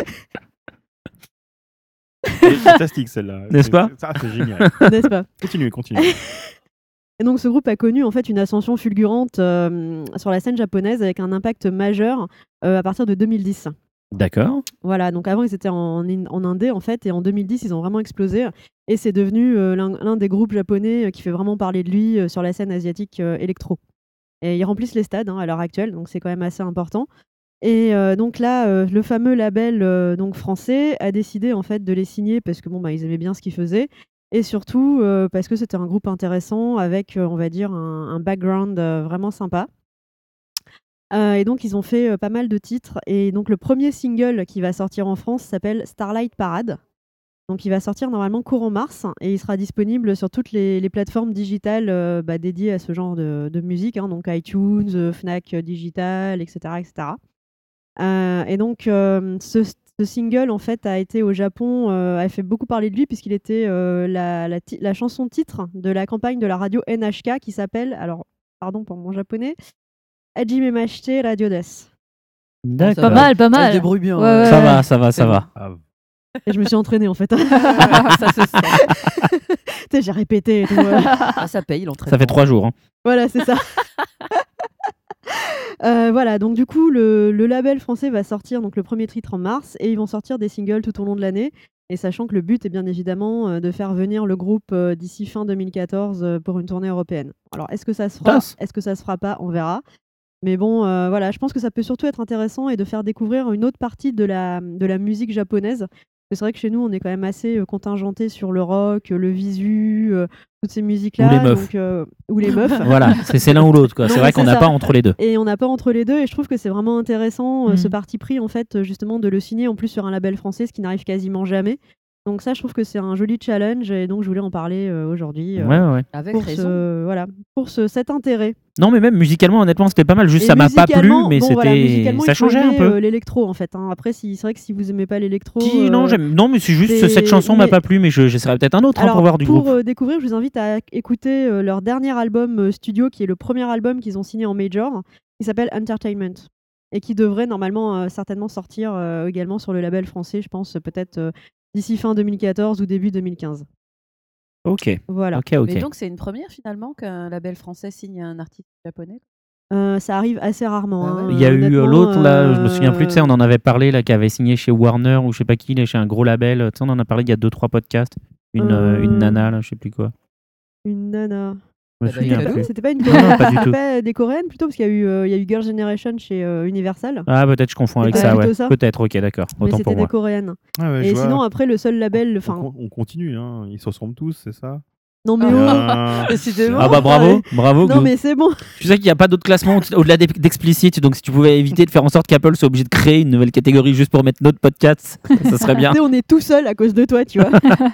Elle est fantastique celle-là. N'est-ce C'est- pas Ça, c'est génial. N'est-ce pas? Continuez, continuez. Et donc ce groupe a connu en fait une ascension fulgurante euh, sur la scène japonaise avec un impact majeur euh, à partir de deux mille dix. D'accord. Voilà, donc avant ils étaient en, in- en indé en fait, et en deux mille dix ils ont vraiment explosé, et c'est devenu euh, l'un l'un des groupes japonais euh, qui fait vraiment parler de lui euh, sur la scène asiatique euh, électro. Et ils remplissent les stades hein, à l'heure actuelle, donc c'est quand même assez important. Et euh, donc là, euh, le fameux label euh, donc français a décidé en fait de les signer parce que bon bah ils aimaient bien ce qu'ils faisaient, et surtout euh, parce que c'était un groupe intéressant avec euh, on va dire un, un background euh, vraiment sympa. Euh, et donc ils ont fait euh, pas mal de titres, et donc le premier single qui va sortir en France s'appelle Starlight Parade. Donc il va sortir normalement courant mars, et il sera disponible sur toutes les, les plateformes digitales euh, bah, dédiées à ce genre de, de musique, hein, donc iTunes, euh, Fnac Digital, et cetera, et cetera. Euh, et donc euh, ce, ce single en fait a été au Japon, euh, a fait beaucoup parler de lui puisqu'il était euh, la, la, ti- la chanson titre de la campagne de la radio N H K qui s'appelle, alors pardon pour mon japonais, Hajime Mashite Radio Des. D'accord. Pas mal, pas Elle mal. se débrouille bien. Ouais, ouais. ouais. Ça va, ça va, ça C'est va. Ah, Et je me suis entraînée en fait. Tu Ça se sent. sais, j'ai répété et tout. Voilà, Ah, ça paye l'entraînement. Ça fait trois jours. hein. Voilà, c'est ça. Euh, voilà, donc du coup, le, le label français va sortir donc le premier titre en mars, et ils vont sortir des singles tout au long de l'année. Et sachant que le but est bien évidemment euh, de faire venir le groupe euh, d'ici fin deux mille quatorze euh, pour une tournée européenne. Alors, est-ce que ça se fera? Classe. Est-ce que ça se fera pas? On verra. Mais bon, euh, voilà, je pense que ça peut surtout être intéressant et de faire découvrir une autre partie de la, de la musique japonaise. C'est vrai que chez nous, on est quand même assez euh, contingenté sur le rock, euh, le visu, euh, toutes ces musiques-là. Ou les meufs. donc, euh, ou les meufs. Voilà, c'est c'est l'un ou l'autre. quoi. Non, C'est mais vrai qu'on c'est n'a ça. pas entre les deux. Et on n'a pas entre les deux, et je trouve que c'est vraiment intéressant euh, Mm. ce parti pris en fait, euh, justement de le signer en plus sur un label français, ce qui n'arrive quasiment jamais. Donc ça, je trouve que c'est un joli challenge, et donc je voulais en parler euh, aujourd'hui euh, Ouais, ouais, ouais. Avec pour raison. ce, voilà, pour ce, cet intérêt. Non, mais même musicalement, honnêtement, c'était pas mal. Juste, Et ça m'a pas plu, musicalement, mais bon, voilà, c'était, musicalement, ça il faut changeait un aimer, peu. euh, l'électro en fait. hein. Après, si, c'est vrai que si vous aimez pas l'électro, Si, euh, non, j'aime- non, mais c'est juste c'est- cette chanson m'a mais- pas plu, mais je- j'essaierai peut-être un autre hein, Alors, pour voir du pour groupe. euh, découvrir, je vous invite à écouter euh, leur dernier album euh, studio, qui est le premier album qu'ils ont signé en major, qui s'appelle Entertainment, et qui devrait normalement euh, certainement sortir euh, également sur le label français, je pense, euh, peut-être euh, d'ici fin deux mille quatorze ou début deux mille quinze. Ok, Voilà. ok, ok. Mais donc, c'est une première finalement qu'un label français signe un artiste japonais. Euh, ça arrive assez rarement. Bah ouais. hein, Il y a eu euh, honnêtement, l'autre là, je me euh, souviens plus, tu sais, on en avait parlé là, qui avait signé chez Warner ou je sais pas qui, là, chez un gros label. Tu sais, on en a parlé il y a deux trois podcasts. Une, euh, Euh, une nana, là, je sais plus quoi. Une nana. Je me Bah, souviens Ikalo. plus. C'était pas une Non, coréenne, non, pas du c'était tout. pas des coréennes plutôt, parce qu'il y a eu, euh, il y a eu Girl Generation chez euh, Universal. Ah, peut-être je confonds avec C'est ça, pas ouais. plutôt ça Peut-être, ok, d'accord. Mais Autant c'était pour des moi. coréennes. Ah ouais, je Et vois. sinon, après, le seul label. on, Enfin, con- on continue, hein. Ils se ressemblent tous, c'est ça non, mais Ah. oh, Ah. Décidément. Ah bah bravo, Ouais. bravo. Non, Glou. mais c'est bon. Tu sais qu'il n'y a pas d'autre classement au- au-delà d'ex- d'explicite, donc si tu pouvais éviter de faire en sorte qu'Apple soit obligé de créer une nouvelle catégorie juste pour mettre notre podcast, ça serait bien. Tu sais, on est tout seul à cause de toi, tu vois.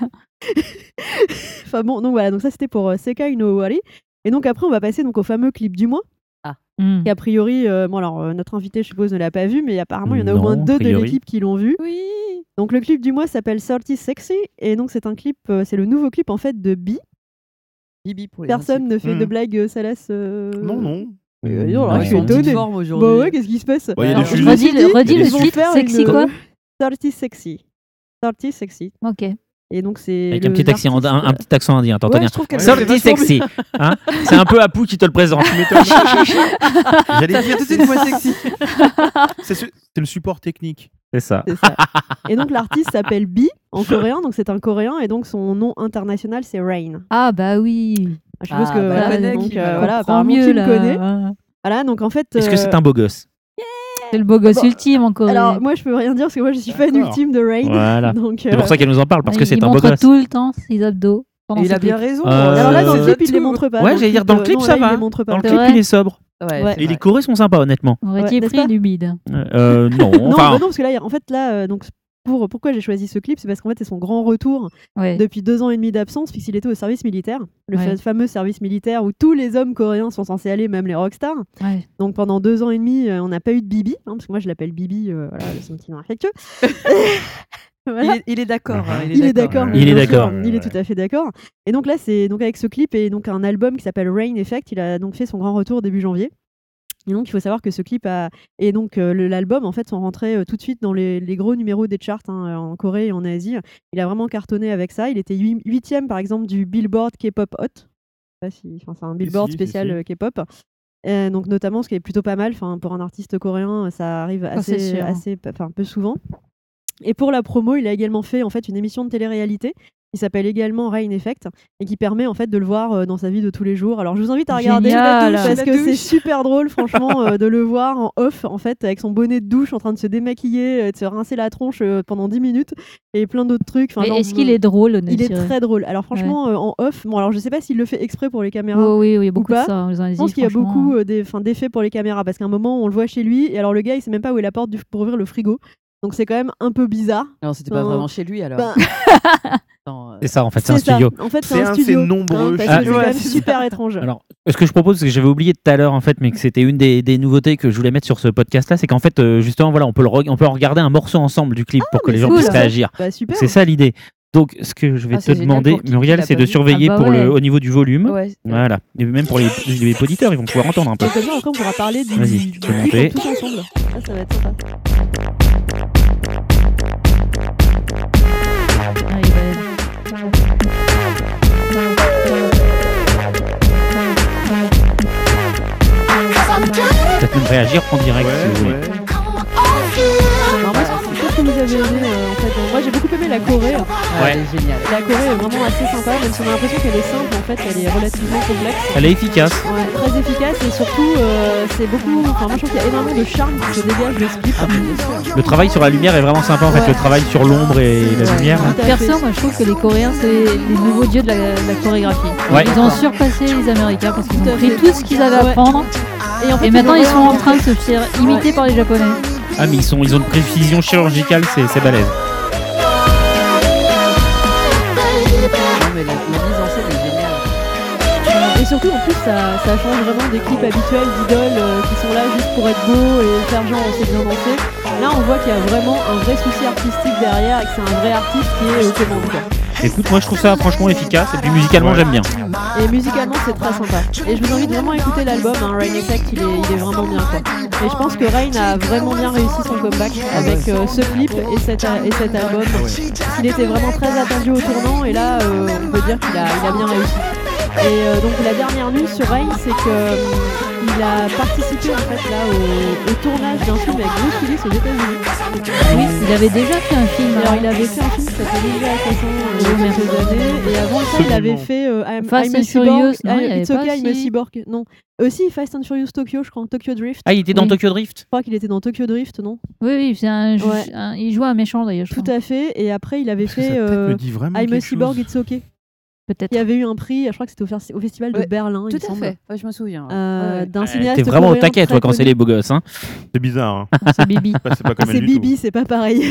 Enfin bon, donc voilà, donc ça c'était pour euh, Sekai no Owari. Et donc après, on va passer donc au fameux clip du mois. Mm. Et a priori, euh, bon alors euh, notre invité, je suppose, ne l'a pas vu, mais apparemment, il y en a Non, au moins a deux de priori. l'équipe qui l'ont vu. Oui. Donc le clip du mois s'appelle thirty Sexy, et donc c'est un clip, euh, c'est le nouveau clip en fait de Bi. Bibi pour les Personne ne fait de Mhm. blague euh, salace. euh, Non, non. Euh, dis donc, Non, là, je suis en petite étonnée. forme aujourd'hui. Bah ouais, qu'est-ce qui se passe? Bah, il y a Alors, des je choses- me Redis suis le- dit, redis ils le vont titre, faire sexy une- quoi thirty Sexy. thirty Sexy. Ok. Et donc c'est Avec le un petit, accent, artiste- un, un petit accent indien, t'entends Ouais, bien. je trouve qu'elle le Sorti fait vachement sexy. Hein c'est un peu Apu qui te le présente. J'allais Ça dire fait tout de suite moins sexy. c'est ce- c'est le support technique. C'est ça. C'est ça. Et donc l'artiste s'appelle Bi en coréen, donc c'est un coréen, et donc son nom international c'est Rain. Ah bah oui. Je suppose Ah, que bah, voilà, je connais donc qui, euh, alors. voilà, On comprend apparemment mieux qui le là. connaît. Ouais. Voilà, donc en fait. Est-ce que euh, c'est un beau gosse C'est le beau gosse Bon, ultime en Corée. Alors moi je peux rien dire parce que moi je suis fan D'accord. ultime de Rain. Voilà. Donc, C'est pour euh, ça qu'elle nous en parle, parce que il c'est un beau montre gosse. tout le temps ses abdos. pendant Et il ses a bien clips. raison. Euh, Alors là dans le Euh, clip il les tout. montre pas. Ouais, j'allais dire, dans le euh, clip, non, ça là, va. Il les montre pas. Dans le C'est clip, vrai il est sobre. Ouais, Ouais. c'est Et les vrai. chorés sont sympas, honnêtement. Aurait-il n'est-ce pris pas du bide Euh, non, Non, enfin. bah non, parce que là, en fait, là, euh, donc, pour, pourquoi j'ai choisi ce clip, c'est parce qu'en fait, c'est son grand retour Ouais. depuis deux ans et demi d'absence, puisqu'il était au service militaire, le Ouais. fa- fameux service militaire où tous les hommes coréens sont censés aller, même les rockstars. Ouais. Donc pendant deux ans et demi, euh, on n'a pas eu de Bibi, hein, parce que moi je l'appelle Bibi, euh, voilà, c'est un petit nom affectueux. Voilà. Il est, il est d'accord. hein, Il est d'accord. Il est bien sûr, d'accord. Il est tout à fait d'accord. Et donc là, c'est donc avec ce clip et donc un album qui s'appelle Rain Effect. Il a donc fait son grand retour début janvier. Et donc il faut savoir que ce clip a et donc euh, le- l'album en fait sont rentrés euh, tout de suite dans les, les gros numéros des charts hein, en Corée et en Asie. Il a vraiment cartonné avec ça. Il était huitième par exemple du Billboard K-pop Hot. Je sais pas si- enfin, c'est un Billboard si, si, spécial si. euh, K-pop. Euh, donc notamment ce qui est plutôt pas mal. Enfin pour un artiste coréen, ça arrive Ah, c'est assez sûr. assez enfin peu souvent. Et pour la promo, il a également fait en fait une émission de télé-réalité qui s'appelle également Rain Effect et qui permet en fait de le voir euh, dans sa vie de tous les jours. Alors je vous invite à regarder Génial. parce La que douche. c'est super drôle franchement euh, de le voir en off en fait avec son bonnet de douche en train de se démaquiller, euh, de se rincer la tronche euh, pendant dix minutes et plein d'autres trucs. Enfin, Mais genre, est-ce qu'il est drôle, il est Nadir très drôle. Alors franchement euh, en off, bon alors je sais pas s'il le fait exprès pour les caméras. Oh, oui, oui, beaucoup de pas. ça. Aux Je Asie, pense qu'il y a franchement. beaucoup euh, des- 'fin, d'effets pour les caméras parce qu'à un moment on le voit chez lui et alors le gars il sait même pas où est la porte du- pour ouvrir le frigo. Donc c'est quand même un peu bizarre. Non, c'était pas Enfin, vraiment chez lui alors. ben, Attends, euh, C'est ça, en fait, c'est un c'est ça. studio. En fait, c'est C'est un un de ces studio. nombreux parce Ah, que c'est studios. quand même Ouais, c'est super étrange. Alors, ce que je propose, c'est que j'avais oublié tout à l'heure, en fait, mais que c'était une des, des nouveautés que je voulais mettre sur ce podcast-là, c'est qu'en fait, euh, justement, voilà, on peut, le re- on peut en regarder un morceau ensemble du clip pour que mais les gens c'est puissent cool. réagir. Bah, super. C'est ça l'idée. Donc, ce que je vais Ah, te c'est génial demander, pour qui- Muriel, qui l'a c'est pas de vu. surveiller Ah bah pour le, ouais. au niveau du volume. Ouais, c'est- Voilà. Et même pour les, les auditeurs, ils vont pouvoir entendre un peu. Donc, comme ça, après, on pourra parler du, Vas-y, du tu peux clip monter. tous ensemble. Ça, ça va être sympa. Ah, il va- Peut-être même réagir en direct si vous voulez. Ouais, ouais. Alors, moi, qu'est-ce que vous avez aimé euh, en fait Moi, j'ai beaucoup aimé la Corée. Ah, elle est géniale. La Corée est vraiment assez sympa, même si on a l'impression qu'elle est simple, en fait, elle est relativement complexe. Elle est efficace. Ouais, très efficace et surtout, euh, c'est beaucoup. Enfin, moi, je trouve qu'il y a énormément de charme qui se dégage de ce clip. Le travail sur la lumière est vraiment sympa, en fait. Ouais. Le travail sur l'ombre et la Ouais. lumière. Tout à Perso, fait. moi je trouve que les Coréens, c'est les nouveaux dieux de la, de la chorégraphie. Ouais. Ils ont surpassé les Américains parce qu'ils Tout à ont pris fait. tout ce qu'ils avaient à Ouais. apprendre. Et, en fait, Et maintenant, ils ont sont en train de se faire imiter par les Japonais. Ah, mais ils, sont, ils ont une précision chirurgicale, c'est c'est balèze. Non, mais la, la mise en scène est géniale. Et surtout, en plus, ça, ça change vraiment des clips habituels d'idoles euh, qui sont là juste pour être beaux et faire genre on sait bien danser. Là, on voit qu'il y a vraiment un vrai souci artistique derrière et que c'est un vrai artiste qui est aux commandes, quoi. Écoute, moi je trouve ça franchement efficace et puis musicalement Ouais. j'aime bien. Et musicalement, c'est très sympa. Et je vous invite vraiment à écouter l'album, hein, Rain Effect, il est, il est vraiment bien, quoi. Et je pense que Rain a vraiment bien réussi son comeback avec euh, ce clip et cet, a- et cet album. Il était vraiment très attendu au tournant et là, euh, on peut dire qu'il a, il a bien réussi. Et euh, donc la dernière news sur Rain, c'est que euh, il a participé en fait là au, au tournage d'un film avec Bruce Willis aux États-Unis. Oui, il avait déjà fait un film. Alors hein. il avait fait un film qui s'appelait Ninja Assassin euh, il y a quelques années et avant ça il avait fait euh, I'm, Fast I'm a and Cyborg, Furious, non, I'm- il y avait It's pas Okay, I'm a aussi- Cyborg, non. Aussi Fast and Furious Tokyo, je crois, Tokyo Drift. Ah, il était dans Oui. Tokyo Drift. Je crois qu'il était dans Tokyo Drift, non? Oui, oui, c'est un, Ouais. un- il joue un méchant d'ailleurs, je Tout crois. à fait. Et après il avait Parce que ça fait peut-être euh, me dit vraiment I'm a quelque Cyborg, chose. It's Okay. Peut-être. Il y avait eu un prix, je crois que c'était au, fer- au festival de Ouais, Berlin, il Tout me à semble. fait. Ouais, je me souviens. Euh, Ouais, ouais. d'un Ouais, cinéaste T'es vraiment au coréen taquet toi très quand c'est connu. les beaux gosses. Hein. C'est bizarre. Hein. C'est Bibi. Bah, c'est pas Ah, comme elle c'est du Bibi, tout. c'est pas pareil.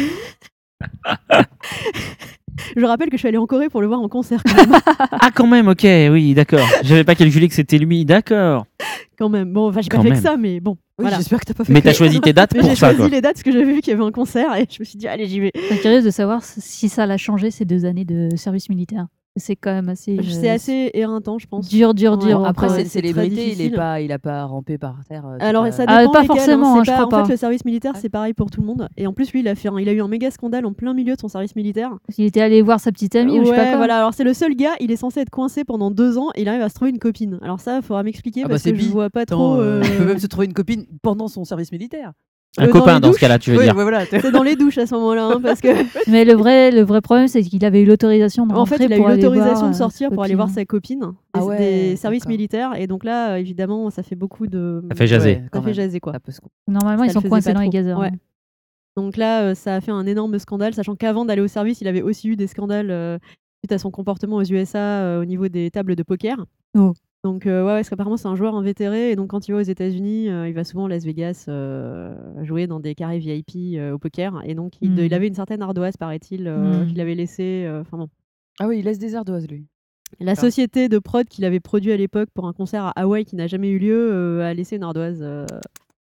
Je rappelle que je suis allée en Corée pour le voir en concert quand même. Ah quand même, ok, oui, d'accord. J'avais pas calculé que c'était lui, d'accord. Quand même. Bon, enfin, j'ai pas Quand fait même. que ça, mais bon. Oui, voilà. j'espère que t'as pas fait. Mais que- t'as choisi tes dates Mais pour j'ai ça choisi quoi. les dates parce que j'avais vu qu'il y avait un concert et je me suis dit, allez, j'y vais. Je suis curieuse de savoir si ça l'a changé ces deux années de service militaire. C'est quand même assez. C'est euh, assez éreintant, je pense. dur, dur, Ouais, dur. Bon, après, Ouais, c'est c'est une célébrité, très il est difficile. pas, il a pas rampé par terre. euh, Alors, toute ça la- Ah, dépend pas lesquels, hein, forcément, c'est hein, je pas- crois En pas. fait, le service militaire, c'est pareil pour tout le monde. Et en plus, lui, il a, fait un, il a eu un méga scandale en plein milieu de son service militaire. Il était allé voir sa petite amie ou je sais pas Ouais, quoi. voilà. Alors, c'est le seul gars, il est censé être coincé pendant deux ans et il arrive à se trouver une copine. Alors, ça, il faudra m'expliquer Ah bah, parce c'est que je bi. vois pas Attends, trop. euh, euh, Il peut même se trouver une copine pendant son service militaire. Un Euh, dans copain les dans ce douches. cas-là, tu veux Oui, dire. ouais, voilà. C'est dans les douches à ce moment-là, hein, parce que Mais le vrai, le vrai problème, c'est qu'il avait eu l'autorisation de en fait, rentrer il a eu pour aller l'autorisation voir, de euh, sortir sa pour aller copine. voir sa copine Ah des, ouais, des services d'accord. militaires. Et donc là, euh, évidemment, ça fait beaucoup de. Ça fait jaser. Ouais, Ça quand fait même. jaser, quoi. Ça peut se comprendre. Normalement, Ça ils le sont faisait coincés pas dans les trop. gazeurs. Ouais. hein. Donc là, euh, ça a fait un énorme scandale, sachant qu'avant d'aller au service, il avait aussi eu des scandales euh, suite à son comportement aux U S A euh, au niveau des tables de poker. Oh. Donc euh, ouais, ouais, parce qu'apparemment c'est un joueur invétéré et donc quand il va aux États-Unis, euh, il va souvent à Las Vegas euh, jouer dans des carrés V I P euh, au poker et donc il, Mm. il avait une certaine ardoise, paraît-il, euh, Mm. qu'il avait laissé. euh, Enfin bon. Ah oui, il laisse des ardoises, lui. La Ah. société de prod qu'il avait produit à l'époque pour un concert à Hawaï qui n'a jamais eu lieu euh, a laissé une ardoise. euh,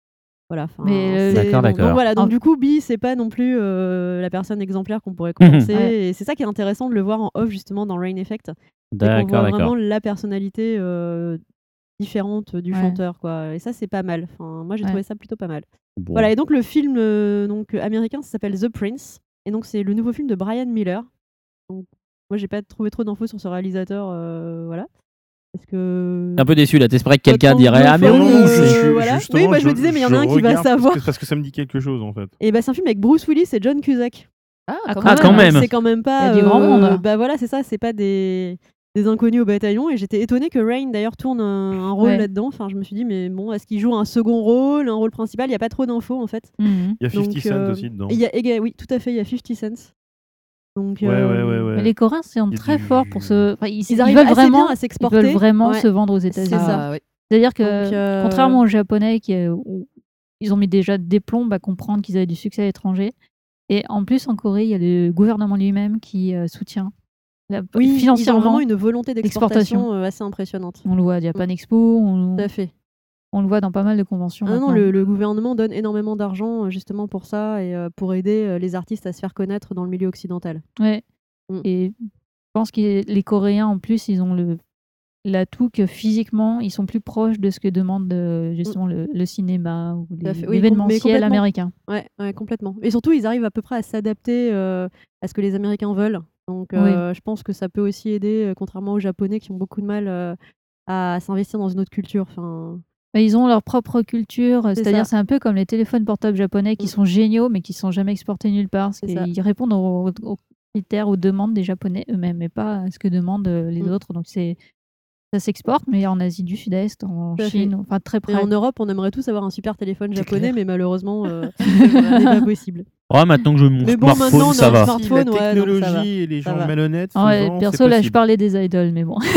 Voilà, enfin, Mais, euh, c'est- D'accord, bon, d'accord. Donc voilà, donc En- du coup, Bee, c'est pas non plus euh, la personne exemplaire qu'on pourrait commencer. Ouais. Et c'est ça qui est intéressant de le voir en off, justement, dans Rain Effect. C'est qu'on D'accord, voit vraiment d'accord. la personnalité euh, différente du Ouais. chanteur, quoi. Et ça, c'est pas mal. Enfin, moi, j'ai Ouais. trouvé ça plutôt pas mal. Bon. Voilà, et donc le film euh, donc, américain, ça s'appelle The Prince. Et donc, c'est le nouveau film de Brian Miller. Donc, moi, j'ai pas trouvé trop d'infos sur ce réalisateur. euh, voilà. Parce que. Un peu déçu là, t'espérais que quelqu'un Notre dirait ah mais anglophone, oui, euh, c'est- je- voilà. justement, Oui, moi, je me disais, mais il y en a un qui va regarde parce savoir. que- Parce que ça me dit quelque chose en fait. Et bah, c'est un film avec Bruce Willis et John Cusack. Ah, Ah, quand quand même. Ah, quand même. C'est quand même pas. Il y a du grand monde. Bah voilà, c'est ça, c'est pas des, des inconnus au bataillon. Et j'étais étonnée que Rain d'ailleurs tourne un, un rôle Ouais. là-dedans. Enfin, je me suis dit, mais bon, est-ce qu'il joue un second rôle, un rôle principal? Il y a pas trop d'infos en fait. Mhm. Il y a Donc, cinquante Cent euh, aussi dedans. Et il y a, et- oui, tout à fait, il y a cinquante Cent. Donc, Ouais, euh, ouais, ouais, ouais. Mais les Coréens sont Il y a très du- forts pour se. Enfin, ils, Ils ils arrivent veulent assez vraiment, bien à ils s'exporter. veulent vraiment Ouais. se vendre aux États-Unis. C'est ça. Ah, ouais. C'est-à-dire que, Donc, euh, contrairement aux Japonais qui, euh, où ils ont mis déjà des plombes à comprendre qu'ils avaient du succès à l'étranger, et en plus en Corée, il y a le gouvernement lui-même qui euh, soutient la, Oui, ils ont financièrement. vraiment une volonté d'exportation d'exportation. euh, assez impressionnante. On le voit à Japan Expo, on, Tout à fait. on le voit dans pas mal de conventions. Ah non, maintenant. le, le gouvernement donne énormément d'argent euh, justement pour ça et euh, pour aider euh, les artistes à se faire connaître dans le milieu occidental. Ouais. Mm. Et je pense que les Coréens, en plus, ils ont le l'atout que physiquement, ils sont plus proches de ce que demande euh, justement le, le cinéma ou Tout à les- fait. Oui, com- mais l'événementiel complètement. américain. Ouais, ouais, complètement. Et surtout, ils arrivent à peu près à s'adapter euh, à ce que les Américains veulent. Donc, euh, je pense que ça peut aussi aider, euh, contrairement aux Japonais qui ont beaucoup de mal euh, à s'investir dans une autre culture. Enfin, Bah, ils ont leur propre culture, C'est c'est-à-dire ça. c'est un peu comme les téléphones portables japonais qui Mm. sont géniaux mais qui sont jamais exportés nulle part. Parce C'est ça. qu'ils répondent aux, aux critères, aux demandes des Japonais eux-mêmes et pas à ce que demandent euh, les Mm. autres. Donc c'est ça s'exporte, mais en Asie du Sud-Est, en Tout à Chine, fait. enfin très et près. en Europe, on aimerait tous avoir un super téléphone C'est japonais, clair. mais malheureusement, euh, ce n'est pas possible. Oh, maintenant que je mon Mais bon, maintenant, smartphone, on a ça un va. smart- Si, smartphone, la ouais, donc ça va. technologie et les Ça gens va. malhonnêtes, Ah ouais, souvent, perso, c'est là, je possible. parlais des idoles, mais bon.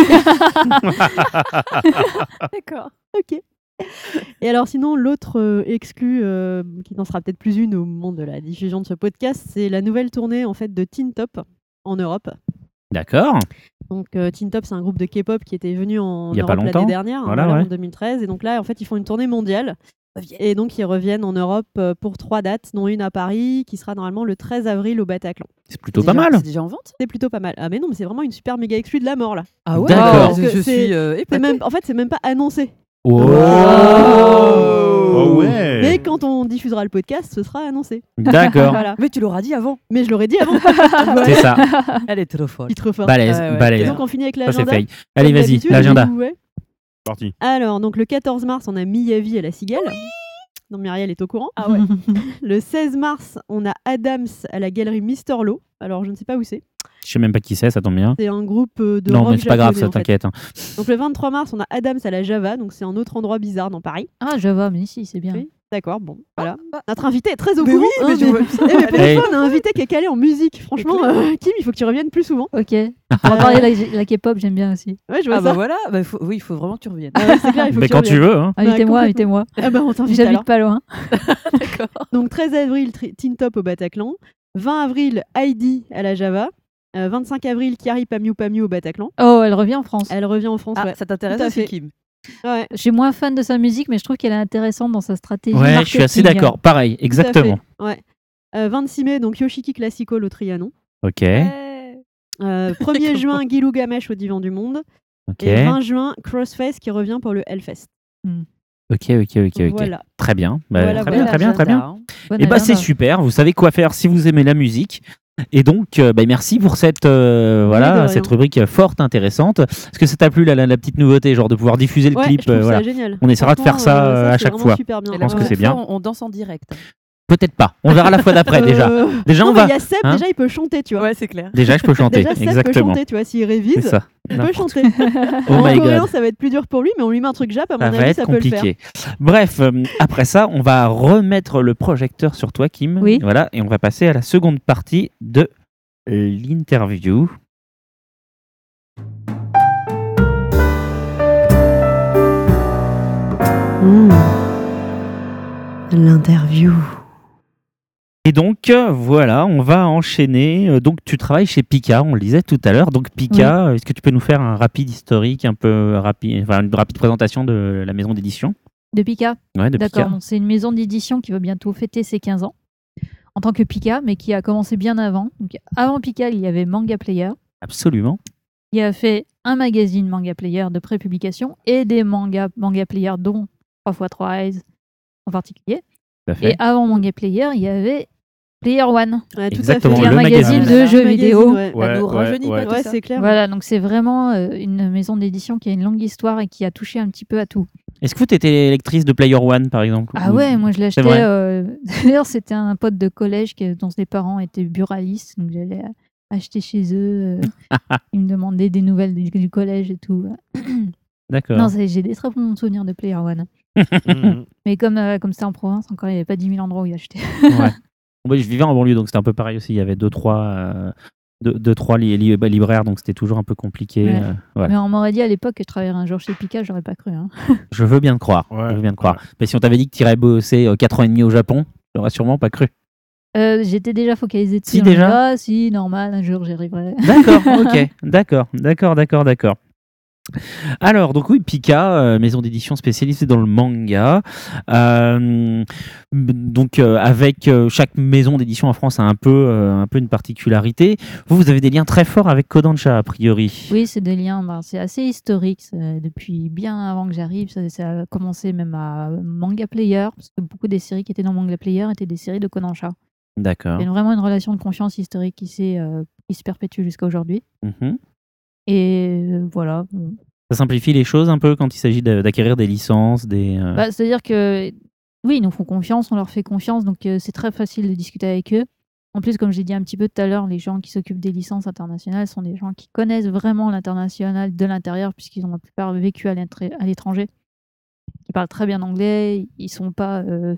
D'accord, ok. Et alors sinon, l'autre euh, exclu, euh, qui n'en sera peut-être plus une au moment de la diffusion de ce podcast, c'est la nouvelle tournée en fait de Teen Top en Europe. D'accord. Donc euh, Teen Top, c'est un groupe de K-pop qui était venu en Il y a pas Europe longtemps. l'année dernière, hein, Voilà, voilà, ouais. en deux mille treize. Et donc là, en fait, ils font une tournée mondiale. Et donc, ils reviennent en Europe euh, pour trois dates, dont une à Paris, qui sera normalement le treize avril au Bataclan. C'est plutôt C'est pas déjà- mal. C'est déjà en vente. C'est plutôt pas mal. Ah mais non, mais c'est vraiment une super méga exclue de la mort là. Ah ouais. D'accord. Parce que Parce je que c'est- suis euh, C'est épatée. même, en fait, c'est même pas annoncé. Oh. Oh ouais. Mais quand on diffusera le podcast, ce sera annoncé. D'accord. Voilà. Mais tu l'auras dit avant. Mais je l'aurais dit avant. C'est ça. Elle est trop folle. Il est trop fort. Balèze, Ouais, ouais, balèze. Donc on finit avec Ça, c'est l'agenda. fait. Allez, Comme vas-y, d'habitude, l'agenda. vous, ouais. Parti. Alors, donc le quatorze mars, on a Miyavi à la Cigale. Donc Myriel est au courant. Ah ouais. Le seize mars, on a Adams à la galerie Mister Low. Alors, je ne sais pas où c'est. Je sais même pas qui c'est, ça tombe bien. C'est un groupe euh, de Non, rock mais c'est pas grave, japonais, ça en fait. t'inquiète. hein. Donc le vingt-trois mars, on a Adams à la Java. Donc c'est un autre endroit bizarre dans Paris. Ah, Java, mais ici, c'est bien. Oui. D'accord, bon, voilà. Notre invité est très au Mais courant. oui, mais je mais... vois Eh, mais pour Hey. une fois, on a un invité qui est calé en musique. Franchement, euh, Kim, il faut que tu reviennes plus souvent. Ok. On va parler de la, la K-pop, j'aime bien aussi. Ouais, je vois Ah ça. bah voilà. Bah, faut- oui, il faut vraiment que tu reviennes. Ah ouais, c'est clair, il faut Mais que quand tu tu reviennes. veux. Hein. Invitez-moi, complètement. invitez-moi. Ah bah on t'invite alors. J'habite pas loin. Donc treize avril, tri- Teen Top au Bataclan. vingt avril, Heidi à la Java. Euh, vingt-cinq avril, Kiari Pamiu Pamiu au Bataclan. Oh, elle revient en France. Elle revient en France, Ah, ouais. ça t'intéresse Tout à aussi, fait. Kim. Ouais, Je suis moins fan de sa musique, mais je trouve qu'elle est intéressante dans sa stratégie. Ouais, je suis assez marketing. d'accord. Pareil, tout à exactement. fait. Ouais. Euh, vingt-six mai, donc Yoshiki Classical au Trianon. Ok. Euh, premier juin, Guilou Gamesh au Divan du Monde. Ok. Et vingt juin, Crossface qui revient pour le Hellfest. Ok, ok, ok, ok. Voilà. Très bien. Bah, Voilà, très voilà. bien, très bien, très bien. Hein. Bonne Et bah c'est agenda. super. Vous savez quoi faire si vous aimez la musique. Et donc, euh, bah, merci pour cette euh, de voilà rien. cette rubrique forte, intéressante. Est-ce que ça t'a plu la, la, la petite nouveauté, genre de pouvoir diffuser le Ouais, clip je trouve euh, voilà. ça génial. On essaiera de faire Franchement, ça, euh, euh, à c'est chaque vraiment fois. super bien. Et Je la pense que c'est prochaine bien. fois, On on danse en direct. Peut-être pas. On verra la fois d'après déjà. Euh, Déjà non, on mais va. il y a Seb, hein déjà il peut chanter, tu vois. Ouais, c'est clair. Déjà je peux chanter. Déjà Seb peut Exactement. chanter, tu vois, s'il C'est révise, ça. il peut N'importe chanter. Oh en my coréen, god. ça va être plus dur pour lui, mais on lui met un truc jap, à mon Ça va avis, être ça peut le faire. compliqué. Bref, euh, après ça, on va remettre le projecteur sur toi, Kim. Oui. Voilà, et on va passer à la seconde partie de l'interview. Mmh. L'interview. Et donc, euh, voilà, on va enchaîner. Euh, Donc, tu travailles chez Pika, on le disait tout à l'heure. Donc, Pika, euh, est-ce que tu peux nous faire un rapide historique, un peu rapide, enfin, une rapide présentation de la maison d'édition ? De Pika. Ouais, de D'accord, Pika. donc c'est une maison d'édition qui va bientôt fêter ses quinze ans en tant que Pika, mais qui a commencé bien avant. Donc, avant Pika, il y avait Manga Player, Absolument. qui a fait un magazine Manga Player de prépublication et des mangas Manga Player, dont trois fois trois Eyes en particulier. Tout à fait. Et avant Manga Player, il y avait Player One, Ouais, tout Exactement, qui est à un le fait. magazine magazine. de jeux Magazine, vidéo. ouais. Ouais, nous ouais, rajeunit ouais. pas Ouais, tout ça. c'est clair. Voilà, donc c'est vraiment euh, une maison d'édition qui a une longue histoire et qui a touché un petit peu à tout. Est-ce que vous étais lectrice de Player One, par exemple? Ah Ou- ouais, moi je l'achetais. vrai. euh, D'ailleurs, c'était un pote de collège qui- dont ses parents étaient buralistes, donc j'allais euh, acheter chez eux. euh, Ils me demandaient des nouvelles du, du collège et tout. D'accord. Non, c'est- j'ai des très bons souvenirs de Player One. Mhm. Mais comme euh, comme c'était en province, encore il n'y avait pas dix mille endroits où y acheter. Ouais. Bon, bah, je vivais en banlieue, donc c'était un peu pareil aussi. Il y avait deux, trois, euh, deux, deux, trois li- li- bah, libraires, donc c'était toujours un peu compliqué. Ouais. euh, voilà. Mais on m'aurait dit à l'époque que je travaillerais un jour chez Pika, j'aurais pas cru. Hein. Je veux bien te croire. Ouais, Je veux bien te croire. ouais. Mais si on t'avait dit que tu irais bosser euh, quatre ans et demi au Japon, j'aurais sûrement pas cru. Euh, J'étais déjà focalisée dessus. Si, on me dit, déjà Ah, si, normal, un jour j'y arriverai. D'accord, ok. D'accord, d'accord, d'accord, d'accord. Alors, donc oui, Pika, euh, maison d'édition spécialisée dans le manga. Euh, donc, euh, avec euh, chaque maison d'édition en France a un peu, euh, un peu une particularité. Vous, vous avez des liens très forts avec Kodansha, a priori. Oui, c'est des liens, ben, c'est assez historique. c'est Depuis bien avant que j'arrive, ça, ça a commencé même à Manga Player, parce que beaucoup des séries qui étaient dans Manga Player étaient des séries de Kodansha. D'accord. Il y a vraiment une relation de confiance historique qui, s'est, euh, qui se perpétue jusqu'à aujourd'hui. Mhm. Et euh, voilà. Bon. Ça simplifie les choses un peu quand il s'agit de- d'acquérir des licences, des. euh, Bah, c'est-à-dire que, oui, ils nous font confiance, on leur fait confiance, donc euh, c'est très facile de discuter avec eux. En plus, comme j'ai dit un petit peu tout à l'heure, les gens qui s'occupent des licences internationales sont des gens qui connaissent vraiment l'international de l'intérieur, puisqu'ils ont la plupart vécu à l'étr- à l'étranger. Ils parlent très bien anglais, ils sont pas euh,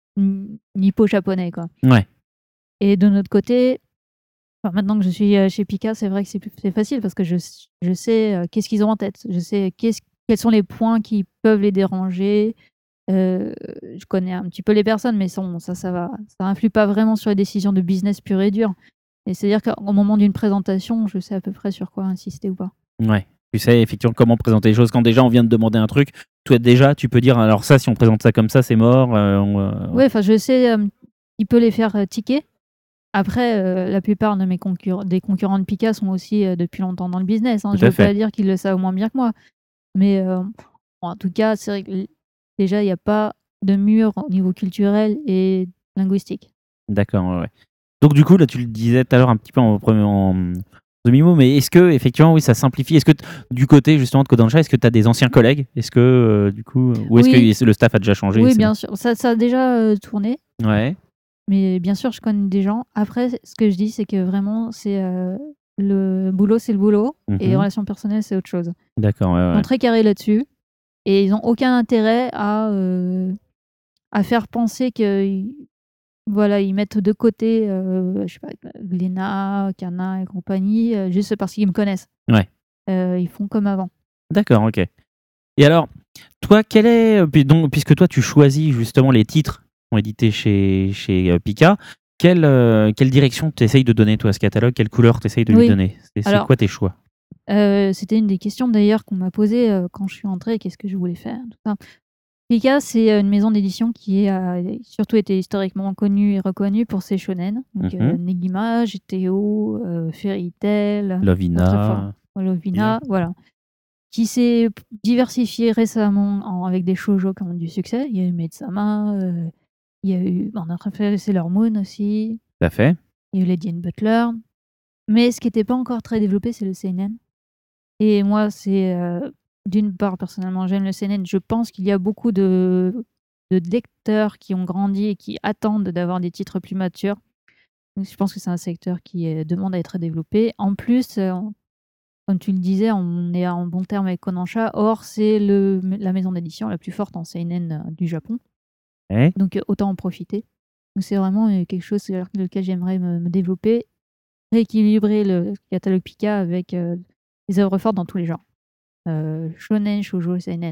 n- nippo-japonais, quoi. Ouais. Et de notre côté, enfin, maintenant que je suis euh, chez Pika, c'est vrai que c'est plus- c'est facile parce que je, je sais euh, qu'est-ce qu'ils ont en tête. Je sais qu'est-ce- quels sont les points qui peuvent les déranger. Euh, je connais un petit peu les personnes, mais ça, ça, ça va. Ça influe pas vraiment sur les décisions de business pure et dure. Et c'est-à-dire qu'au moment d'une présentation, je sais à peu près sur quoi insister ou pas. Ouais. Tu sais effectivement comment présenter les choses. Quand déjà on vient de demander un truc, toi déjà tu peux dire alors ça, si on présente ça comme ça, c'est mort. euh, on, euh, Oui, enfin, je sais, euh, il peut les faire euh, ticker. Après, euh, la plupart de mes concurrents, des concurrents de Pika sont aussi euh, depuis longtemps dans le business. Hein. Tout Je à ne veux fait. pas dire qu'ils le savent moins bien que moi. Mais euh, bon, en tout cas, c'est vrai que l- déjà, il n'y a pas de mur au niveau culturel et linguistique. D'accord, ouais, ouais. Donc du coup, là, tu le disais tout à l'heure un petit peu en, premier- en demi-mot, mais est-ce que effectivement, oui, ça simplifie. Est-ce que t- du côté justement de Kodansha, est-ce que tu as des anciens collègues? Est-ce que euh, du coup, ou est-ce Oui. que le staff a déjà changé? Oui, c'est- bien sûr. Ça, ça a déjà euh, tourné. Ouais. Mais bien sûr, je connais des gens. Après, ce que je dis, c'est que vraiment, c'est euh, le boulot, c'est le boulot. Et les Mhm. relations personnelles, c'est autre chose. D'accord, ouais, Ils ouais. sont très carrés là-dessus. Et ils n'ont aucun intérêt à, euh, à faire penser que voilà, ils mettent de côté, euh, je sais pas, Glénat, Kana et compagnie, euh, juste parce qu'ils me connaissent. Ouais. Euh, ils font comme avant. D'accord, ok. Et alors, toi, quel est, puis donc, puisque toi, tu choisis justement les titres qui sont édités chez, chez euh, Pika, quelle, euh, quelle direction tu essayes de donner, toi, à ce catalogue? Quelle couleur tu essayes de lui Oui. donner? C'est c'est Alors- quoi tes choix? Euh, C'était une des questions d'ailleurs qu'on m'a posées euh, quand je suis entrée, qu'est-ce que je voulais faire, tout ça. Pika, c'est euh, une maison d'édition qui a surtout été historiquement connue et reconnue pour ses shonen. Donc Mhm. euh, Negima, G T O, euh, Fairy Tail, très fort. Lovina. Lovina, voilà. Qui s'est diversifié récemment en- avec des shoujo qui ont du succès. Il y a eu Maid-sama, euh, il y a eu, on a préféré Sailor Moon aussi, Tout à fait. il y a eu Lady and Butler. Mais ce qui n'était pas encore très développé, c'est le seinen. Et moi, c'est euh, d'une part, personnellement, j'aime le seinen. Je pense qu'il y a beaucoup de, de lecteurs qui ont grandi et qui attendent d'avoir des titres plus matures. Donc, je pense que c'est un secteur qui euh, demande à être développé. En plus, euh, comme tu le disais, on est en bon terme avec Kodansha. Or, c'est le, la maison d'édition la plus forte en seinen euh, du Japon. Ouais. Donc, euh, autant en profiter. Donc, c'est vraiment euh, quelque chose sur lequel j'aimerais me, me développer. Rééquilibrer le catalogue Pika avec euh, des œuvres fortes dans tous les genres. Euh, shonen, shoujo, seinen.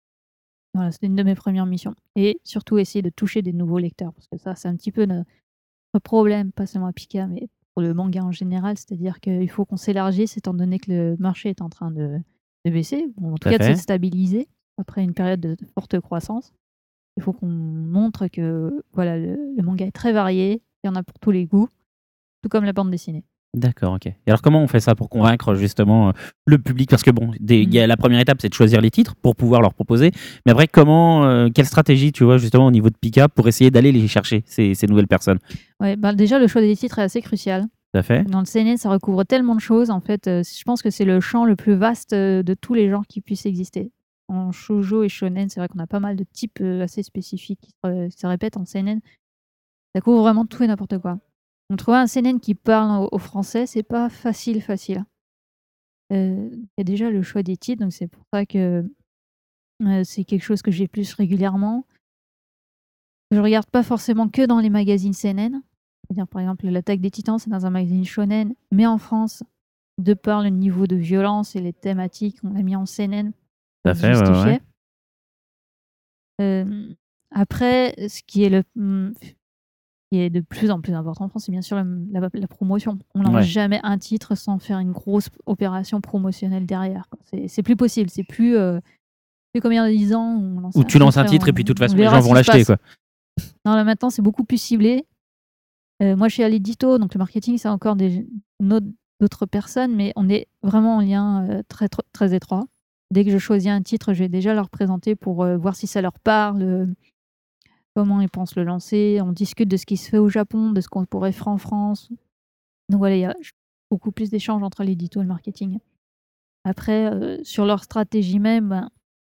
Voilà, c'était une de mes premières missions. Et surtout essayer de toucher des nouveaux lecteurs. Parce que ça, c'est un petit peu notre problème, pas seulement à Pika, mais pour le manga en général. C'est-à-dire qu'il faut qu'on s'élargisse étant donné que le marché est en train de, de baisser, ou en tout Tout à cas de fait. se stabiliser après une période de forte croissance. Il faut qu'on montre que voilà, le, le manga est très varié, il y en a pour tous les goûts, tout comme la bande dessinée. D'accord, ok. Et alors comment on fait ça pour convaincre justement euh, le public? Parce que bon, des- il y a la première étape, c'est de choisir les titres pour pouvoir leur proposer. Mais après, comment, euh, quelle stratégie, tu vois, justement au niveau de Pika pour essayer d'aller les chercher ces, ces nouvelles personnes? Ouais, bah, déjà, le choix des titres est assez crucial. Tout à fait. Dans le seinen, ça recouvre tellement de choses. En fait, euh, je pense que c'est le champ le plus vaste euh, de tous les genres qui puissent exister. En shoujo et shonen, c'est vrai qu'on a pas mal de types euh, assez spécifiques qui se, qui se répètent en seinen. Ça couvre vraiment tout et n'importe quoi. Donc, trouver un seinen qui parle au, au français, c'est pas facile, facile. Euh, Il y a déjà le choix des titres, donc c'est pour ça que euh, c'est quelque chose que j'ai plus régulièrement. Je regarde pas forcément que dans les magazines seinen. C'est-à-dire, par exemple, l'Attaque des Titans, c'est dans un magazine shonen, mais en France, de par le niveau de violence et les thématiques, on l'a mis en seinen Tout pour à se fait, ouais, justifier. ouais. Euh, après, ce qui est le hum, qui est de plus en plus important en France, c'est bien sûr le- la, la promotion. On lance Ouais. jamais un titre sans faire une grosse opération promotionnelle derrière, quoi. C'est c'est plus possible. C'est plus, euh, plus comme il y a dix ans où on lançait Ou tu lances un titre et on- puis de toute on façon les verra gens ce vont qui se l'acheter, passe. quoi. Non, là maintenant, c'est beaucoup plus ciblé. Euh, moi, je suis à l'édito, donc le marketing, c'est encore des, une autre- d'autres personnes, mais on est vraiment en lien euh, très, très, très étroit. Dès que je choisis un titre, je vais déjà leur présenter pour euh, voir si ça leur parle, euh, comment ils pensent le lancer. On discute de ce qui se fait au Japon, de ce qu'on pourrait faire en France. Donc voilà, il y a beaucoup plus d'échanges entre l'édito et le marketing. Après, euh, sur leur stratégie même, ben,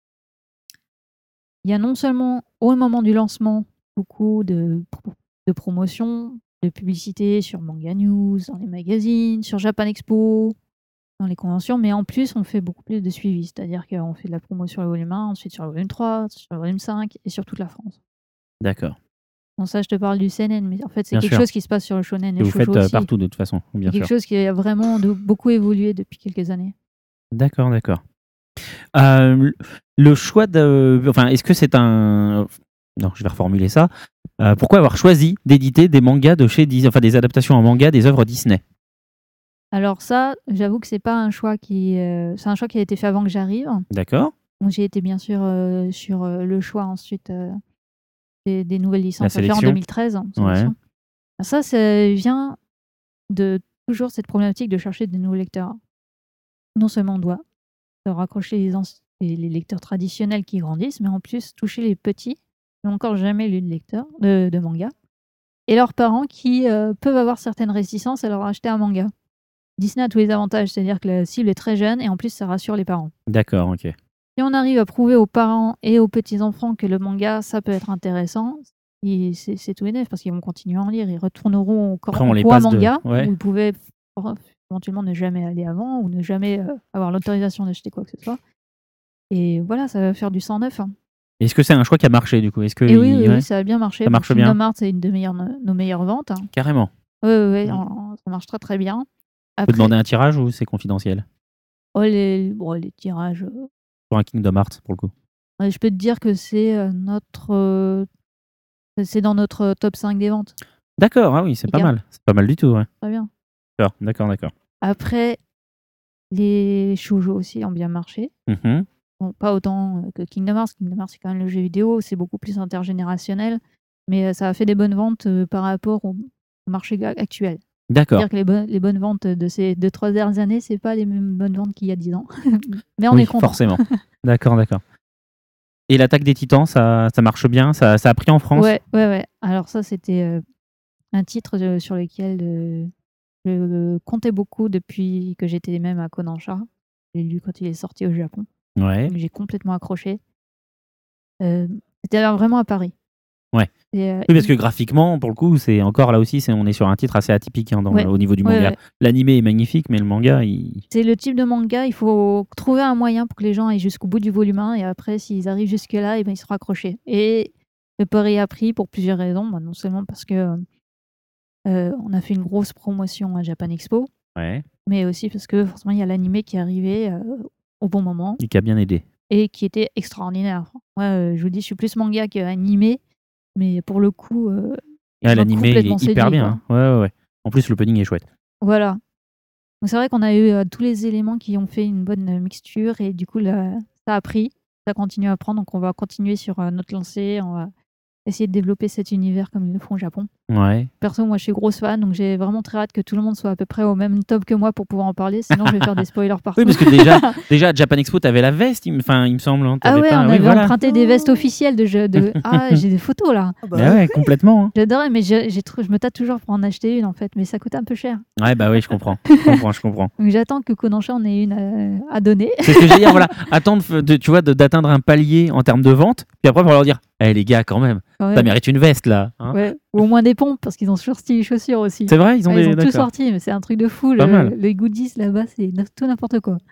il y a non seulement au moment du lancement beaucoup de, pro- de promotion, de publicité sur Manga News, dans les magazines, sur Japan Expo, dans les conventions, mais en plus on fait beaucoup plus de suivi, c'est-à-dire qu'on fait de la promo sur le volume un, ensuite sur le volume trois, sur le volume cinq et sur toute la France. D'accord. Bon, ça je te parle du seinen, mais en fait c'est Bien quelque sûr. chose qui se passe sur le shonen et Que le vous faites shoujo euh, aussi. partout de toute façon, bien C'est quelque sûr. chose qui a vraiment de- beaucoup évolué depuis quelques années. D'accord, d'accord. Euh, le choix de. Enfin, est-ce que c'est un. Non, je vais reformuler ça. Euh, pourquoi avoir choisi d'éditer des mangas de chez Disney, enfin des adaptations en manga des œuvres Disney? Alors ça, j'avoue que c'est pas un choix qui, euh, c'est un choix qui a été fait avant que j'arrive. D'accord. Donc, j'ai été bien sûr euh, sur euh, le choix ensuite euh, des, des nouvelles licences à faire en sélection. deux mille treize. hein, Ouais. sélection. Ça, ça vient de toujours cette problématique de chercher de nouveaux lecteurs. Non seulement on doit se raccrocher les, anci- les, les lecteurs traditionnels qui grandissent, mais en plus toucher les petits qui n'ont encore jamais lu de, lecteur, de, de manga et leurs parents qui euh, peuvent avoir certaines réticences à leur acheter un manga. Disney a tous les avantages, c'est-à-dire que la cible est très jeune et en plus ça rassure les parents. D'accord, ok. Si on arrive à prouver aux parents et aux petits-enfants que le manga, ça peut être intéressant, et c'est c'est tout et neuf parce qu'ils vont continuer à en lire. Ils retourneront encore Après, on en les cours passe de- manga ouais. où ils pouvaient for- éventuellement ne jamais aller avant ou ne jamais euh, avoir l'autorisation d'acheter quoi que ce soit. Et voilà, ça va faire du cent neuf. hein. Est-ce que c'est un choix qui a marché du coup? Est-ce que Et oui, il- oui, ouais, oui, ça a bien marché. Ça marche Pour bien. Kingdom Hearts, c'est une de meilleures- nos meilleures ventes. hein. Carrément. Ouais, ouais, ouais, Mm. en- ça marche très très bien. On peut Après, demander un tirage ou c'est confidentiel? oh, les, bon, les tirages. euh, Pour un Kingdom Hearts pour le coup. ouais, je peux te dire que c'est euh, notre. euh, c'est dans notre top cinq des ventes. D'accord, ah oui, c'est pas Nickel. mal. C'est pas mal du tout, ouais. Très bien. D'accord, d'accord, d'accord. Après, les shoujo aussi ont bien marché. Mhm. Bon, pas autant euh, que Kingdom Hearts. Kingdom Hearts, c'est quand même le jeu vidéo, c'est beaucoup plus intergénérationnel. Mais euh, ça a fait des bonnes ventes euh, par rapport au au marché ga- actuel. D'accord. C'est-à-dire que les, bonnes- les bonnes ventes de ces deux, trois dernières années, c'est pas les mêmes bonnes ventes qu'il y a dix ans. Mais on Oui, est content. forcément. D'accord, d'accord. Et l'attaque des Titans, ça, ça marche bien? Ça, ça a pris en France? Ouais, ouais, ouais. Alors ça, c'était euh, un titre euh, sur lequel euh, je euh, comptais beaucoup depuis que j'étais même à Kodansha. J'ai lu quand il est sorti au Japon. Ouais. Donc, j'ai complètement accroché. Euh, c'était vraiment à Paris. Ouais. Et, euh, Oui, parce que graphiquement, pour le coup, c'est encore là aussi, c'est, on est sur un titre assez atypique hein, dans Ouais. le- au niveau du Ouais, manga. ouais. L'animé est magnifique, mais le manga, il... C'est le type de manga, il faut trouver un moyen pour que les gens aillent jusqu'au bout du volume un et après, s'ils arrivent jusque-là, et ben, ils seront accrochés. Et le pari a pris pour plusieurs raisons. Bah, non seulement parce que euh, on a fait une grosse promotion à Japan Expo, Ouais. mais aussi parce que forcément, il y a l'animé qui est arrivé euh, au bon moment il a bien aidé. et qui était extraordinaire. Moi, euh, je vous dis, je suis plus manga qu'animé, mais pour le coup, euh, ils Ouais, m'ont l'animé, il complètement est hyper séduit, bien. quoi. hein. Ouais, ouais, ouais. En plus, l'opening est chouette. Voilà. Donc c'est vrai qu'on a eu euh, tous les éléments qui ont fait une bonne euh, mixture et du coup là, ça a pris. ça continue à prendre. Donc, on va continuer sur euh, notre lancée. On va essayer de développer cet univers comme ils le font au Japon. Ouais. Perso, moi, je suis grosse fan, donc j'ai vraiment très hâte que tout le monde soit à peu près au même top que moi pour pouvoir en parler. Sinon, je vais faire des spoilers partout. Oui, parce que déjà, déjà à Japan Expo, t'avais la veste, il me, enfin, il me semble. Hein, Ah t'avais ouais, pas... on oui, avait voilà. emprunté des vestes officielles de jeux. De... Ah, j'ai des photos là. Ah bah Bah ouais, complètement. hein. J'adorais, mais j'ai, j'ai trou- je me tâte toujours pour en acheter une en fait, mais ça coûte un peu cher. Ouais, bah oui, je comprends. Je comprends, je comprends. Donc j'attends que Kodansha en ait une à, à donner. C'est ce que j'ai dire, voilà. Attendre, de, tu vois, de- d'atteindre un palier en termes de vente, puis après, pour leur dire, eh les gars, quand même, Ouais. ça mérite une veste là. hein. Ouais. Ou au moins des pompes, parce qu'ils ont toujours stylé les chaussures aussi. C'est vrai, ils ont Ouais, des. ils ont tout d'accord. sorti, mais c'est un truc de fou. Pas Le, mal. les goodies là-bas, c'est n- tout n'importe quoi.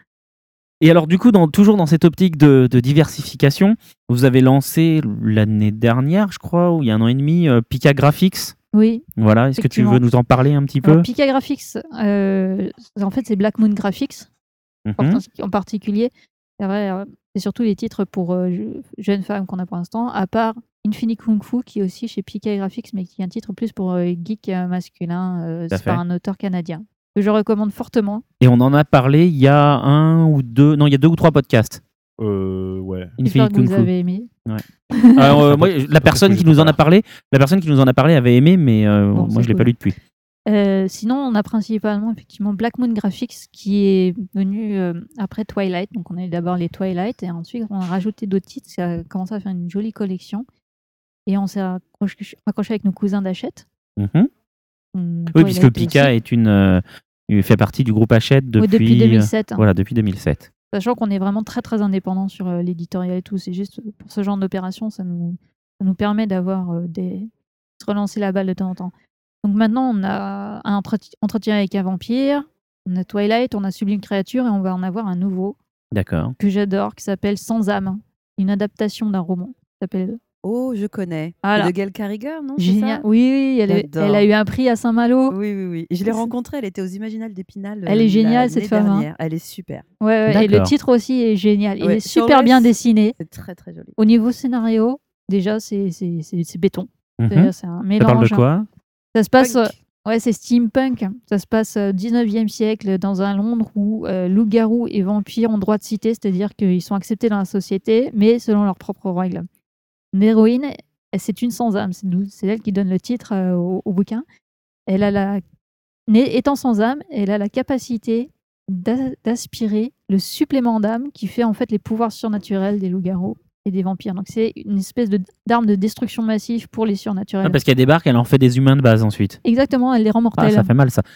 Et alors, du coup, dans, toujours dans cette optique de, de diversification, vous avez lancé l'année dernière, je crois, ou il y a un an et demi, euh, Pika Graphics. Oui. Voilà, est-ce que tu Effectivement. veux nous en parler un petit peu Alors, Pika Graphics, euh, en fait, c'est Black Moon Graphics en Mhm. parti- en particulier. C'est vrai, euh, c'est surtout les titres pour euh, je- jeunes femmes qu'on a pour l'instant, à part Infinite Kung Fu, qui est aussi chez Pika Graphics, mais qui est un titre plus pour euh, geek euh, masculin. euh, Tout à c'est par fait. un auteur canadien, que je recommande fortement. Et on en a parlé il y a un ou deux, non, il y a deux ou trois podcasts. Euh, ouais. J'espère Infinite que vous Kung Fu. avez aimé. Alors, euh, moi, la Parce personne que qui j'ai nous pas en a l'air. parlé, la personne qui nous en a parlé avait aimé, mais euh, Bon, moi c'est je l'ai pas cool. lu depuis. Euh, sinon, on a principalement effectivement Black Moon Graphics qui est venu euh, après Twilight. Donc, on a eu d'abord les Twilight et ensuite on a rajouté d'autres titres. Ça a commencé à faire une jolie collection. Et on s'est raccroché, raccroché avec nos cousins d'Hachette. Mhm. Hum, Oui, puisque Twilight Pika aussi. est une, euh, il fait partie du groupe Hachette depuis, Oui, depuis deux mille sept. euh, voilà, depuis deux mille sept. Sachant qu'on est vraiment très très indépendant sur euh, l'éditorial et tout. C'est juste euh, pour ce genre d'opération, ça nous, ça nous permet d'avoir euh, des. se relancer la balle de temps en temps. Donc maintenant, on a un entretien entretien avec un vampire, on a Twilight, on a Sublime Créature et on va en avoir un nouveau D'accord. que j'adore qui s'appelle Sans âme. Une adaptation d'un roman. Ça s'appelle Oh, je connais. Voilà. C'est de Gail Carriger, non c'est Génial. ça Oui, oui, elle, est- J'adore. elle a eu un prix à Saint-Malo. Oui, oui, oui. Je l'ai rencontrée, elle était aux Imaginales d'Épinal. Elle est euh, géniale, l'année cette femme, hein. dernière. Elle est super. Ouais, ouais, et le D'accord. titre aussi est génial. Il Ouais, est sur super l'O S, bien dessiné. C'est très, très joli. Au niveau scénario, déjà, c'est c'est- c'est- c'est béton. Mhm. C'est c'est un Ça mélange. parle de quoi Ça se passe, Punk. euh, ouais, c'est steampunk. Ça se passe au dix-neuvième siècle dans un Londres où euh, loups-garous et vampires ont droit de cité, c'est-à-dire qu'ils sont acceptés dans la société, mais selon leurs propres règles. L'héroïne, elle, c'est une sans âme. C'est nous- c'est elle qui donne le titre euh, au, au bouquin. Elle a la, né- étant sans âme, elle a la capacité d'a- d'aspirer le supplément d'âme qui fait en fait les pouvoirs surnaturels des loups-garous et des vampires. Donc c'est une espèce de- d'arme de destruction massive pour les surnaturels. Ah, parce qu'elle débarque, elle en fait des humains de base ensuite. Exactement, elle les rend Ah, mortels. ça fait mal ça.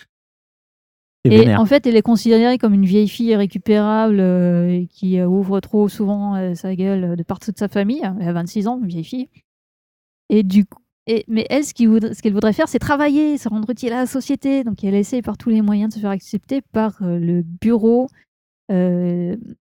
C'est Et vénère. en fait, elle est considérée comme une vieille fille irrécupérable euh, et qui euh, ouvre trop souvent euh, sa gueule de partout de sa famille. Elle a vingt-six ans, une vieille fille. Et du coup, et, mais elle, ce, qu'il voudrait- ce qu'elle voudrait faire, c'est travailler, se rendre utile à la société. Donc, elle essaie par tous les moyens de se faire accepter par euh, le bureau, euh,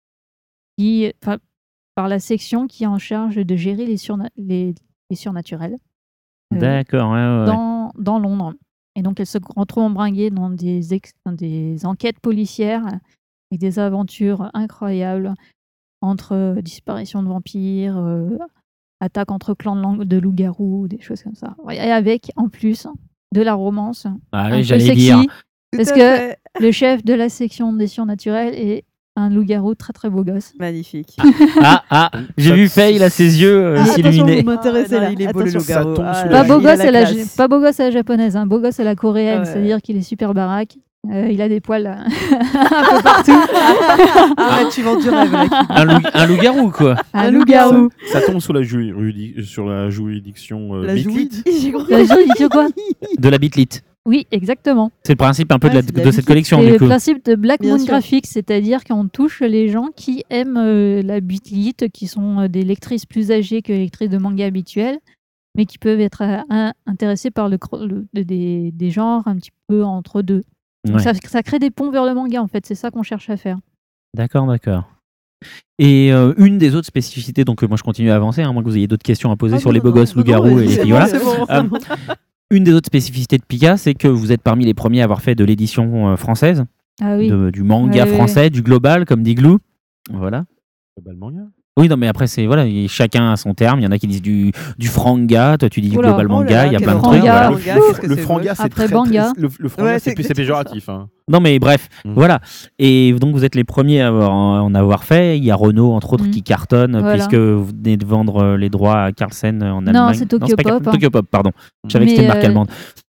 qui, enfin, par la section qui est en charge de gérer les, surna- les, les surnaturels. euh, D'accord, ouais, ouais, ouais. dans, dans Londres. Et donc, elle se retrouve embringuée dans des, ex- dans des enquêtes policières avec des aventures incroyables entre euh, disparition de vampires, euh, attaques entre clans de, lang- de loups-garous, des choses comme ça. Et avec, en plus, de la romance. Ah un oui, peu j'allais sexy, dire. Parce Tout à que fait. le chef de la section des surnaturels est un loup-garou très très beau gosse. Magnifique. Ah, ah, j'ai Ça- vu Faye, là, ses yeux euh, Ah, attention, s'illuminer. vous m'intéressez Ah, non, là. il est beau, le Attention. loup-garou. Ça tombe Ah sous là la Pas là, beau, il a gosse à la, classe. pas beau gosse à la japonaise, hein. Beau gosse à la coréenne, Ouais. c'est-à-dire qu'il est super baraque. Euh, il a des poils euh, un peu partout. Ah, là, tu vends du rêve, là. Kiki. Un, loup- un loup-garou, quoi. Un loup-garou. Ça tombe sous la, juridi- sur la juridiction euh, La Bitlit. jouit. J'ai compris. La juridiction quoi De la bitlite. Oui, exactement. C'est le principe un peu de, Ouais, la- c'est de la de cette bitlite. collection, C'est du le coup. principe de Black Bien Moon sûr. Graphics, c'est-à-dire qu'on touche les gens qui aiment euh, la bitlite, qui sont euh, des lectrices plus âgées que les lectrices de manga habituelles, mais qui peuvent être euh, un- intéressées par le, cro- le- des, des genres un petit peu entre deux. Donc Ouais. ça, ça crée des ponts vers le manga, en fait. C'est ça qu'on cherche à faire. D'accord, d'accord. Et euh, une des autres spécificités, donc euh, moi je continue à avancer, hein, moins que vous ayez d'autres questions à poser Ah sur non, les non, beaux non, gosses, non, loups-garous non, et les c'est filles, bon, voilà. c'est bon. Euh, une des autres spécificités de Pika, c'est que vous êtes parmi les premiers à avoir fait de l'édition euh, française, Ah oui. de- du manga Ouais, ouais, français, du global, comme dit Glou. Voilà. Bah, le manga. Oui, non, mais après, c'est voilà, y- chacun a son terme. Il y en a qui disent du, du franga, toi tu dis Oula. global Oh là manga, là, il y a quelle plein de horreur. trucs. Franga. Voilà. Franga, Le, qu'est-ce que le c'est franga, moche. c'est Après très, Banga. très- le, le franga, Ouais, c'est c'est plus c'est exactement péjoratif. Hein. Non, mais bref, Mm. voilà. Et donc, vous êtes les premiers à avoir- en avoir fait. Il y a Renault, entre autres, Mm. qui cartonne, Voilà. puisque vous venez de vendre euh, les droits à Carlsen en Allemagne. c'est Tokyo pas Car- Pop, hein. Tokyo Pop, pardon. Je savais que Mais, c'était une marque euh, allemande.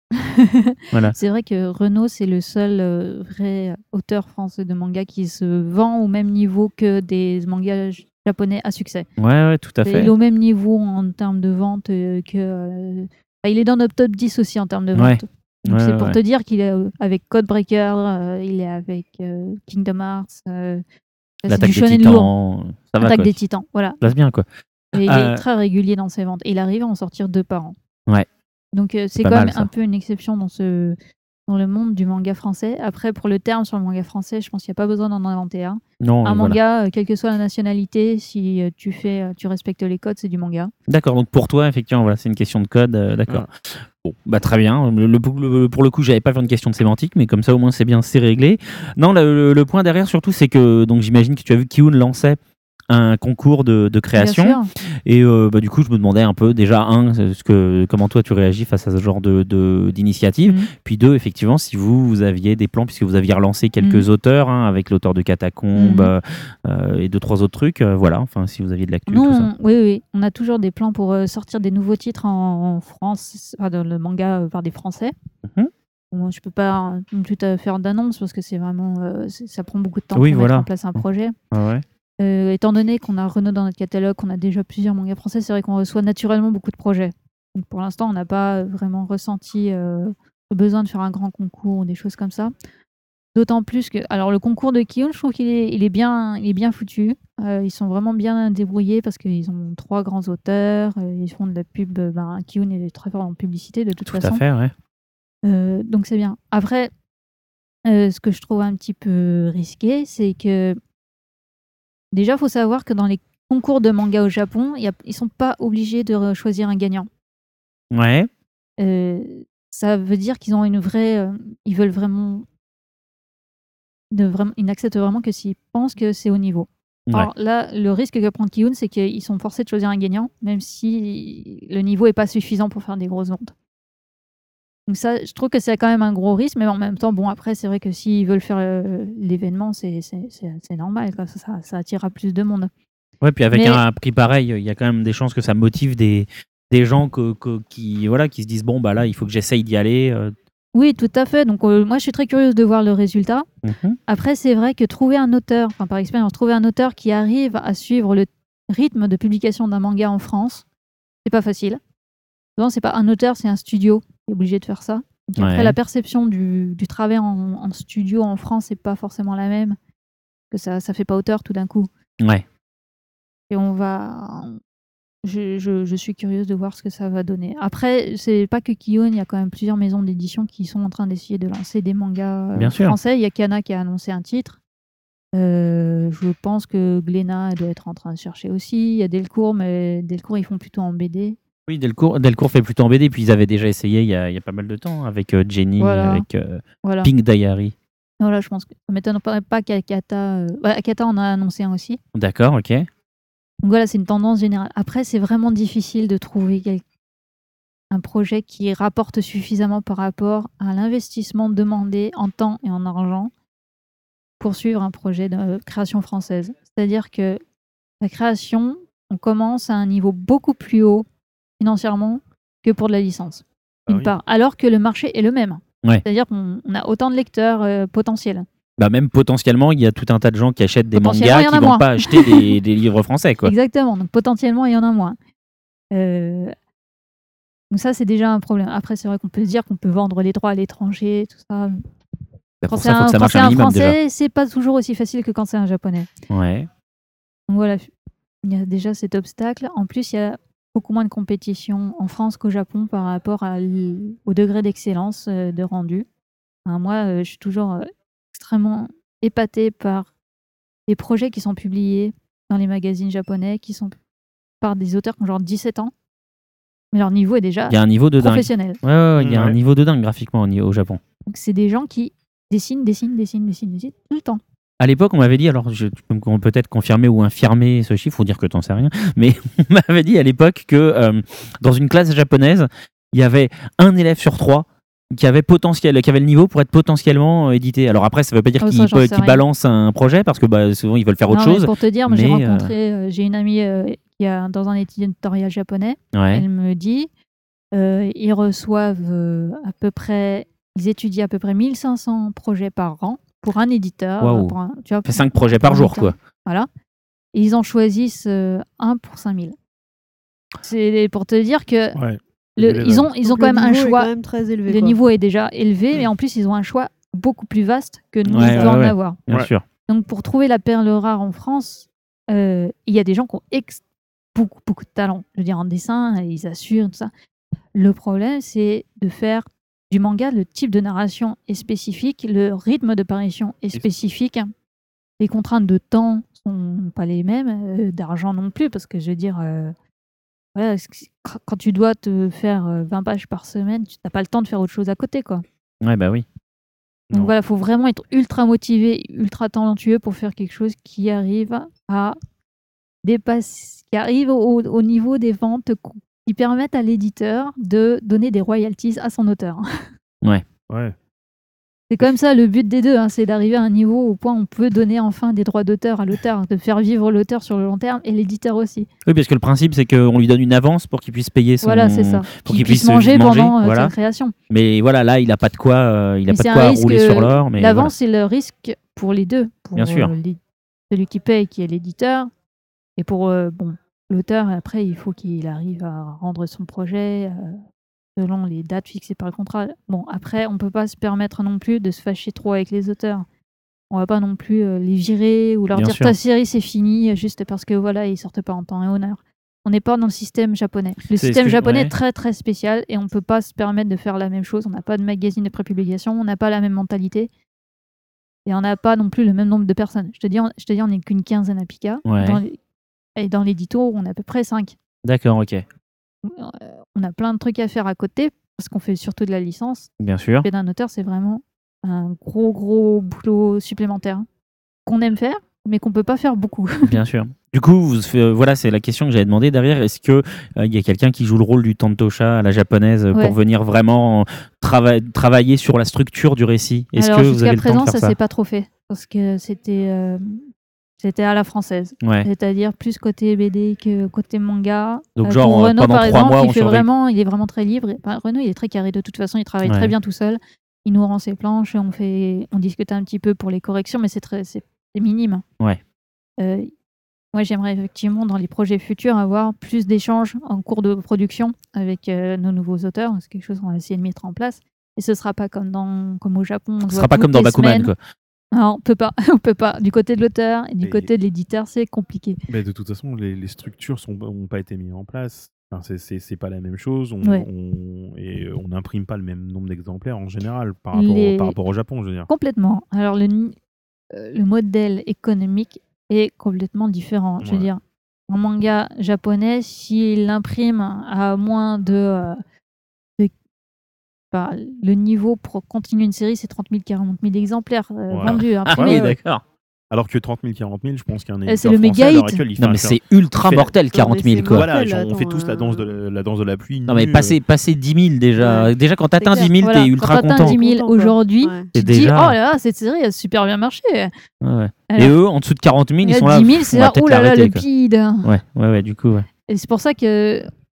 Voilà. C'est vrai que Renault, c'est le seul euh, vrai auteur français de manga qui se vend au même niveau que des mangas j- japonais à succès. Ouais, ouais, tout à Et fait. il est au même niveau en termes de vente euh, que. euh, enfin, il est dans notre top dix aussi en termes de Ouais. vente. Donc Ouais, c'est ouais, pour ouais. te dire qu'il est euh, avec Codebreaker, euh, il est avec euh, Kingdom Hearts. euh, là, c'est L'attaque du des shonen lourd. titans. Ça va, Attaque quoi. des titans, voilà. Ça passe bien, quoi. Et il Euh, est très régulier dans ses ventes. Et il arrive à en sortir deux par an. Ouais. Donc euh, c'est pas quand mal, même ça. un peu une exception dans, ce, dans le monde du manga français. Après, pour le terme sur le manga français, je pense qu'il n'y a pas besoin d'en inventer un. Non, un et voilà. manga, euh, quelle que soit la nationalité, si euh, tu, fais, euh, tu respectes les codes, c'est du manga. D'accord, donc pour toi, effectivement, voilà, c'est une question de code. euh, D'accord. Bon, bah très bien. Le, le- le- pour le coup, j'avais pas fait une question de sémantique, mais comme ça, au moins, c'est bien, c'est réglé. Non, le, le- le point derrière, surtout, c'est que donc j'imagine que tu as vu Kiun lançait un concours de, de création. Bien sûr. Et euh, bah, du coup, je me demandais un peu, déjà, un, ce que, comment toi tu réagis face à ce genre de, de- d'initiative. Mhm. Puis deux, effectivement, si vous, vous aviez des plans, puisque vous aviez relancé quelques Mhm. auteurs, hein, avec l'auteur de Catacombes Mhm. euh, euh, et deux, trois autres trucs. euh, voilà, enfin, si vous aviez de l'actu, Nous, tout ça. on- oui, oui, on a toujours des plans pour euh, sortir des nouveaux titres en, en France, enfin, dans le manga euh, par des Français. Mhm. Bon, je peux pas non plus te faire d'annonce parce que c'est vraiment, euh, c'est- ça prend beaucoup de temps Oui, pour voilà. mettre en place un projet. Ah ouais. Euh, étant donné qu'on a Renault dans notre catalogue, qu'on a déjà plusieurs mangas français, c'est vrai qu'on reçoit naturellement beaucoup de projets. Donc pour l'instant, on n'a pas vraiment ressenti euh, le besoin de faire un grand concours ou des choses comme ça. D'autant plus que, alors le concours de Kiun, je trouve qu'il est, il est bien, il est bien foutu. Euh, ils sont vraiment bien débrouillés parce qu'ils ont trois grands auteurs. euh, ils font de la pub. euh, Ben, Kiun est très fort en publicité de toute Tout façon. à fait, ouais. Euh, donc c'est bien. Après, euh, ce que je trouve un petit peu risqué, c'est que déjà, il faut savoir que dans les concours de manga au Japon, y a- ils sont pas obligés de re- choisir un gagnant. Ouais. Euh, ça veut dire qu'ils ont une vraie, euh, ils veulent vraiment, de vraiment, ils n'acceptent vraiment que s'ils pensent que c'est au niveau. Ouais. Alors là, le risque que prend Kiun, c'est qu'ils sont forcés de choisir un gagnant, même si le niveau est pas suffisant pour faire des grosses ventes. Donc ça, je trouve que c'est quand même un gros risque, mais en même temps, bon, après, c'est vrai que s'ils veulent faire euh, l'événement, c'est c'est- c'est- c'est normal, quoi. Ça, ça, ça attirera plus de monde. Ouais, puis avec Mais- un prix pareil, il y a quand même des chances que ça motive des, des gens que, que- qui, voilà, qui se disent bon, bah là, il faut que j'essaye d'y aller. euh. Oui, tout à fait. Donc euh, moi, je suis très curieuse de voir le résultat. Mhm. Après, c'est vrai que trouver un auteur, enfin par expérience, trouver un auteur qui arrive à suivre le rythme de publication d'un manga en France, c'est pas facile. Souvent, c'est pas un auteur, c'est un studio qui est obligé de faire ça. Donc, après, Ouais. la perception du, du travail en, en studio en France, c'est pas forcément la même. Que ça, ça fait pas auteur tout d'un coup. Ouais. Et on va. Je, je- je suis curieuse de voir ce que ça va donner. Après, c'est pas que Kion, il y a quand même plusieurs maisons d'édition qui sont en train d'essayer de lancer des mangas euh, Bien sûr. français. Il y a Kana qui a annoncé un titre. Euh, je pense que Glénat doit être en train de chercher aussi. Il y a Delcourt, mais Delcourt, ils font plutôt en B D. Oui, Delcourt, Delcourt fait plutôt en B D, puis ils avaient déjà essayé il y a, il y a pas mal de temps avec euh, Jenny, Voilà. avec euh, Voilà. Pink Diary. Voilà, je pense que ça m'étonnerait pas qu'Akata. Euh... ouais, Akata en a annoncé un aussi. D'accord, ok. Donc voilà, c'est une tendance générale. Après, c'est vraiment difficile de trouver quel- un projet qui rapporte suffisamment par rapport à l'investissement demandé en temps et en argent pour suivre un projet de euh, création française. C'est-à-dire que la création, on commence à un niveau beaucoup plus haut financièrement que pour de la licence, Ah d'une oui. part. Alors que le marché est le même. Ouais. C'est-à-dire qu'on on a autant de lecteurs euh, potentiels. Bah même potentiellement, il y a tout un tas de gens qui achètent des Potentiellement, mangas il y en qui a vont moins. pas acheter des, des livres français, quoi. Exactement, donc potentiellement il y en a moins. Euh, Donc ça c'est déjà un problème. Après c'est vrai qu'on peut se dire qu'on peut vendre les droits à l'étranger, tout ça. Bah, Quand pour c'est ça, faut un, que ça quand marche c'est un un minimum déjà. français, c'est pas toujours aussi facile que quand c'est un japonais. Ouais. Donc voilà, il y a déjà cet obstacle. En plus il y a beaucoup moins de compétition en France qu'au Japon par rapport à l- au degré d'excellence euh, de rendu. Enfin, moi euh, je suis toujours euh, extrêmement épatée par les projets qui sont publiés dans les magazines japonais, qui sont par des auteurs qui ont genre dix-sept ans. Mais leur niveau est déjà Il y a un niveau de dingue. professionnel. Ouais, ouais, ouais, il y a un Ouais. niveau de dingue graphiquement au, au Japon. Donc c'est des gens qui dessinent, dessinent, dessinent, dessinent, dessinent tout le temps. À l'époque, on m'avait dit, alors je, tu peux me- peut-être confirmer ou infirmer ce chiffre, ou dire que t'en sais rien, mais on m'avait dit à l'époque que euh, dans une classe japonaise, il y avait un élève sur trois qui avait, potentiel, qui avait le niveau pour être potentiellement euh, édité. Alors après, ça ne veut pas dire Oh, qu'il ça, j'en peut- sais qu'il rien. balance un projet, parce que bah, souvent ils veulent faire autre Non, mais chose. pour te dire, moi, j'ai mais, euh, rencontré, euh, j'ai une amie euh, qui est dans un éditorial japonais. Ouais. Elle me dit, euh, ils reçoivent euh, à peu près, ils étudient à peu près mille cinq cents projets par an pour un éditeur. Waouh. euh, Pour un, tu vois, Fait cinq projets par pour un jour, éditeur. quoi. Voilà. Et ils en choisissent euh, un pour cinq mille. C'est pour te dire que Ouais. le- Élève. ils ont, ils Donc ont quand le même un niveau est choix. quand même très élevé. Le quoi. niveau est déjà élevé, mais en plus, ils ont un choix beaucoup plus vaste que nous, Ouais, on ouais, peut en ouais. avoir. Bien Ouais. sûr. Donc, pour trouver la perle rare en France, euh, il y a des gens qui ont ex- beaucoup, beaucoup de talent. Je veux dire, en dessin, ils assurent, tout ça. Le problème, c'est de faire du manga, le type de narration est spécifique, le rythme de parution est spécifique, les contraintes de temps sont pas les mêmes, euh, d'argent non plus, parce que je veux dire, euh, voilà, c- c- quand tu dois te faire euh, vingt pages par semaine, tu n'as pas le temps de faire autre chose à côté, quoi. Ouais, bah oui. Donc Non. voilà, il faut vraiment être ultra motivé, ultra talentueux pour faire quelque chose qui arrive à dépasser, qui arrive au, au niveau des ventes co- qui permettent à l'éditeur de donner des royalties à son auteur. Ouais. C'est comme ça le but des deux, hein, c'est d'arriver à un niveau au point où on peut donner enfin des droits d'auteur à l'auteur, de faire vivre l'auteur sur le long terme et l'éditeur aussi. Oui, parce que le principe, c'est qu'on lui donne une avance pour qu'il puisse payer son. Voilà, c'est ça. Pour Qu'il qu'il puisse puisse manger manger, pendant euh, voilà. sa création. Mais voilà, là, il n'a pas de quoi, euh, il a Mais pas c'est de un quoi risque, rouler sur euh, l'or. Mais L'avance, voilà. c'est le risque pour les deux. Pour Bien sûr. euh, les- celui qui paye, qui est l'éditeur, et pour euh, bon, l'auteur, après, il faut qu'il arrive à rendre son projet euh, selon les dates fixées par le contrat. Bon, après, on peut pas se permettre non plus de se fâcher trop avec les auteurs. On va pas non plus euh, les virer ou leur Bien dire sûr. ta série c'est fini euh, juste parce que voilà ils sortent pas en temps et honneur. On n'est pas dans le système japonais. Le C'est système ce que- japonais ouais. est très très spécial et on peut pas se permettre de faire la même chose. On n'a pas de magazine de prépublication, on n'a pas la même mentalité et on n'a pas non plus le même nombre de personnes. Je te dis, on, je te dis, on n'est qu'une quinzaine à Pika. Ouais. Dans les- et dans l'édito, on est à peu près cinq. D'accord, ok. On a plein de trucs à faire à côté parce qu'on fait surtout de la licence. Bien sûr. Et d'un auteur, c'est vraiment un gros gros boulot supplémentaire qu'on aime faire, mais qu'on peut pas faire beaucoup. Bien sûr. Du coup, vous, euh, voilà, c'est la question que j'avais demandé derrière. Est-ce que euh, il y a quelqu'un qui joue le rôle du tantosha à la japonaise euh, Ouais. pour venir vraiment trava- travailler sur la structure du récit? Est-ce Alors que vous jusqu'à avez le temps présent, de ça faire ça? s'est pas trop fait parce que c'était euh, c'était à la française, Ouais. c'est-à-dire plus côté B D que côté manga. Donc Euh, genre, pour euh, Renaud, pendant par trois exemple, mois, il on fait surveille. vraiment, il est vraiment très libre. Et, enfin, Renaud, il est très carré de toute façon, il travaille Ouais. très bien tout seul. Il nous rend ses planches, on fait, on discute un petit peu pour les corrections, mais c'est très, c'est c'est minime. Ouais. Euh, moi, j'aimerais effectivement dans les projets futurs avoir plus d'échanges en cours de production avec euh, nos nouveaux auteurs. C'est quelque chose qu'on va essayer de mettre en place. Et ce sera pas comme dans, comme au Japon. on Ce doit sera pas comme toutes dans les Bakuman, semaines. quoi. Non, on peut pas, on peut pas. Du côté de l'auteur et du Et- côté de l'éditeur, c'est compliqué. Mais de toute façon, les, les structures n'ont pas été mises en place. Enfin, c'est- c'est c'est pas la même chose. On, Ouais. on- et on n'imprime pas le même nombre d'exemplaires en général par rapport, Les- au, par rapport au Japon, je veux dire. Complètement. Alors le, ni- euh, le modèle économique est complètement différent. Je veux Ouais. dire, un manga japonais, s'il imprime à moins de, euh, de- bah, le niveau pour continuer une série, c'est trente mille, quarante mille exemplaires euh, Ouais. vendus, Ah imprimés. oui, d'accord. Alors que trente mille, quarante mille, je pense qu'un c'est éditeur le français, méga à l'heure hit. actuelle, il fait Non, un mais cher- c'est ultra il fait- mortel, Non, quarante mais mille, c'est quoi. Voilà, mortel, genre, on fait attends, tous la danse de euh, la, la danse de la pluie. Non, mais nue, passer, passer dix mille déjà. Ouais. Déjà, quand t'atteins clair. dix mille, Voilà, t'es quand ultra t'atteins content. dix mille Content, quoi. aujourd'hui, Ouais. tu C'est te dis, déjà- oh là là, cette série a super bien marché. Ouais, ouais. Et Alors, eux, en dessous de quarante mille, ils là, sont là. dix mille, pff, c'est on va là, peut-être oh là là, l'arrêter, le quoi. bide. Ouais, ouais, ouais, du coup, ouais. Et c'est pour ça que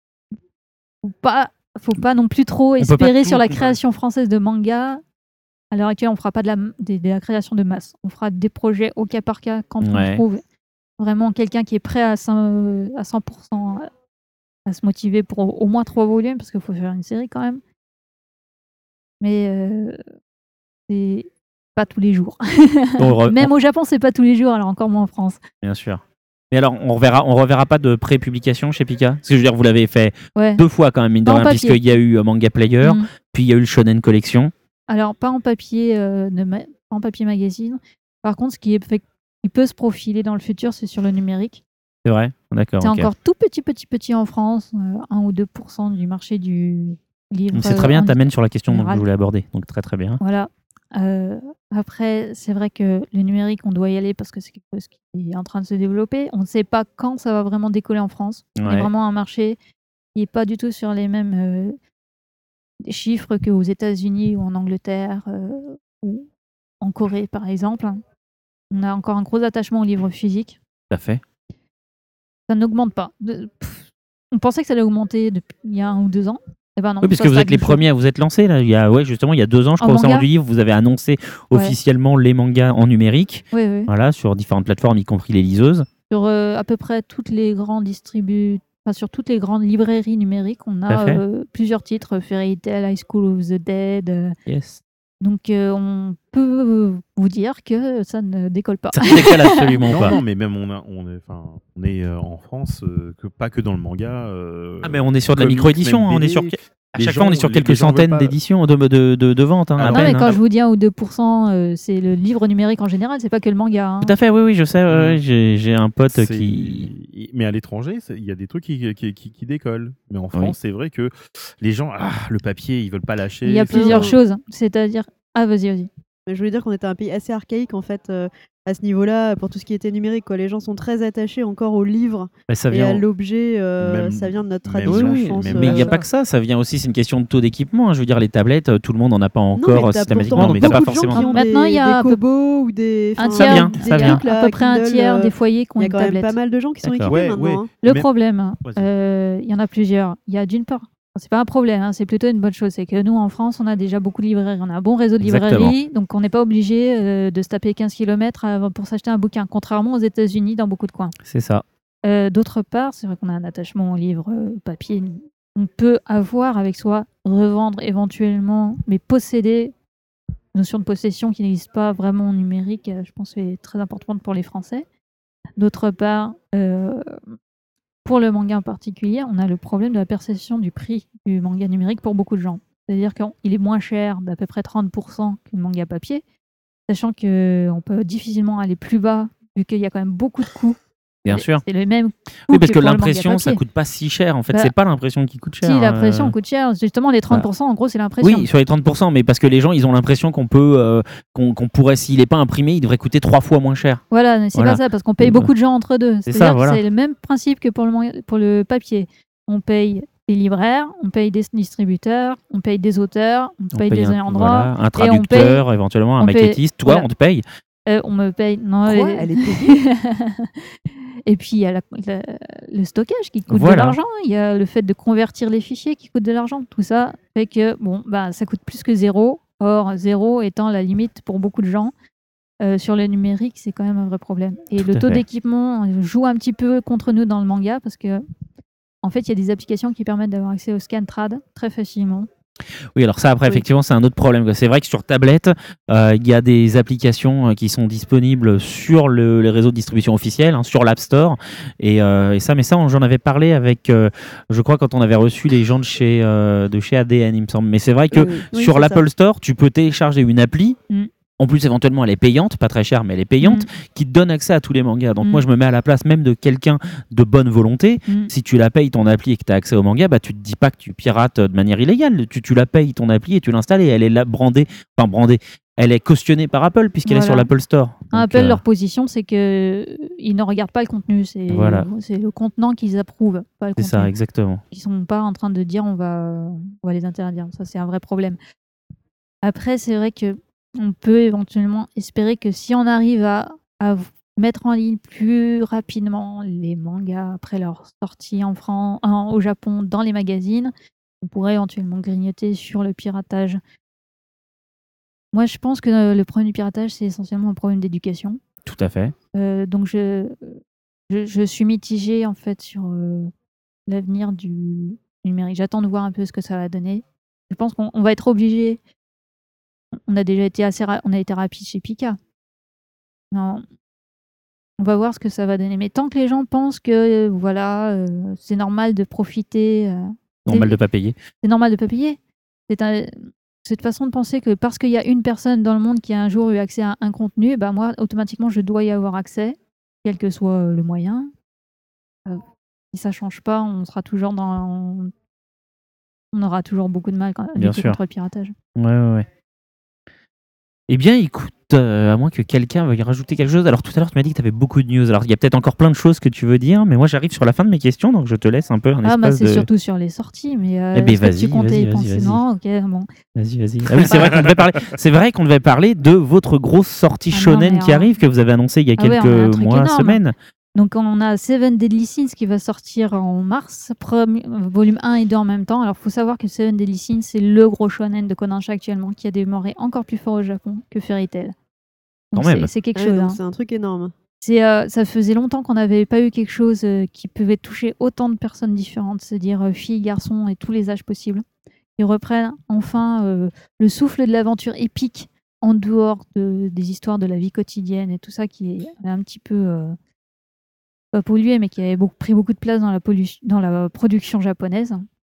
faut pas, faut pas non plus trop peut pas espérer tout sur la comparer. création française de manga. À l'heure actuelle, on fera pas de la, de, de la création de masse. On fera des projets au cas par cas quand Ouais. on trouve vraiment quelqu'un qui est prêt à cent, à cent pour cent à, à se motiver pour au, au moins trois volumes, parce qu'il faut faire une série quand même. Mais euh, c'est pas tous les jours. On re- Même au Japon, c'est pas tous les jours, alors encore moins en France. Bien sûr. Mais alors, on reverra, on reverra pas de pré-publication chez Pika? Parce que je veux dire, vous l'avez fait Ouais. deux fois quand même, mine de Pas en rien, papier. puisqu'il y a eu euh, Manga Player, Mm. puis il y a eu le Shonen Collection. Alors, pas en papier, euh, de ma- pas en papier magazine. Par contre, ce qui, est fait, qui peut se profiler dans le futur, c'est sur le numérique. C'est vrai? D'accord. C'est ok. encore tout petit, petit, petit en France, euh, un ou deux pour cent du marché du livre. Donc, C'est très euh, bien, en- t'amènes sur la question que général. je voulais aborder. Donc très très bien. Voilà. Euh, après, c'est vrai que le numérique, on doit y aller parce que c'est quelque chose qui est en train de se développer. On ne sait pas quand ça va vraiment décoller en France. On Ouais. est vraiment un marché qui n'est pas du tout sur les mêmes euh, chiffres qu'aux États-Unis ou en Angleterre euh, ou en Corée, par exemple. On a encore un gros attachement au livre physique. Tout à fait. Ça n'augmente pas. De- pff, on pensait que ça allait augmenter depuis il y a un ou deux ans. Eh ben non, Oui, parce ça que vous êtes stagne les toujours. premiers à vous être lancés là. Il y a, ouais, justement, il y a deux ans, je En crois, au salon manga du livre, vous avez annoncé Ouais. officiellement les mangas en numérique, Oui, oui. voilà, sur différentes plateformes, y compris les liseuses. Sur euh, à peu près toutes les grandes distribu... enfin, sur toutes les grandes librairies numériques, on Tout à a fait. euh, plusieurs titres, Fairy Tail, High School of the Dead. euh, Yes. donc euh, on peut vous dire que ça ne décolle pas. Ça ne décale absolument Non, pas. non, mais même on, a, on est, enfin, on est euh, en France, euh, que, pas que dans le manga. euh, Ah, mais on est sur de la comics, micro-édition, même hein, on est B D. sur. À Les chaque gens- fois, on est sur les- quelques les gens veulent centaines pas- d'éditions, de, de, de, de ventes, hein, à Alors, non, peine, mais hein. quand je vous dis un ou deux pour cent, euh, c'est le livre numérique en général, c'est pas que le manga. hein. Tout à fait, oui, oui, je sais. ouais, Mm. ouais, j'ai, j'ai un pote C'est- qui. Mais à l'étranger, c'est- il y a des trucs qui, qui, qui, qui décollent. Mais en France, Oui. c'est vrai que les gens, ah, le papier, ils veulent pas lâcher. Il y a c'est- plusieurs Non. choses. C'est-à-dire. Ah, vas-y, vas-y. Mais je voulais dire qu'on était un pays assez archaïque en fait euh, à ce niveau-là pour tout ce qui était numérique. Quoi. Les gens sont très attachés encore au livre Bah, ça et à vient. l'objet. euh, Même- ça vient de notre même- tradition, Oui, je oui, pense. même- mais il n'y a euh, pas que ça, ça vient aussi, c'est une question de taux d'équipement. hein. Je veux dire, les tablettes, euh, tout le monde n'en a pas Non, mais encore t'as systématiquement, pourtant donc t'as pas beaucoup de gens forcément. qui ont Maintenant, des, il y a des un peu- Kobo ou des. Un enfin, tiers, vient, des ça vient. trucs, là, à peu près un Kindle, tiers euh, des foyers qui ont Il y a une quand même tablette. pas mal de gens qui sont D'accord. équipés Ouais, maintenant. ouais. hein. Le Mais- problème, Vas-y. euh, il y en a plusieurs. Il y a d'une part, c'est pas un problème, hein, c'est plutôt une bonne chose. C'est que nous, en France, on a déjà beaucoup de librairies. On a un bon réseau de Exactement. librairies, donc on n'est pas obligé euh, de se taper quinze kilomètres pour s'acheter un bouquin, contrairement aux États-Unis dans beaucoup de coins. C'est ça. Euh, D'autre part, c'est vrai qu'on a un attachement au livre euh, papier. On peut avoir avec soi, revendre éventuellement, mais posséder, une notion de possession qui n'existe pas vraiment en numérique, euh, je pense que c'est très importante pour les Français. D'autre part, euh, pour le manga en particulier, on a le problème de la perception du prix du manga numérique pour beaucoup de gens. C'est-à-dire qu'il est moins cher d'à peu près trente pour cent qu'un manga papier, sachant qu'on peut difficilement aller plus bas, vu qu'il y a quand même beaucoup de coûts. Bien sûr. C'est le même coût Oui, parce que pour le manga l'impression, ça papier. coûte pas si cher. En fait, Bah, c'est pas l'impression qui coûte cher. Si, l'impression euh. coûte cher. Justement, les trente pour cent, en gros, c'est l'impression. Oui, sur les trente pour cent, mais parce que les gens, ils ont l'impression qu'on peut, euh, qu'on, qu'on pourrait, s'il n'est pas imprimé, il devrait coûter trois fois moins cher. Voilà, mais c'est Voilà. pas ça, parce qu'on paye Donc, beaucoup de gens entre deux. c'est C'est-à-dire ça, que voilà. c'est le même principe que pour le, manga- pour le papier. On paye des libraires, on paye des distributeurs, on paye des auteurs, on, On paye, paye des un, ayants droit. voilà, un et on traducteur, éventuellement un on paye- maquettiste. Toi, voilà. on te paye. Euh, on me paye. Non, Quoi et- Elle est payée Et puis il y a la- la- le stockage qui coûte Voilà. de l'argent, il y a le fait de convertir les fichiers qui coûte de l'argent. Tout ça fait que bon, bah, ça coûte plus que zéro. Or, zéro étant la limite pour beaucoup de gens. Euh, sur le numérique, c'est quand même un vrai problème. Et Tout le à taux fait. d'équipement joue un petit peu contre nous dans le manga parce que, en fait, il y a des applications qui permettent d'avoir accès au scan trad très facilement. Oui, alors ça, après, Oui. effectivement, c'est un autre problème. C'est vrai que sur tablette, euh, il y a des applications euh, qui sont disponibles sur le, les réseaux de distribution officiels, hein, sur l'App Store. Et, euh, et ça, mais ça, on- j'en avais parlé avec, euh, je crois, quand on avait reçu les gens de chez, euh, de chez A D N, il me semble. Mais c'est vrai que Oui, oui. Oui, sur c'est l'Apple ça. Store, tu peux télécharger une appli. Mm. En plus, éventuellement, elle est payante, pas très chère, mais elle est payante, Mm. qui te donne accès à tous les mangas. Donc, Mm. moi, je me mets à la place même de quelqu'un de bonne volonté. Mm. Si tu la payes ton appli et que tu as accès au manga, bah, tu te dis pas que tu pirates de manière illégale. Tu, tu la payes ton appli et tu l'installes et elle est là brandée, enfin brandée. Elle est cautionnée par Apple puisqu'elle est Voilà. sur l'Apple Store. Donc, Apple, euh, leur position, c'est que euh, ils ne regardent pas le contenu, c'est Voilà. c'est le contenant qu'ils approuvent, pas le c'est contenu. ça, exactement. Ils sont pas en train de dire on va, on va les interdire. Ça, c'est un vrai problème. Après, c'est vrai que on peut éventuellement espérer que si on arrive à, à mettre en ligne plus rapidement les mangas après leur sortie en France, au Japon, dans les magazines, on pourrait éventuellement grignoter sur le piratage. Moi, je pense que le problème du piratage, c'est essentiellement un problème d'éducation. Tout à fait. Euh, donc je, je, je suis mitigée en fait sur euh, l'avenir du numérique. J'attends de voir un peu ce que ça va donner. Je pense qu'on on va être obligé. On a déjà été assez, ra- on a été rapide chez Pika. Non, on va voir ce que ça va donner. Mais tant que les gens pensent que euh, voilà, euh, c'est normal de profiter, euh, Normal c'est- de pas payer. c'est normal de pas payer. C'est un- cette façon de penser que parce qu'il y a une personne dans le monde qui a un jour eu accès à un contenu, bah moi, automatiquement, je dois y avoir accès, quel que soit le moyen. Euh, si ça change pas, on sera toujours dans... On aura toujours beaucoup de mal quand- à Bien lutter sûr. contre le piratage. Ouais, ouais, ouais. Eh bien, écoute, euh, à moins que quelqu'un veuille rajouter quelque chose. Alors, tout à l'heure, tu m'as dit que tu avais beaucoup de news. Alors, il y a peut-être encore plein de choses que tu veux dire, mais moi, j'arrive sur la fin de mes questions, donc je te laisse un peu un Ah, bah, espace c'est de... surtout sur les sorties, mais euh, Eh ben, est-ce que vas-y, tu comptais vas-y, y vas-y, penser? vas-y. Non, ok, bon. Vas-y, vas-y. Ah oui, c'est vrai qu'on devait parler. C'est vrai qu'on devait parler de votre grosse sortie Ah non, shonen mais qui en- arrive, que vous avez annoncé il y a Ah ouais, quelques on a un truc mois, énorme. semaines. Donc on a Seven Deadly Sins qui va sortir en mars, premi- euh, volume un et deux en même temps. Alors il faut savoir que Seven Deadly Sins, c'est le gros shonen de Kodansha actuellement qui a démarré encore plus fort au Japon que Fairy Tail. Quand Donc, même. c'est- C'est quelque Ouais, chose. donc hein. c'est un truc énorme. C'est, euh, ça faisait longtemps qu'on n'avait pas eu quelque chose euh, qui pouvait toucher autant de personnes différentes, c'est-à-dire euh, filles, garçons et tous les âges possibles. Ils reprennent enfin euh, le souffle de l'aventure épique en dehors de- des histoires de la vie quotidienne et tout ça qui est un petit peu... euh, pas pollué, mais qui avait beaucoup, pris beaucoup de place dans la, pollu- dans la production japonaise.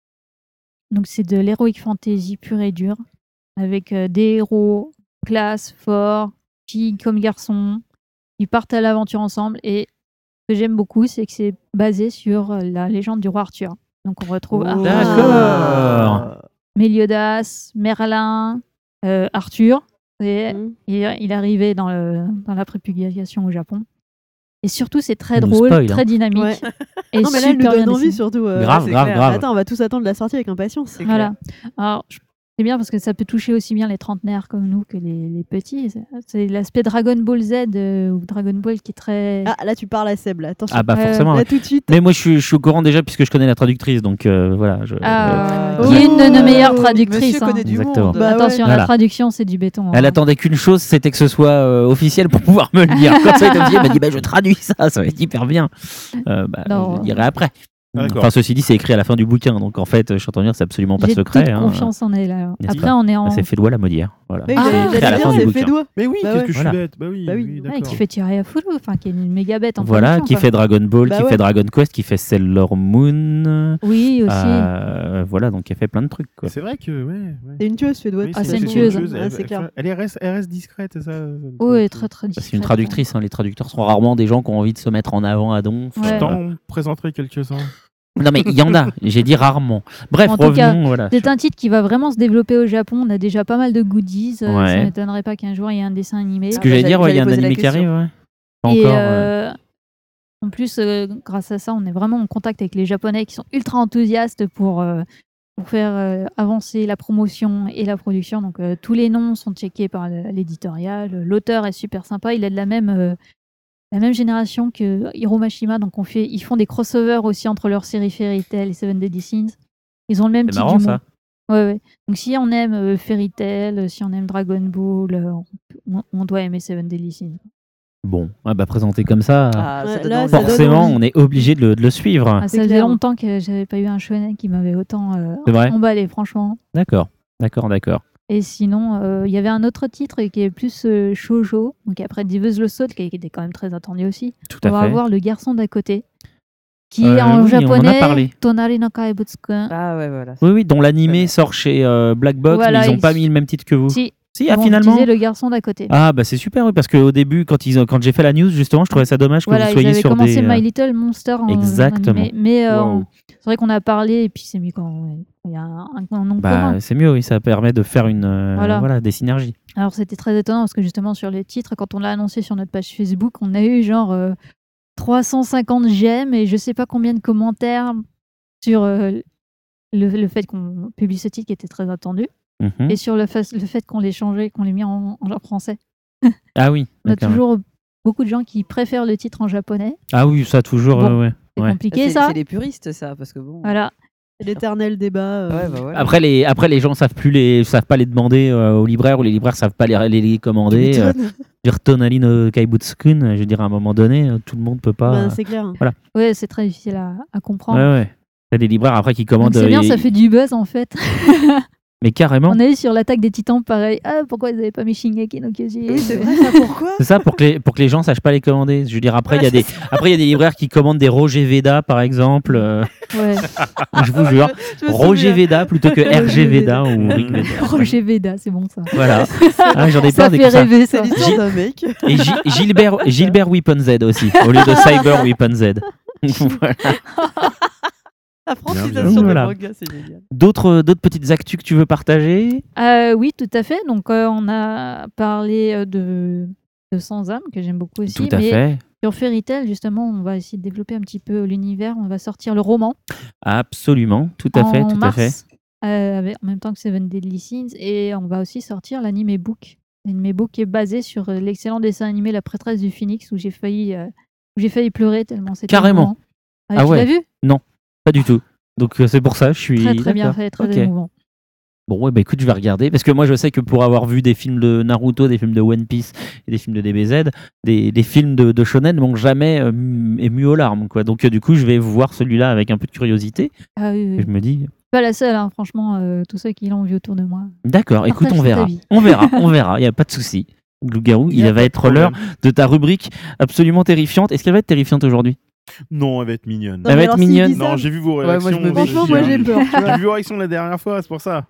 Donc c'est de l'heroic fantasy pur et dur, avec euh, des héros, classe, forts, filles comme garçons, qui partent à l'aventure ensemble. Et ce que j'aime beaucoup, c'est que c'est basé sur euh, la légende du roi Arthur. Donc on retrouve Arthur, D'accord. Méliodas, Merlin, euh, Arthur. Et, Mm. et il est arrivé dans, le, dans la prépubérisation au Japon. Et surtout, c'est très Elle nous drôle, spoil, hein. très dynamique. Ouais. Et Non, mais là, elle nous super bien donne envie dessiné. surtout. euh, Grave, c'est grave, clair. grave. Attends, on va tous attendre la sortie avec impatience. Voilà. Alors, je- c'est bien parce que ça peut toucher aussi bien les trentenaires comme nous que les, les petits. C'est- C'est l'aspect Dragon Ball Z euh, ou Dragon Ball qui est très. Ah, là, tu parles à Seb, là. Attention. Ah bah Euh, forcément. Là, ouais. tout de suite. Mais moi, je suis, je suis au courant déjà puisque je connais la traductrice, donc euh, voilà. Je, Ah, euh, qui est une de nos Oh, meilleures Monsieur traductrices. hein. connaît du Exactement. monde. Bah ouais. Attention, Voilà. la traduction, c'est du béton. Elle hein. attendait qu'une chose, c'était que ce soit euh, officiel pour pouvoir me le dire. Quand ça a été officiel, elle m'a dit bah, je traduis ça, ça va être hyper bien. Euh, bah, Non. je le dirai après. Ah, d'accord. Enfin, ceci dit, c'est écrit à la fin du bouquin, donc en fait, je suis en train de dire, c'est absolument pas J'ai secret. toute hein. confiance en elle. là. N'est-ce Après, pas on est en. Bah, c'est Fédois la Maudière. Voilà. Mais Ah, j'allais- écrit j'allais à la dire, fin du c'est bouquin. Fédois. Mais oui, Bah qu'est-ce ouais. que je Voilà. suis bête. Bah oui, Bah oui. oui, Ouais, d'accord. qui fait tirer à Fulu, enfin qui est une méga bête en Voilà, traduction, qui quoi. fait Dragon Ball, Bah qui ouais. fait Dragon Quest, qui fait Sailor Moon. Oui, aussi. Euh, voilà, donc elle fait plein de trucs. Quoi. C'est vrai que, ouais. ouais. C'est une tueuse suédoise. Oui, Ah, c'est une tueuse. Elle, Ah, c'est elle- clair. elle est reste, elle reste discrète, c'est ça. Oui, très très Bah, discrète. c'est une traductrice, hein. Les traducteurs sont rarement des gens qui ont envie de se mettre en avant à donf. Ouais. Je Euh, t'en présenterai quelques-uns. Non mais il y en a, j'ai dit rarement. Bref, En tout revenons. cas, voilà. C'est un titre qui va vraiment se développer au Japon. On a déjà pas mal de goodies. euh, Ouais. Ça m'étonnerait pas qu'un jour il y ait un dessin animé. Ce Ah que bah, j'allais dire, ouais, il y a un j'allais poser la animé qui question. arrive. Ouais. Pas Et encore. ouais. euh, en plus, euh, grâce à ça, on est vraiment en contact avec les Japonais qui sont ultra enthousiastes pour, euh, pour faire euh, avancer la promotion et la production. Donc euh, tous les noms sont checkés par le- l'éditorial. L'auteur est super sympa. Il est de la même, euh, la même génération que Hiro Mashima. Donc on fait, ils font des crossovers aussi entre leur série Fairy Tail et Seven Deadly Sins. Ils ont le même C'est titre marrant du ça. monde. Ouais, ouais. Donc si on aime euh, Fairy Tail, euh, si on aime Dragon Ball, euh, on, on doit aimer Seven Deadly Sins. Bon, ouais, bah présenté comme ça, Ah, ça Ouais, donne là, envie. ça donne forcément, envie. on est obligé de le, de le suivre. Ah, c'est ça faisait clair. longtemps que j'avais pas eu un shonen qui m'avait autant euh, C'est vrai emballé, franchement. D'accord, d'accord, d'accord. Et sinon, euh, il y avait un autre titre qui est plus euh, shoujo, donc après Diveuse le Saut, qui était quand même très attendu aussi. Tout On à va fait. avoir le garçon d'à côté, qui Euh, est en oui, on en a japonais parlé. Tonari no Kaibutsuku. Ah ouais, voilà. Oui, oui, dont l'animé Ouais. sort chez euh, Black Box, Voilà, mais ils n'ont ils- pas mis le même titre que vous. Si, Si, ah, on finalement. disait le garçon d'à côté. Ah, bah c'est super, oui, parce qu'au début, quand, ils ont- quand j'ai fait la news, justement, je trouvais ça dommage que Voilà, vous ils soyez avaient sur commencé des. euh, My Little Monster en Exactement. animé, mais euh, Wow. on- c'est vrai qu'on a parlé et puis c'est mieux quand il y a un, un, un nom Bah, commun. c'est mieux, oui, ça permet de faire une, euh, Voilà. voilà, des synergies. Alors c'était très étonnant parce que justement sur les titres, quand on l'a annoncé sur notre page Facebook, on a eu genre euh, trois cent cinquante j'aime et je sais pas combien de commentaires sur euh, le, le fait qu'on publie ce titre qui était très attendu Mhm. et sur le, fa- le fait qu'on l'ait changé, qu'on l'ait mis en, en français. Ah oui, On a d'accord. toujours beaucoup de gens qui préfèrent le titre en japonais. Ah oui, ça toujours, Bon. euh, ouais. C'est ouais. compliqué C'est ça. c'est les puristes, ça, parce que bon. Voilà. C'est l'éternel débat. euh, Ouais, bah voilà. Après les, après, les gens savent plus les, savent pas les demander euh, aux libraires ou les libraires savent pas les, les, les commander. Euh, dire Tonari no Kaibutsukun, je veux dire à un moment donné, euh, tout le monde peut pas. bah, euh, c'est clair. Ouais, c'est très difficile à, à comprendre. ouais, ouais. T'as des libraires après qui Donc commandent. c'est bien, euh, ça fait du buzz en fait. Mais carrément. On a eu sur l'attaque des titans pareil. Ah, pourquoi ils n'avaient pas mis Shingeki no Kyojin Oui, c'est vrai, ça, pourquoi C'est ça pour que les, pour que les gens sachent pas les commander. Je veux dire après il y a des après il y a des libraires qui commandent des Roger Veda par exemple. euh, Ouais. je vous jure, Je me Roger souviens. Veda plutôt que R G Veda ou Rick Veda. Roger Veda, c'est bon ça. Voilà. Ah, j'en ai Ça plein des fait comme ça. rêver C'est ça. l'histoire d'un mec. Et Gi- Gilbert Gilbert Weapon Z aussi au lieu de Cyber Weapon Z. Voilà. La Bien, francisation bien. de Voilà. manga, c'est génial. D'autres, d'autres petites actus que tu veux partager? Euh, oui, tout à fait. Donc, euh, on a parlé euh, de, de Sans âme, que j'aime beaucoup aussi. Tout à mais fait. sur Fairy Tail, justement, on va essayer de développer un petit peu l'univers. On va sortir le roman Absolument. Tout à fait. en Tout mars, à fait. euh, avec- en même temps que Seven Deadly Sins. Et on va aussi sortir l'anime book. L'anime book est basé sur euh, l'excellent dessin animé La prêtresse du Phénix, où j'ai failli, euh, où j'ai failli pleurer tellement c'était Carrément. émouvant. Ah, Ah tu ouais. l'as vu? Pas du tout. Donc euh, c'est pour ça, je suis. Très très bien D'accord. fait, très Ok. émouvant. Bon, ouais, bah écoute, je vais regarder. Parce que moi, je sais que pour avoir vu des films de Naruto, des films de One Piece et des films de D B Z, des, des films de, de shonen m'ont jamais euh, m- ému aux larmes. Quoi. Donc, euh, du coup, je vais voir celui-là avec un peu de curiosité. Ah oui, oui. Et je me dis, Pas la seule, hein, franchement, euh, tous ceux qui l'ont vu autour de moi. d'accord, écoute, Partage on ton verra. avis. On verra, on verra. Il n'y a pas de souci. Loup-garou, Y il a va pas de être l'heure problème. de ta rubrique absolument terrifiante. Est-ce qu'elle va être terrifiante aujourd'hui? Non, elle va être mignonne. Non, Elle va mais être alors, s'il mignonne. dit ça- Non, j'ai vu vos Ouais, moi, je réactions. me méfie. Franchement, moi j'ai peur. Tu J'ai vois. vu vos réactions la dernière fois, c'est pour ça.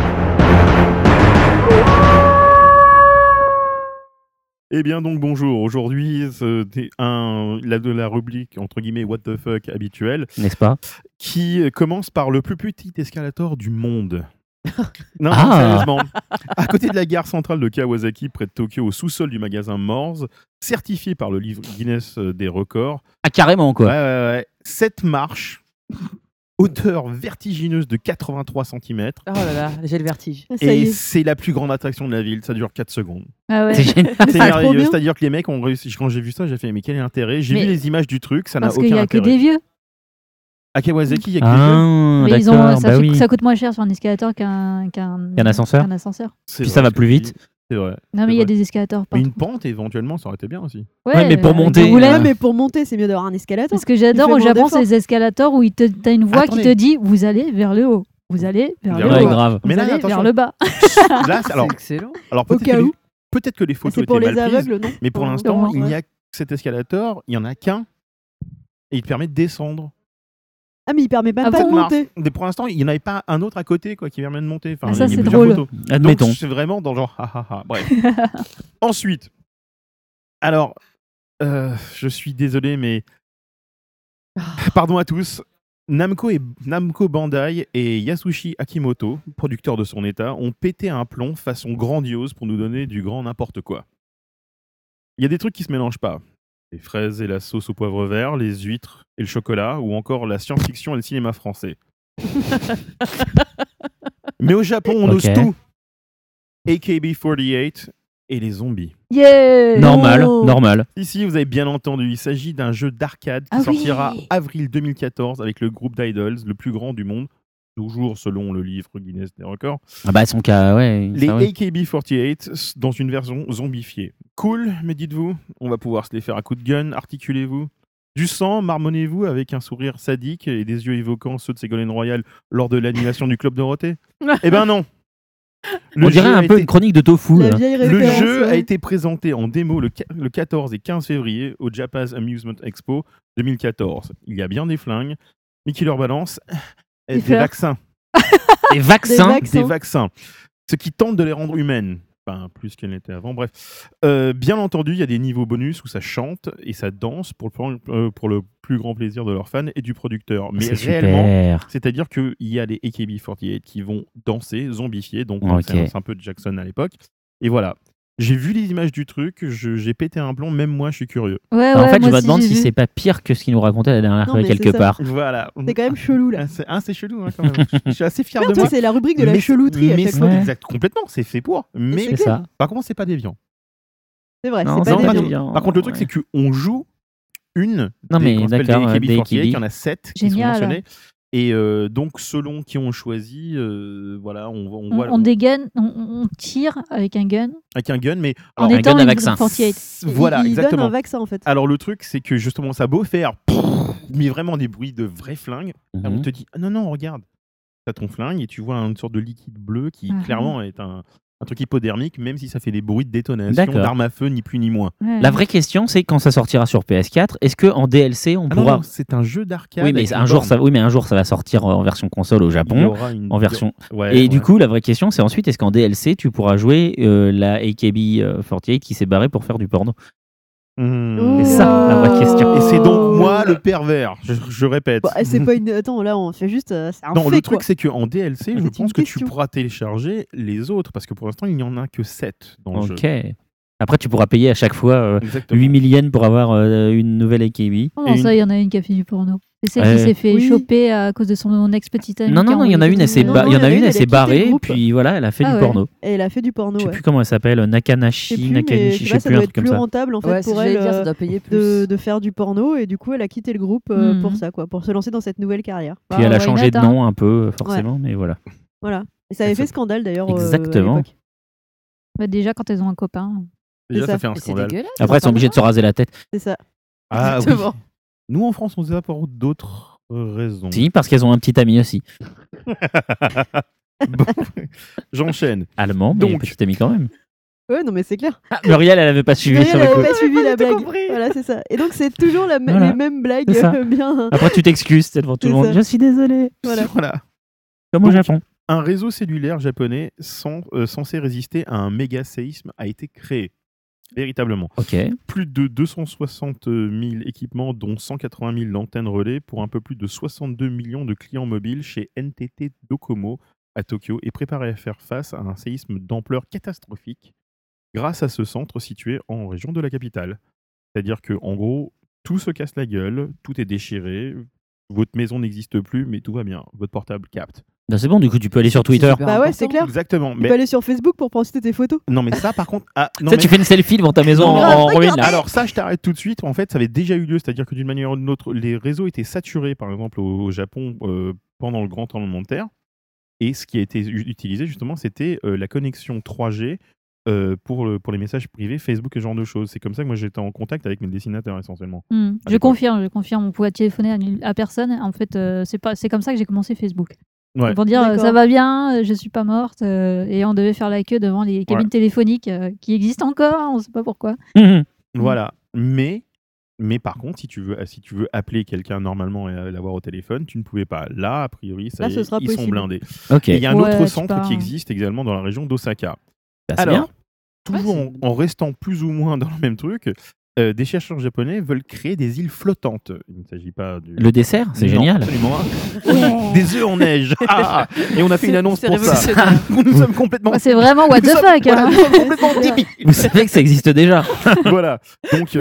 Eh bien donc bonjour, aujourd'hui c'est un, la, de la rubrique entre guillemets what the fuck habituelle N'est-ce pas? qui commence par le plus petit escalator du monde. Non, Ah. sérieusement. À côté de la gare centrale de Kawasaki, près de Tokyo, au sous-sol du magasin Morse, certifié par le livre Guinness des records. Ah, carrément, quoi. Ouais, ouais, ouais. Cette marche, hauteur vertigineuse de quatre-vingt-trois centimètres. Oh là là, j'ai le vertige. Ça y Et est. c'est la plus grande attraction de la ville, ça dure quatre secondes. Ah ouais. C'est génial. C'est Ah, trop merveilleux, bien. c'est-à-dire que les mecs ont réussi. Quand j'ai vu ça, j'ai fait mais quel est l'intérêt? J'ai Mais- vu les images du truc, ça n'a Parce qu'il n'y aucun a que intérêt. des vieux. À Kawasaki, il y a que des vieux. Ah, Mais ils ont, d'accord, ça, bah fait- oui. ça coûte moins cher sur un escalator qu'un qu'un Qu'un ascenseur. qu'un ascenseur. C'est Puis vrai ça va ce que plus tu vite. dis. C'est vrai. Non, C'est mais il y a vrai. des escalators Mais partout. une pente, éventuellement, ça aurait été bien aussi. Ouais, mais pour avec monter, des euh, roulets. Ouais, mais pour monter, c'est mieux d'avoir un escalator. Ce que j'adore Il au fait moins Japon, c'est d'efforts. les escalators où tu as une voix Attendez. qui te dit vous allez vers le haut, vous allez vers Vers le Ouais, haut, grave. vous Mais là, allez attention. vers le bas. Là, c'est- alors, C'est excellent. alors Au peut-être cas que, les- où. peut-être que les photos C'est pour étaient les mal prises, aveugles, non mais pour Ouais. l'instant, Ouais. il n'y a que cet escalator, il n'y en a qu'un, et il te permet de descendre. Ah, mais il permet même Ah pas bon de Cette marche. monter. Mais pour l'instant, il n'y en avait pas un autre à côté quoi, qui permet de monter. Enfin, Ah, ça, il y a c'est plusieurs drôle. photos. Admettons. Donc, c'est vraiment dans le genre, ha ha ha. Bref. Ensuite, alors, euh, je suis désolé, mais pardon à tous. Namco, et, Namco Bandai et Yasushi Akimoto, producteurs de son état, ont pété un plomb façon grandiose pour nous donner du grand n'importe quoi. Il y a des trucs qui se mélangent pas. Les fraises et la sauce au poivre vert, les huîtres et le chocolat, ou encore la science-fiction et le cinéma français. Mais au Japon, on Ok. ose tout. A K B quarante-huit et les zombies. Yeah. Normal, Non. normal. Ici, vous avez bien entendu, il s'agit d'un jeu d'arcade qui Ah oui. sortira avril deux mille quatorze avec le groupe d'Idols, le plus grand du monde, toujours selon le livre Guinness des records. Ah bah, son cas, ouais. Les ça, ouais. A K B quarante-huit dans une version zombifiée. Cool, me dites-vous. On va pouvoir se les faire à coups de gun, articulez-vous. Du sang, marmonnez-vous avec un sourire sadique et des yeux évoquant ceux de Ségolène Royal lors de l'animation du Club Dorothée. Eh ben non. On dirait jeu un a peu été- une chronique de tofu. La là. vieille Le référence. jeu a ouais. été présenté en démo le, qua- le quatorze et quinze février au Japan's Amusement Expo deux mille quatorze. Il y a bien des flingues, mais qui leur balance eh, Des des fleurs. vaccins. Des vaccins. Des vaccins. Des vaccins. Ce qui tente de les rendre humaines. Enfin, plus qu'elles n'étaient avant. Bref. Euh, bien entendu, il y a des niveaux bonus où ça chante et ça danse pour le, euh, pour le plus grand plaisir de leurs fans et du producteur. Mais C'est réellement, super. c'est-à-dire qu'il y a les A K B quarante-huit qui vont danser, zombifier, donc Ok. c'est un- c'est un peu Jackson à l'époque. Et voilà. J'ai vu les images du truc, je- j'ai pété un plomb, même moi je suis curieux. Ouais, Alors, en ouais, fait, moi je me aussi, demande j'ai si vu. c'est pas pire que ce qu'il nous racontait la dernière Non, fois mais quelque c'est ça. part. Voilà. C'est quand même chelou là. Ah, c'est ah, c'est chelou hein, quand même. Je suis assez fier Merde, de toi, moi. c'est la rubrique de la Mais- chelouterie à mais chaque c'est fois. Ouais. exact, complètement, c'est fait pour. Mais C'est ça. par contre, c'est pas déviant. C'est vrai, Non, c'est c'est pas Non, pas déviant. déviant. Par contre, le truc, Ouais. c'est qu'on joue une Non, des, mais qu'on s'appelle d'accord, des A K B des quarante-huit, il y A K B. en a sept qui sont Génial. mentionnés. Et euh, donc, selon qui on choisit, euh, voilà, on, on On, voit on dégaine, on, on tire avec un gun avec un gun, mais en un étant gun à une vaccin. quarante-huit. voilà, il, il donne exactement. un vaccin en fait. Alors le truc, c'est que justement, ça a beau faire, mais vraiment des bruits de vrais flingues. Mhm. On te dit, ah, non, non, regarde, t'as ton flingue et tu vois une sorte de liquide bleu qui Mhm. clairement est un, un truc hypodermique, même si ça fait des bruits de détonation D'accord. d'armes à feu, ni plus ni moins. Ouais. La vraie question, c'est quand ça sortira sur P S quatre, est-ce que en D L C on Ah non, pourra non, c'est un jeu d'arcade. Oui, mais avec un une jour borne. ça oui, mais un jour ça va sortir en version console au Il y Japon, aura une- en version Ouais, et du ouais. coup, la vraie question, c'est ensuite, est-ce qu'en D L C, tu pourras jouer euh, la A K B quarante-huit qui s'est barrée pour faire du porno? Mmh. Oh. C'est ça, la vraie question. Et c'est donc moi le le pervers, je, je répète. Bah, c'est pas une. Attends, là, on fait juste. euh, C'est un Non, fait, le truc, quoi. c'est qu'en D L C, C'est je une pense que tu question. pourras télécharger les autres, parce que pour l'instant, il n'y en a que sept dans le Ok. jeu. Après, tu pourras payer à chaque fois euh, Exactement. huit mille yens pour avoir euh, une nouvelle A K B. Comment Et ça, il y en a une qui a fait du porno? C'est celle Ouais. qui s'est fait Oui. choper à cause de son ex-petite amie. Non, qui a non, non, il y en a envoyé une, des elle s'est vidéos. ba- Non, il y en il y a en a une, une, elle elle a s'est quitté barrée, le groupe. puis voilà, elle a fait Ah du ouais. porno. Et elle a fait du porno. Je sais ouais. plus comment elle s'appelle, Je Nakanashi, sais plus, mais Nakanishi, je je sais sais pas, ça plus, un doit truc être comme plus ça. rentable en fait Ouais, c'est ce pour que j'allais elle dire, ça euh, doit payer plus. de, de faire du porno et du coup elle a quitté le groupe euh, Mhm. pour ça quoi, pour se lancer dans cette nouvelle carrière. Puis Bah, elle a why changé not, de hein. nom un peu, forcément, mais voilà. Voilà. Et ça avait Et ça- fait scandale d'ailleurs. euh, à Exactement. l'époque. Bah, déjà, quand elles ont un copain. Déjà, C'est ça ça. fait un Mais c'est scandale. dégueulasse. Après, elles sont obligées de se raser la tête. C'est ça. Ah oui. Exactement. Nous, en France, on faisait ça pour d'autres raisons. Si, parce qu'elles ont un petit ami aussi. Bon, j'enchaîne. Allemand, mais Donc- petit ami quand même. Ouais, non mais c'est clair. Ah, Muriel, elle avait pas suivi Muriel sur le avait coup. pas suivi la pas du tout blague. compris. Voilà, c'est ça. Et donc c'est toujours la m- Voilà. les mêmes blagues C'est ça. euh, bien. Après, tu t'excuses, c'est devant tout le C'est monde. ça. Je suis désolé. Voilà. Voilà. Comme au Donc, Japon. Un réseau cellulaire japonais sans- euh, censé résister à un méga séisme a été créé. Véritablement. Ok. Plus de deux cent soixante mille équipements, dont cent quatre-vingt mille antennes relais, pour un peu plus de soixante-deux millions de clients mobiles chez N T T Docomo à Tokyo, est préparé à faire face à un séisme d'ampleur catastrophique grâce à ce centre situé en région de la capitale. C'est-à-dire que, en gros, tout se casse la gueule, tout est déchiré, votre maison n'existe plus, mais tout va bien, votre portable capte. Ben, c'est bon, du coup, tu peux aller sur Twitter. super Bah ouais, c'est important. clair. Exactement. Tu Mais peux aller sur Facebook pour poster tes photos. non, mais ça, par contre, ah, non, Tu sais, mais- tu fais une selfie devant ta maison Non, en, mais en ruine. là. Alors ça, je t'arrête tout de suite. En fait, ça avait déjà eu lieu, c'est-à-dire que d'une manière ou d'une autre, les réseaux étaient saturés, par exemple au, au Japon, euh, pendant le grand tremblement de terre. Et ce qui a été u- utilisé, justement, c'était euh, la connexion trois G euh, pour, le- pour les messages privés, Facebook et ce genre de choses. C'est comme ça que moi, j'étais en contact avec mes dessinateurs, essentiellement. Hmm. À Je l'époque. confirme, je confirme. On pouvait téléphoner à, nul- à personne. En fait, euh, c'est pas, c'est comme ça que j'ai commencé Facebook. Ouais. Pour dire euh, D'accord. ça va bien, euh, je suis pas morte, euh, et on devait faire la queue devant les cabines Ouais. téléphoniques euh, qui existent encore, on sait pas pourquoi. Mhm. Voilà. Mais, mais par contre, si tu veux, si tu veux appeler quelqu'un normalement et euh, l'avoir au téléphone, tu ne pouvais pas. Là, a priori, ça Là, y ce est, sera ils sont possible. blindés. Ok. Et il y a un Ouais, autre tu centre pars. qui existe également dans la région d'Osaka. Ça, c'est Alors, bien. toujours Ouais, c'est en, en restant plus ou moins dans le même truc, euh, des chercheurs japonais veulent créer des îles flottantes. Il ne s'agit pas du... Le dessert, c'est Non, génial. absolument pas. Des œufs en neige. Ah, et on a fait une annonce C'est pour ça. révolutionnaire. Nous sommes complètement... Ouais, c'est vraiment what the nous sommes- fuck. voilà, hein. nous sommes complètement débiles. Vous savez que ça existe déjà. Voilà. Donc,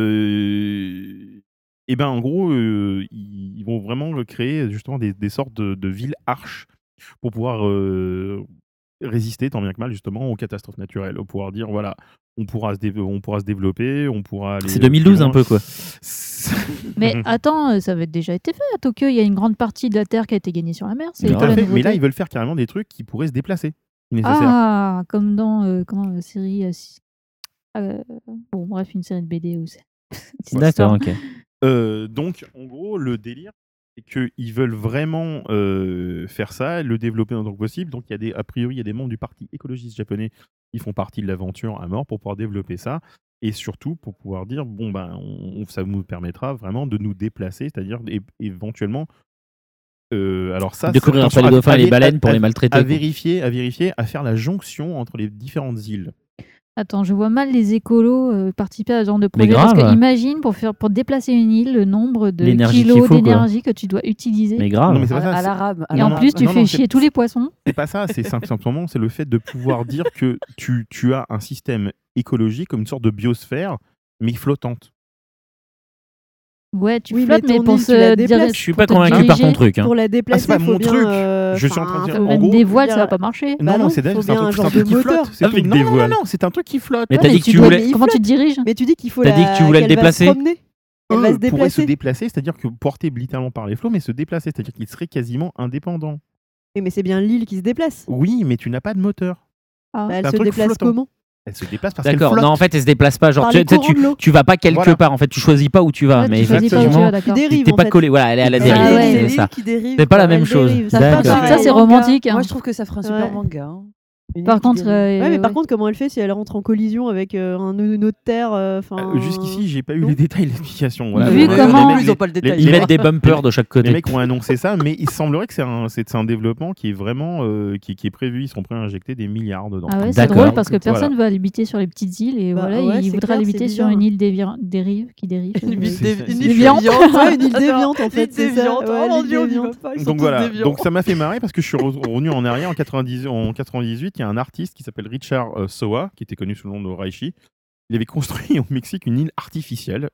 euh, et ben, en gros, euh, ils ils vont vraiment créer justement des, des sortes de, de villes arches pour pouvoir euh, résister tant bien que mal justement aux catastrophes naturelles, pour pouvoir dire voilà, on pourra se, dé- on pourra se développer, on pourra aller. C'est deux mille douze plus un loin. peu, quoi. Mais attends, euh, ça avait déjà été fait à Tokyo. Il y a une grande partie de la Terre qui a été gagnée sur la mer. C'est Tout Tout pas à la fait. nouveauté. Mais là, ils veulent faire carrément des trucs qui pourraient se déplacer. si nécessaire. Ah, comme dans euh, comment, la série. euh, si- euh, bon, bref, une série de B D où c'est. cette D'accord, histoire. ok. Euh, donc, en gros, le délire, c'est qu'ils veulent vraiment euh, faire ça, le développer autant que possible. Donc, il y a des, a priori, il y a des membres du parti écologiste japonais qui font partie de l'aventure à mort pour pouvoir développer ça. Et surtout, pour pouvoir dire, bon, ben, on- ça nous permettra vraiment de nous déplacer, c'est-à-dire é- éventuellement. euh, alors ça, De c'est- courir attention, après les à- dauphins à et les vé- baleines à- pour à- les maltraiter. À quoi. vérifier, à vérifier, à faire la jonction entre les différentes îles. Attends, je vois mal les écolos euh, participer à ce genre de Mais projet. Parce grave. que imagine, pour, faire, pour déplacer une île, le nombre de L'énergie qu'il kilos faut, quoi. d'énergie que tu dois utiliser. Mais grave. Non, mais c'est pas À, ça, à c'est- l'arabe. à Et non, en l'arabe. plus, tu non, fais non, chier c'est- tous les poissons. C'est pas ça, c'est simple- simplement c'est le fait de pouvoir dire que tu, tu as un système écologique comme une sorte de biosphère, mais flottante. Ouais, tu Oui, flottes, mais mais, ton pour île, tu la se déplaces. dire- Je suis pour pas te convaincu par ton diriger. truc. hein. Pour la déplacer, pas faut mon bien, truc. euh, Je suis en train de enfin, dire, faut en Même gros, des voiles, dire- ça va pas marcher. Bah non, non, non, c'est faut c'est un bien un truc, c'est un genre truc de qui moteur. flotte. C'est Ah, tout. avec Non, des non, voiles. non, non, c'est un truc qui flotte. Mais Ouais, t'as mais dit que tu tu dois- voulais. il Comment flotte. tu te diriges Mais tu dis qu'il faut T'as la... dit que tu voulais le qu'elle va se déplacer. promener. Elle va Eux se pourraient se déplacer. déplacer, c'est-à-dire que porter littéralement par les flots, mais se déplacer, c'est-à-dire qu'ils seraient quasiment indépendants. Oui, mais c'est bien l'île qui se déplace. Oui, mais tu n'as pas de moteur. Ah. Bah, elle C'est un se truc déplace flottant. comment? Elle se déplace parce qu'elle D'accord. flotte. Non, en fait, elle se déplace pas. Genre, Par tu, les tu sais, courants tu, de l'eau. tu vas pas quelque Voilà. part. En fait, tu choisis pas où tu vas. Ouais, mais tu choisis pas où tu effectivement, vas, Tu d'accord. dérives, t'es en pas fait. collé. Voilà, elle est à la Ah, dérive. ouais, c'est c'est ça. l'île qui dérive. C'est pas la quoi. même Elle chose. dérive. Ça Ça, passe D'accord. par ça, les c'est mangas. romantique. hein. Moi, je trouve que ça ferait un super Ouais. manga. hein. Une Par île qui contre, dérive. euh, Ouais, mais par ouais. contre, comment elle fait si elle rentre en collision avec euh, un, une autre terre euh, 'fin, Euh, Jusqu'ici, j'ai pas eu non. les détails de l'explication. Vu Les- comment- les mecs- Ils ont pas le les- détail. Ils les mettent mecs- des bumpers de chaque Les côté. mecs ont annoncé ça, mais il semblerait que c'est un, c'est, c'est un développement qui est vraiment euh, qui, qui est prévu. Ils sont prêts à injecter des milliards dedans. Ah ouais, c'est D'accord. drôle parce que Voilà. personne veut habiter sur les petites îles et Bah voilà, ouais, il c'est voudra clair, habiter c'est sur bizarre. une île dévi- dérive qui dérive. Une île C'est- dé- c'est- une c'est île déviante. déviante. Ouais, une île Attends, déviante, en fait, Île c'est ça. déviante. Ouais, Oh mon l'île dieu, on y va déviante. pas. Ils sont Donc tous voilà, déviants. donc ça m'a fait marrer parce que je suis re- revenu en arrière en, quatre-vingt-dix, en quatre-vingt-dix-huit. Il y a un artiste qui s'appelle Richard euh, Soa, qui était connu sous le nom de Raichi. Il avait construit au Mexique une île artificielle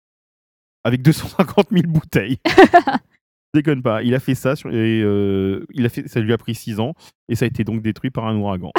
avec deux cent cinquante mille bouteilles. Je déconne pas. Il a fait ça sur, et euh, il a fait, ça lui a pris six ans et ça a été donc détruit par un ouragan.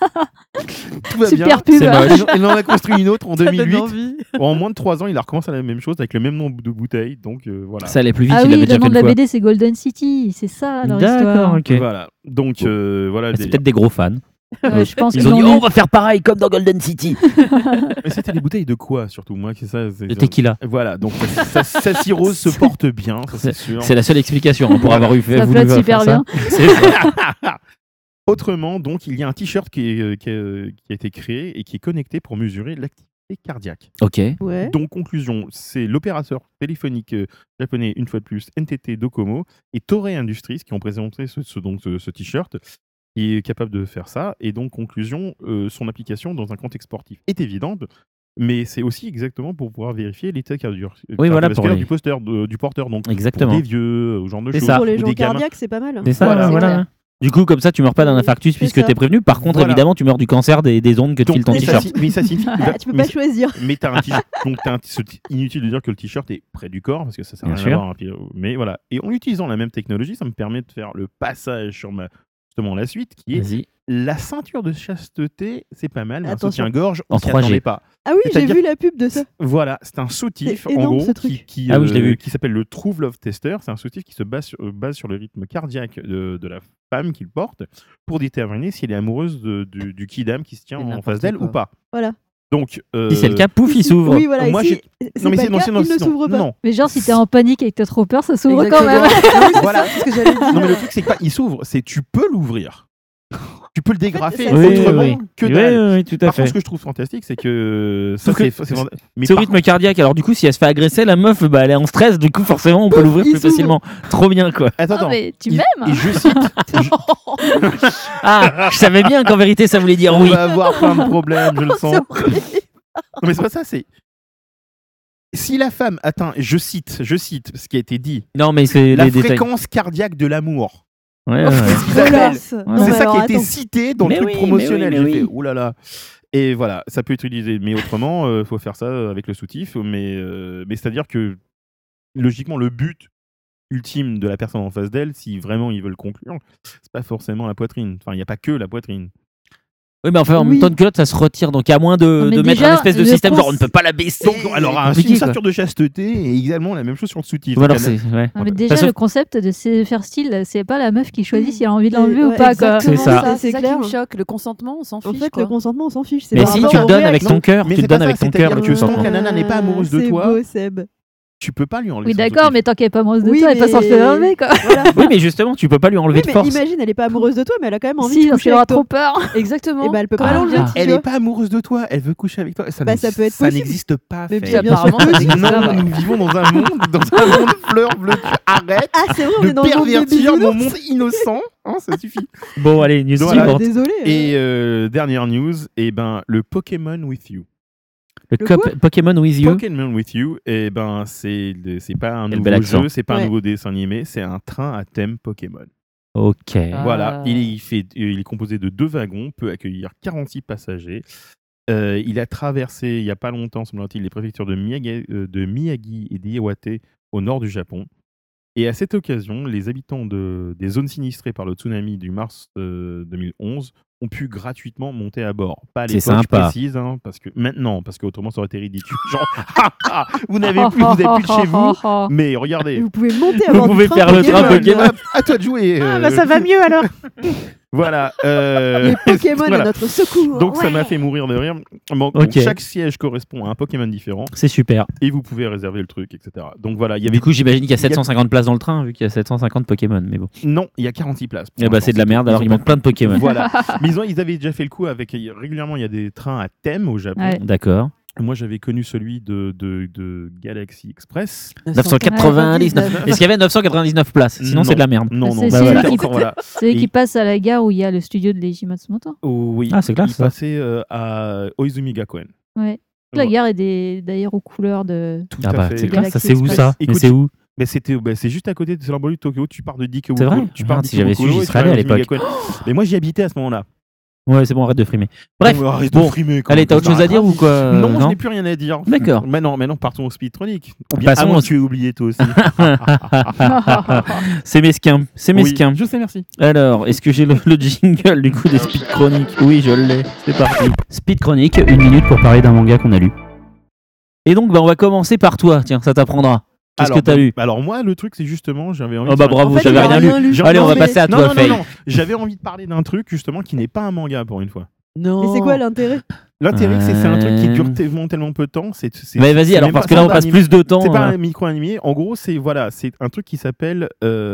Tout va bien. Super pub. C'est hein. moche. Il il en a construit une autre en Ça donne deux mille huit. envie. En moins de trois ans, il a recommencé la même chose avec le même nombre de bouteilles. Donc euh, voilà. Ça allait plus vite, Ah il oui, avait le déjà nom fait de la une fois. B D c'est Golden City, c'est ça leur D'accord, histoire. ok. Voilà. Donc euh, voilà. le C'est délire. peut-être des gros fans. Ouais, je pense Ils qu'ils ont dit, l'ont oh, mis. on va faire pareil comme dans Golden City. Mais c'était des bouteilles de quoi surtout moi c'est ça. C'est, De tequila. Voilà. Donc ça, ça, ça cirrhose se porte bien, ça c'est sûr. C'est la seule explication hein, pour avoir eu fait. Ça voulu flotte faire super ça. bien. C'est ça. Autrement, donc il y a un t-shirt qui, est, euh, qui, est- qui a été créé et qui est connecté pour mesurer l'activité cardiaque. Ok. Ouais. Donc conclusion, c'est l'opérateur téléphonique euh, japonais une fois de plus N T T Docomo et Toray Industries qui ont présenté ce, ce- donc, ce, ce t-shirt qui est capable de faire ça. Et donc conclusion, euh, son application dans un contexte sportif est évidente. Mais c'est aussi exactement pour pouvoir vérifier l'état cardio- Oui, voilà, pour cardiovasculaire les- du, poster, de- du porteur. Donc Exactement. pour des vieux, ou genre de C'est choses. ça. Pour les ou gens des gamins. cardiaques, c'est pas mal. C'est ça, Voilà, voilà. c'est clair. Du coup, comme ça, tu meurs pas d'un infarctus C'est puisque ça. t'es prévenu. Par contre, Voilà. évidemment, tu meurs du cancer des, des ondes que te Donc, file ton mais, ça, t-shirt. si- mais ça signifie. Ah, tu peux mais pas choisir. Mais t'as un t-shirt, donc t'as un t- ce t- inutile de dire que le t-shirt est près du corps parce que ça sert à Bien rien sûr. d'avoir un pi- Mais voilà. Et en utilisant la même technologie, ça me permet de faire le passage sur ma justement la suite qui est Vas-y. la ceinture de chasteté. C'est pas mal, mais Attention. un soutien-gorge, on En s'y trois G. attendait pas. Ah oui, j'ai C'est-à-dire- vu la pub de ça. Voilà, c'est un soutif C'est en énorme, gros ce truc. qui, qui, Ah oui, je l'ai vu. qui s'appelle le True Love Tester. C'est un soutif qui se base sur, euh, base sur le rythme cardiaque de, de la femme qu'il porte pour déterminer si elle est amoureuse de- du, du kidam qui se tient C'est en n'importe face d'elle quoi. ou pas. Voilà. Donc, euh, Si c'est le cas, pouf, il s'ouvre. Oui, voilà. Moi, ici, j'ai- c'est non mais pas c'est le non, cas, c'est non, il ne c'est- s'ouvre pas. non. Mais genre, si t'es en panique et que t'as trop peur, ça s'ouvre quand même. Exactement. Ah oui, c'est Voilà. ça, c'est ce que j'allais dire. Non mais le truc c'est que pas il s'ouvre, c'est tu peux l'ouvrir. Tu peux le dégrafer ça, Oui, oui, autrement oui. que Oui, dalle. oui, oui, tout à Par fait. contre, ce que je trouve fantastique, c'est que ça, Sauf que c'est, c'est, mais C'est au par rythme cardiaque. Alors, du coup, si elle se fait agresser, la meuf, bah, elle est en stress. Du coup, forcément, on peut l'ouvrir il plus s'ouvre. facilement. Trop bien, quoi. Attends, Ah, attends. mais tu Il- m'aimes Et je cite, je- Ah, je savais bien qu'en vérité, ça voulait dire on oui. va avoir plein de problèmes, je le sens. Non mais c'est pas ça, c'est si la femme atteint, je cite, je cite ce qui a été dit, Non, mais c'est la les détails. fréquence cardiaque de l'amour. Ouais, ouais, ouais. Ils appellent. Voilà. C'est Non, mais ça alors, qui a été attends. cité dans Mais le truc oui, promotionnel. mais oui, mais J'ai fait, oui. ouh là là. Et voilà, ça peut être utilisé. Mais autrement, il faut faire ça avec le soutif. Mais, euh, mais c'est-à-dire que, logiquement, le but ultime de la personne en face d'elle, si vraiment ils veulent conclure, c'est pas forcément la poitrine. Enfin, il n'y a pas que la poitrine. Oui, mais enfin, en Oui. même temps, une culotte, ça se retire. Donc, à moins de, Non, mais de mettre déjà, un espèce de le système, genre, cons- on ne peut pas la baisser. Donc, alors, un, compliqué, une quoi. ceinture de chasteté et également la même chose sur le soutif. Ou alors, Donc, c'est. Ouais. Ah, mais Ça, déjà, sauf- le concept de se faire style, c'est pas la meuf qui choisit si elle a envie de Ouais, l'enlever ou ouais, pas. Quoi. C'est ça. C'est C'est ça clair. qui me choque. Le consentement, on s'en En fiche. fait, quoi. le consentement, on s'en fiche. C'est Mais par si, rapport tu le au donnes réel. avec non, ton cœur. mais Tu c'est le donnes pas avec ça, ton c'est-à-dire cœur. que tu tant sens. que la nana n'est pas amoureuse de C'est toi, beau, Seb. tu peux pas lui enlever Oui, son d'accord, soutif. mais tant qu'elle est pas amoureuse de Oui, toi, elle est pas mais- censée l'enlever. Quoi. Voilà. Oui, mais justement, tu peux pas lui enlever Oui, de mais force. imagine, elle est pas amoureuse de toi, mais elle a quand même envie Si, de parce coucher qu'elle aura avec toi. trop peur. Exactement. Et bah, elle peut pas Ah. l'enlever. tu Elle vois. n'est pas amoureuse de toi, elle veut coucher avec toi. Ça, Bah, n'ex- ça peut être ça possible. n'existe pas. Mais Faye. bien sûr Apparemment, que ça oui. n'existe Non, pas. nous vivons dans un monde, dans un monde fleur bleue. Arrête Ah, c'est vrai, on de est dans le monde des pervertir mon bisounours. monde innocent. Hein, ça suffit. Bon, allez, news Voilà. suivante. Désolé. Et euh, dernière news, et ben le Pokémon with you. Le Le cop- quoi Pokémon with you. Pokémon with you, et ben c'est c'est pas un Quel bel nouveau accent. jeu, c'est pas Ouais. un nouveau dessin animé, c'est un train à thème Pokémon. Ok. Ah. Voilà, il est, il fait, il est composé de deux wagons, peut accueillir quarante-six passagers. Euh, il a traversé, il y a pas longtemps, semble-t-il, les préfectures de Miyagi, euh, de Miyagi et d'Iwate au nord du Japon. Et à cette occasion, les habitants de, des zones sinistrées par le tsunami du mars euh, deux mille onze ont pu gratuitement monter à bord. Pas à C'est l'époque sympa. précise, hein, parce que maintenant, parce qu'autrement ça aurait été ridicule. Genre, ah, ah, vous n'avez plus, vous n'avez plus de chez vous. Mais regardez, Vous pouvez monter à Vous bord du pouvez train faire le train Pokémon. Pokémon. Hop, à toi de jouer. Ah, euh, bah ça va mieux alors. Voilà. euh, Les Pokémon voilà. à notre secours. Donc ça Ouais. m'a fait mourir de rire. Bon, Ok. donc, chaque siège correspond à un Pokémon différent C'est super. et vous pouvez réserver le truc, et cetera. Donc voilà, il y avait Du coup, j'imagine qu'il y a il y a- sept cent cinquante places dans le train, vu qu'il y a sept cent cinquante Pokémon. Mais bon. non, il y a quarante-six places. pour Eh bah, l'instant. c'est de la merde, alors Ils il ont manque plein de Pokémon. Voilà. Mais ils, ont, ils avaient déjà fait le coup avec. Régulièrement, il y a des trains à thème au Japon. Ouais. D'accord. Moi, j'avais connu celui de, de, de Galaxy Express. neuf cent quatre-vingt-dix-neuf. Est-ce qu'il y avait neuf cent quatre-vingt-dix-neuf places? Sinon, Non. c'est de la merde. Non, non, C'est- bah c'est voilà, lui qui- encore, voilà. C'est eux qui Et- passent à la gare où il y a le studio de Leiji Matsumoto. Oh, oui, Ah, c'est classe, il ça. passait euh, à Oizumi Gakuen. Ouais. La Ouais. gare est des- d'ailleurs aux couleurs de. Tout Ah à bah, fait. c'est classe. Ça, Galaxy c'est où ça? Express. Mais Écoute, c'est où? Mais c'était, bah, c'est juste à côté de l'embouchure de Tokyo. Tu pars de Dikebukuro. C'est vrai Tu pars Merde, de si j'avais su, Dikebukuro j'y et tu serais vas allé à Oizumi l'époque. Gakuen. Mais moi, j'y habitais à ce moment-là. Ouais, c'est bon, arrête de frimer. Bref, Non, mais arrête bon. de frimer, quand Allez, même. t'as autre chose à dire ou quoi? euh, Non, je n'ai plus rien à dire. D'accord. Maintenant, maintenant partons au Speedtronic. Ou bien, Passons à moins au- que tu aies oublié toi aussi. C'est mesquin. C'est Oui, mesquin. je sais, merci. Alors, est-ce que j'ai le, le jingle du coup des Speed Chroniques? Oui, je l'ai. C'est parti. Speed Chronique, une minute pour parler d'un manga qu'on a lu. Et donc, bah, on va commencer par toi. Tiens, ça t'apprendra. Qu'est-ce que Alors, t'as lu? bah, Alors moi, le truc, c'est justement, j'avais envie Oh de bah faire- bravo, En fait, j'avais il a rien lu. rien lu. J'ai- Allez, on non, va mais- passer à non, toi, non, Faye. non, non. J'avais envie de parler d'un truc justement qui n'est pas un manga pour une fois. Non. Mais c'est quoi l'intérêt? L'intérêt, c'est que c'est un truc qui Euh. dure tellement, tellement peu de temps. C'est, c'est, Mais vas-y, c'est alors, même parce pas- que là, c'est on pas passe un plus de temps. C'est pas euh, un micro-animé. En gros, c'est voilà, c'est un truc qui s'appelle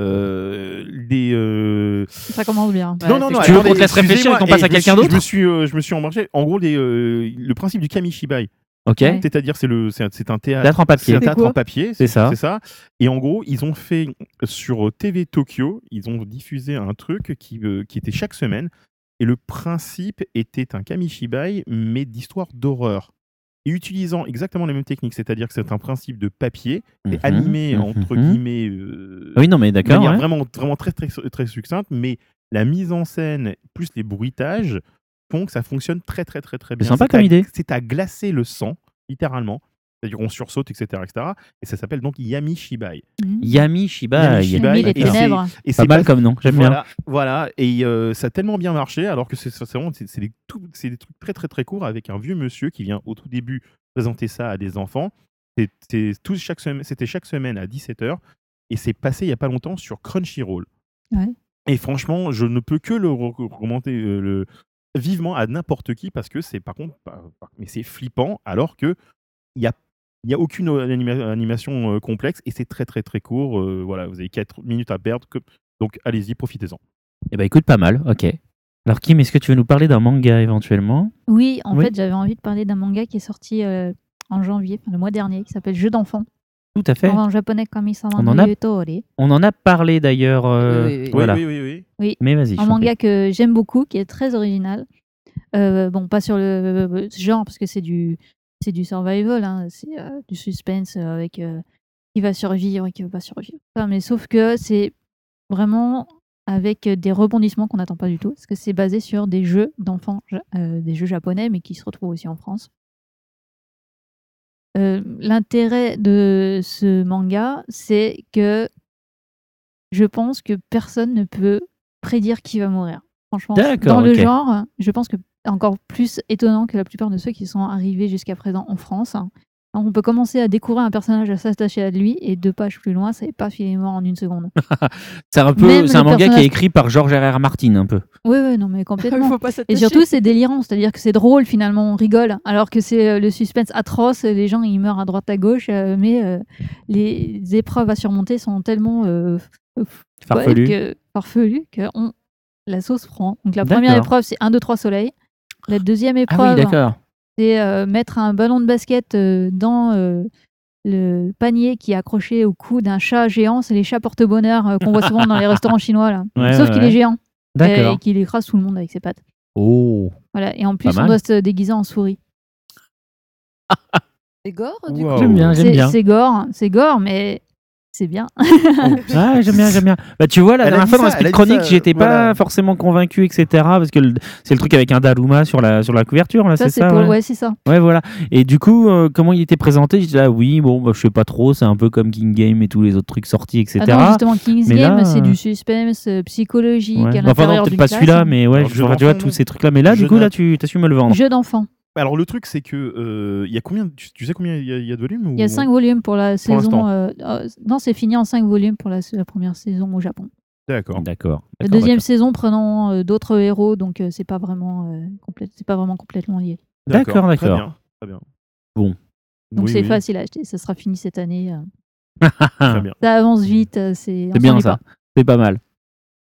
euh, des. euh, Ça commence bien. non, non, non. Tu veux attendez, qu'on te laisse réfléchir et qu'on excusez-moi, passe à je me quelqu'un suis- d'autre Je me suis, euh, je me suis embarqué. En gros, les, euh, le principe du kamishibai, Ok. Ouais. c'est-à-dire c'est le, c'est un, c'est un théâtre. Théâtre en C'est papier. un C'est théâtre quoi en papier, C'est ça. C'est ça. Et en gros, ils ont fait sur T V Tokyo, ils ont diffusé un truc qui, euh, qui était chaque semaine. Et le principe était un kamishibai, mais d'histoire d'horreur. Et utilisant exactement les mêmes techniques, c'est-à-dire que c'est un principe de papier, Mhm, et animé mhm, entre mhm. guillemets, euh, Oui, non, mais de d'accord. manière ouais. vraiment, vraiment très, très, très succincte, mais la mise en scène plus les bruitages font que ça fonctionne très très très très bien. sympa C'est comme à- idée. C'est à glacer le sang, littéralement. C'est-à-dire on sursaute, et cetera, et cetera. Et ça s'appelle donc Yami Shibai. Mhm. Yami Shibai. Yami Shibai, Yami, les et c'est- ténèbres. Et Pas c'est mal pas- comme nom, j'aime bien. voilà, voilà, et euh, ça a tellement bien marché, alors que c'est c'est vraiment c'est c'est des, tout- c'est des trucs très très très courts avec un vieux monsieur qui vient au tout début présenter ça à des enfants. C'est- c'est tout chaque semaine, c'était chaque semaine à dix-sept heures, et c'est passé il y a pas longtemps sur Crunchyroll. Ouais. Et franchement, je ne peux que le recommander euh, le, vivement à n'importe qui parce que c'est par contre, par- par- mais c'est flippant, alors que il y a il n'y a aucune anima- animation euh, complexe et c'est très très très court. euh, voilà, vous avez quatre minutes à perdre. que- Donc allez-y, profitez-en. Eh ben écoute, pas mal, ok. Alors Kim, est-ce que tu veux nous parler d'un manga éventuellement? Oui, en Oui. fait, j'avais envie de parler d'un manga qui est sorti euh, en janvier, enfin, le mois dernier, qui s'appelle Jeu d'enfant. Tout à fait. En japonais, Kami-sama On en no a- Yutori. On en a parlé d'ailleurs. euh, Oui, oui, oui. Voilà. Oui, oui, oui, oui. Oui, Mais vas-y. je un t'en prie. manga que j'aime beaucoup, qui est très original. Euh, bon, pas sur le euh, genre, parce que c'est du, c'est du survival, hein, c'est euh, du suspense euh, avec euh, qui va survivre et qui ne va pas survivre. Enfin, mais sauf que c'est vraiment avec des rebondissements qu'on n'attend pas du tout, parce que c'est basé sur des jeux d'enfants, ja- euh, des jeux japonais, mais qui se retrouvent aussi en France. Euh, L'intérêt de ce manga, c'est que je pense que personne ne peut prédire qui va mourir. Franchement, D'accord, dans le ok. genre, je pense que encore plus étonnant que la plupart de ceux qui sont arrivés jusqu'à présent en France. Alors, on peut commencer à découvrir un personnage, à s'attacher à lui, et deux pages plus loin, ça n'est pas filé mort en une seconde. C'est un peu, Même c'est un le manga qui est personnage- écrit par George R R. Martin un peu. Oui, oui, non, mais Il complètement. faut pas Et s'attacher. surtout, c'est délirant, c'est-à-dire que c'est drôle finalement, on rigole, alors que c'est euh, le suspense atroce, les gens ils meurent à droite à gauche, euh, mais euh, les épreuves à surmonter sont tellement euh, f- Farfelu. ouais, que, farfelues que on, la sauce prend. Donc la D'accord. première épreuve, c'est un, deux, trois soleil. La deuxième Ah épreuve, oui, d'accord. c'est euh, mettre un ballon de basket euh, dans euh, le panier qui est accroché au cou d'un chat géant. C'est les chats porte-bonheur euh, qu'on voit souvent dans les restaurants chinois, là. Ouais, Sauf ouais, qu'il ouais. est géant et D'accord. qu'il écrase tout le monde avec ses pattes. Oh. Voilà. Et en plus, Pas on mal. doit se déguiser en souris. C'est gore, du Wow. coup J'aime bien, j'aime C'est bien. c'est gore, c'est gore, mais c'est bien. Ah, j'aime bien, j'aime bien. Bah, tu vois, la Elle a dernière dit fois dans la ça, elle Speed a dit Chronique, ça, j'étais pas voilà. forcément convaincu, et cetera. Parce que le- c'est le truc avec un Daruma sur la, sur la couverture, là, Ça, c'est c'est ça pour. ouais. Ouais, c'est ça. Ouais, voilà. Et du coup, euh, comment il était présenté, j'étais là, oui, bon, bah, je sais pas trop, c'est un peu comme King Game et tous les autres trucs sortis, et cetera. Ah non, justement, King's Mais Game, là, c'est euh, du suspense euh, psychologique Ouais. à Enfin, non, l'intérieur peut-être d'une pas classe. celui-là, mais ouais, Alors, je jeu vois, tu vois d'enfant, tous non. ces trucs-là. Mais là, Jeu du coup, là, d'en- tu as su me le vendre. Jeu d'enfant. Alors le truc, c'est que euh, il y a combien tu, tu sais combien il y, a- il y a de volumes Il y a ou- cinq volumes pour la saison. l'instant. euh, euh, non, c'est fini en cinq volumes pour la, la première saison au Japon. D'accord. D'accord. La D'accord, deuxième d'accord. saison prenant euh, d'autres héros, donc euh, c'est pas vraiment euh, complète, c'est pas vraiment complètement lié. D'accord, Très d'accord. bien. Très bien. Bon. Donc Oui, c'est oui, facile à acheter, ça sera fini cette année. euh. Très bien. Ça avance vite, euh, c'est. on C'est bien s'ennuie ça. pas. C'est pas mal.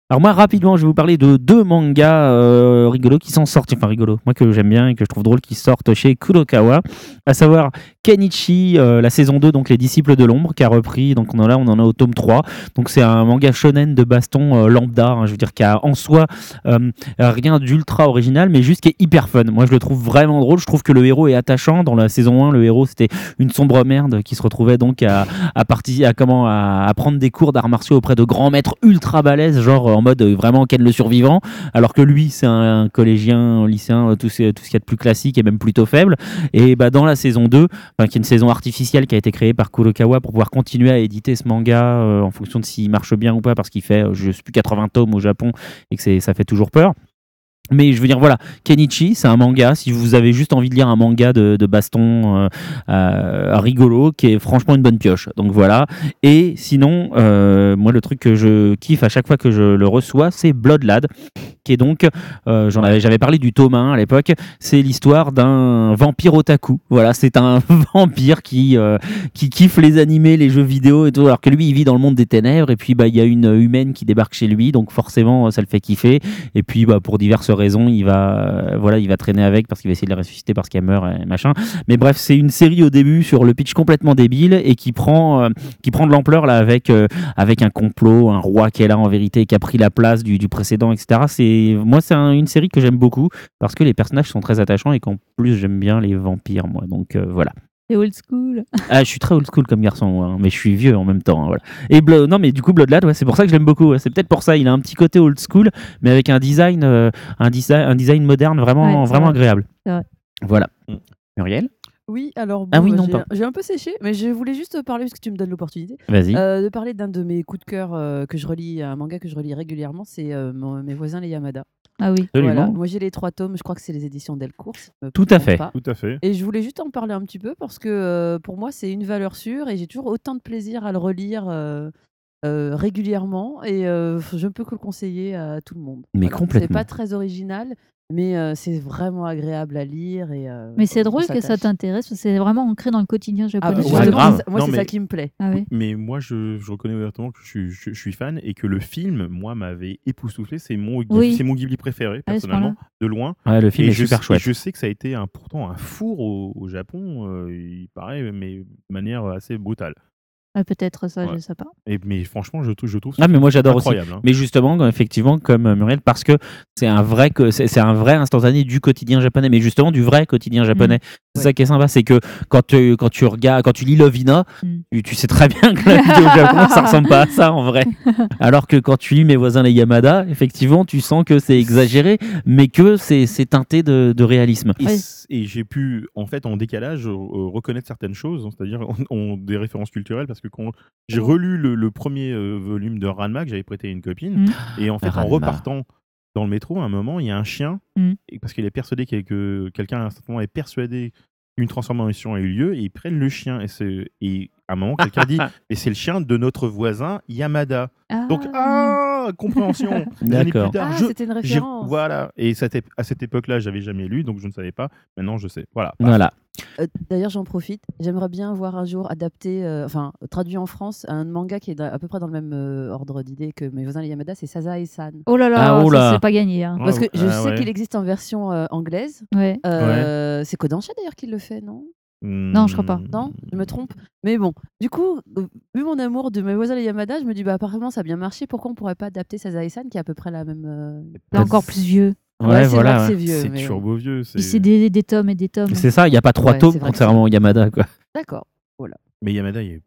Alors moi, rapidement, je vais vous parler de deux mangas euh, rigolos qui sont sortis, enfin rigolos, moi que j'aime bien et que je trouve drôle, qui sortent chez Kurokawa, à savoir Kenichi, euh, la saison deux, donc Les Disciples de l'Ombre, qui a repris, donc on en a, on en a au tome trois, donc c'est un manga shonen de baston euh, lambda, hein, je veux dire, qui a en soi euh, rien d'ultra original, mais juste qui est hyper fun. Moi je le trouve vraiment drôle, je trouve que le héros est attachant. Dans la saison un, le héros c'était une sombre merde qui se retrouvait donc à, à, partir, à, comment, à, à prendre des cours d'arts martiaux auprès de grands maîtres ultra balèzes, genre en mode euh, vraiment Ken le survivant, alors que lui c'est un, un collégien, un lycéen, euh, tout, ce- tout ce qu'il y a de plus classique et même plutôt faible. Et bah, dans la saison deux, enfin, qui est une saison artificielle qui a été créée par Kurokawa pour pouvoir continuer à éditer ce manga euh, en fonction de s'il marche bien ou pas, parce qu'il fait, euh, je sais plus, quatre-vingts tomes au Japon et que c'est, ça fait toujours peur. Mais je veux dire, voilà, Kenichi, c'est un manga. Si vous avez juste envie de lire un manga de, de baston euh, euh, rigolo, qui est franchement une bonne pioche. Donc voilà. Et sinon, euh, moi, le truc que je kiffe à chaque fois que je le reçois, c'est Bloodlad, qui est donc, euh, j'en avais, j'avais parlé du tome un à l'époque, c'est l'histoire d'un vampire otaku. Voilà, c'est un vampire qui, euh, qui kiffe les animés, les jeux vidéo et tout, alors que lui, il vit dans le monde des ténèbres. Et puis, bah, il y a une humaine qui débarque chez lui, donc forcément, ça le fait kiffer. Et puis, bah, pour diverses raisons, il va, euh, voilà, il va traîner avec parce qu'il va essayer de la ressusciter parce qu'elle meurt et machin. Mais bref, c'est une série au début sur le pitch complètement débile et qui prend, euh, qui prend de l'ampleur là avec, euh, avec un complot, un roi qui est là en vérité, qui a pris la place du, du précédent, et cetera. C'est, moi, c'est un- une série que j'aime beaucoup parce que les personnages sont très attachants et qu'en plus, j'aime bien les vampires, moi. Donc euh, voilà. C'est old school. Ah, je suis très old school comme garçon, moi, hein, mais je suis vieux en même temps. Hein, voilà. Et Blo- non, mais du coup, Bloodlad, ouais, c'est pour ça que je l'aime beaucoup. Ouais. C'est peut-être pour ça. Il a un petit côté old school, mais avec un design, euh, un, design un design moderne vraiment, Ouais, c'est vraiment vrai. agréable. C'est vrai. Voilà. Mm. Muriel, Oui, alors Ah bon, oui, euh, non, j'ai- pardon. j'ai un peu séché, mais je voulais juste parler, parce que tu me donnes l'opportunité, vas-y. euh, de parler d'un de mes coups de cœur euh, que je relis, un manga que je relis régulièrement, c'est euh, mon- Mes voisins les Yamada. Ah oui. Absolument. Voilà. Moi j'ai les trois tomes, je crois que c'est les éditions Delcourt. si je me Tout à trompe fait. pas. Tout à fait. Et je voulais juste en parler un petit peu parce que euh, pour moi c'est une valeur sûre et j'ai toujours autant de plaisir à le relire euh, euh, régulièrement et euh, je ne peux que le conseiller à tout le monde. Mais C'est complètement. pas très original, mais euh, c'est vraiment agréable à lire. Et, euh, Mais c'est on drôle que ça s'attache. t'intéresse, parce que c'est vraiment ancré dans le quotidien Ah, japonais. bah, ouais, justement, grave. c'est ça- moi Non, c'est mais- ça qui me plaît. Ah oui. Mais moi, je, je reconnais ouvertement que je suis, je, je suis fan et que le film, moi, m'avait époustouflé. C'est mon, Ghibli- Oui. c'est mon Ghibli préféré, Ah, à ce personnellement, de loin. Ouais, le film Et est je, super sais- et chouette. je sais que ça a été un, pourtant un four au, au Japon, euh, il paraît, mais de manière assez brutale. Ah, peut-être ça, je Ouais. sais pas. Et, mais franchement, je, trouve- je trouve Ah, mais moi j'adore aussi. incroyable. hein. Mais justement, quand- effectivement, comme euh, Muriel, parce que c'est un vrai, que- c'est c'est un vrai instantané du quotidien japonais, mais justement du vrai quotidien japonais. C'est Ouais. ça qui est sympa, c'est que quand tu, quand tu regardes, quand tu lis Lovina, Mm. tu, tu sais très bien que la vie au Japon, ça ressemble pas à ça en vrai. Alors que quand tu lis Mes voisins les Yamada, effectivement, tu sens que c'est exagéré, mais que c'est c'est teinté de, de réalisme. Et, Ouais. c- et j'ai pu, en fait, en décalage, euh, reconnaître certaines choses, c'est-à-dire on, on- des références culturelles, parce que quand j'ai relu le, le premier euh, volume de Ranma que j'avais prêté à une copine, Mm. et en fait, Ranma. en repartant dans le métro, à un moment, il y a un chien, Mm. et parce qu'il est persuadé qu'il y a que quelqu'un à un certain moment est persuadé qu'une transformation a eu lieu, et ils prennent le chien, et, c'est- et à un moment, quelqu'un dit, mais c'est le chien de notre voisin Yamada. Ah. Donc, ah, compréhension. Des années D'accord. plus tard, Ah, je- c'était une j'ai- référence. Voilà. Et cette ép- à cette époque-là, j'avais jamais lu, donc je ne savais pas. Maintenant, je sais. Voilà. Voilà. Euh, D'ailleurs, j'en profite. J'aimerais bien voir un jour adapté, euh, enfin traduit en France, un manga qui est dans- à peu près dans le même euh, ordre d'idée que Mes voisins les Yamada, c'est Sazae-san. Oh là là, Ah, oh ça, là. c'est pas gagné. Hein. Ah, Parce que je ah, sais ouais. qu'il existe en version euh, anglaise. Ouais. Euh, C'est Kodansha d'ailleurs qui le fait, non? Non, je crois pas. Non, je me trompe. Mais bon, du coup, euh, vu mon amour de Mes voisins les Yamada, je me dis bah apparemment ça a bien marché. Pourquoi on pourrait pas adapter Sazae-san qui est à peu près la même. euh, C'est encore plus vieux. Ouais, Ouais, c'est voilà. vrai que ouais. c'est vieux. C'est mais bon. turbo vieux. Puis c'est des, des tomes et des tomes. C'est ça, il n'y a pas trois Ouais, tomes, c'est vrai que contrairement au Yamada, quoi. D'accord. Mais Yamada, il est.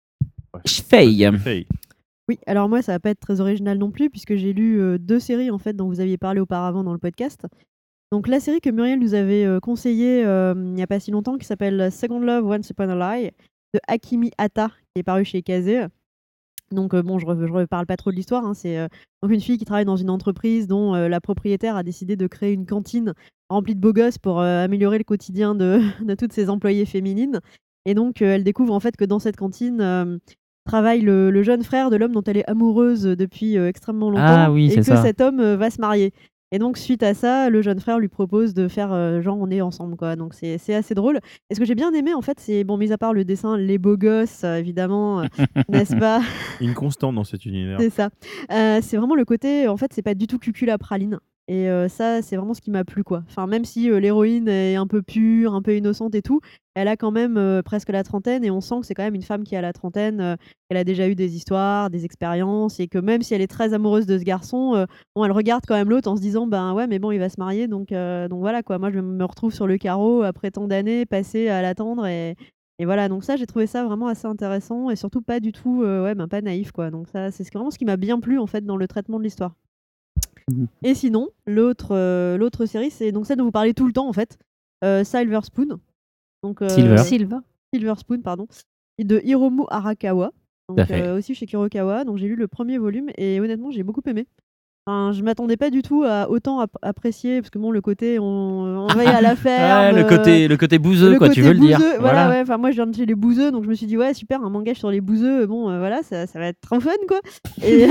Shfei. Fait. Oui, alors moi, ça va pas être très original non plus, puisque j'ai lu euh, deux séries en fait dont vous aviez parlé auparavant dans le podcast. Donc la série que Muriel nous avait euh, conseillée euh, il n'y a pas si longtemps, qui s'appelle Second Love, Once Upon a Lie, de Akimi Hata, qui est paru chez Kazé. Donc euh, bon, je ne reparle pas trop de l'histoire. hein, C'est euh, donc une fille qui travaille dans une entreprise dont euh, la propriétaire a décidé de créer une cantine remplie de beaux gosses pour euh, améliorer le quotidien de, de toutes ses employées féminines. Et donc euh, elle découvre en fait que dans cette cantine euh, travaille le, le jeune frère de l'homme dont elle est amoureuse depuis euh, extrêmement longtemps, Ah oui, et c'est que ça. cet homme euh, va se marier. Et donc, suite à ça, le jeune frère lui propose de faire euh, genre on est ensemble, quoi. Donc, c'est c'est assez drôle. Et ce que j'ai bien aimé, en fait, c'est, bon, mis à part le dessin, les beaux gosses, euh, évidemment, euh, n'est-ce pas? Une constante dans cet univers. C'est ça. Euh, c'est vraiment le côté, en fait, c'est pas du tout cucul à praline. Et euh, ça, c'est vraiment ce qui m'a plu, quoi. Enfin, même si euh, l'héroïne est un peu pure, un peu innocente et tout, elle a quand même euh, presque la trentaine et on sent que c'est quand même une femme qui a la trentaine, euh, qu'elle a déjà eu des histoires, des expériences et que même si elle est très amoureuse de ce garçon, euh, bon, elle regarde quand même l'autre en se disant ben ouais, mais bon, il va se marier, donc, euh, donc voilà, quoi. Moi, je me retrouve sur le carreau après tant d'années passées à l'attendre et, et voilà. Donc ça, j'ai trouvé ça vraiment assez intéressant et surtout pas du tout, euh, ouais, ben pas naïf, quoi. Donc ça, c'est vraiment ce qui m'a bien plu en fait dans le traitement de l'histoire. Et sinon, l'autre euh, l'autre série, c'est donc celle dont vous parlez tout le temps en fait, euh, Silver Spoon. Donc, euh, Silver. Silver. Silver Spoon, pardon, et de Hiromu Arakawa. Tout à Donc, fait. euh, aussi chez Kurokawa. Donc j'ai lu le premier volume et honnêtement, j'ai beaucoup aimé. Enfin, je m'attendais pas du tout à autant ap- apprécier parce que bon, le côté on, on va y à la ferme. Ah, le euh, côté, le côté bouseux, le quoi, côté tu veux le dire. bouseux, Voilà, Voilà. ouais. Enfin, moi, je viens de chez les bouseux, donc je me suis dit, ouais, super, un manga sur les bouseux, bon, euh, voilà, ça, ça va être trop fun, quoi. Et...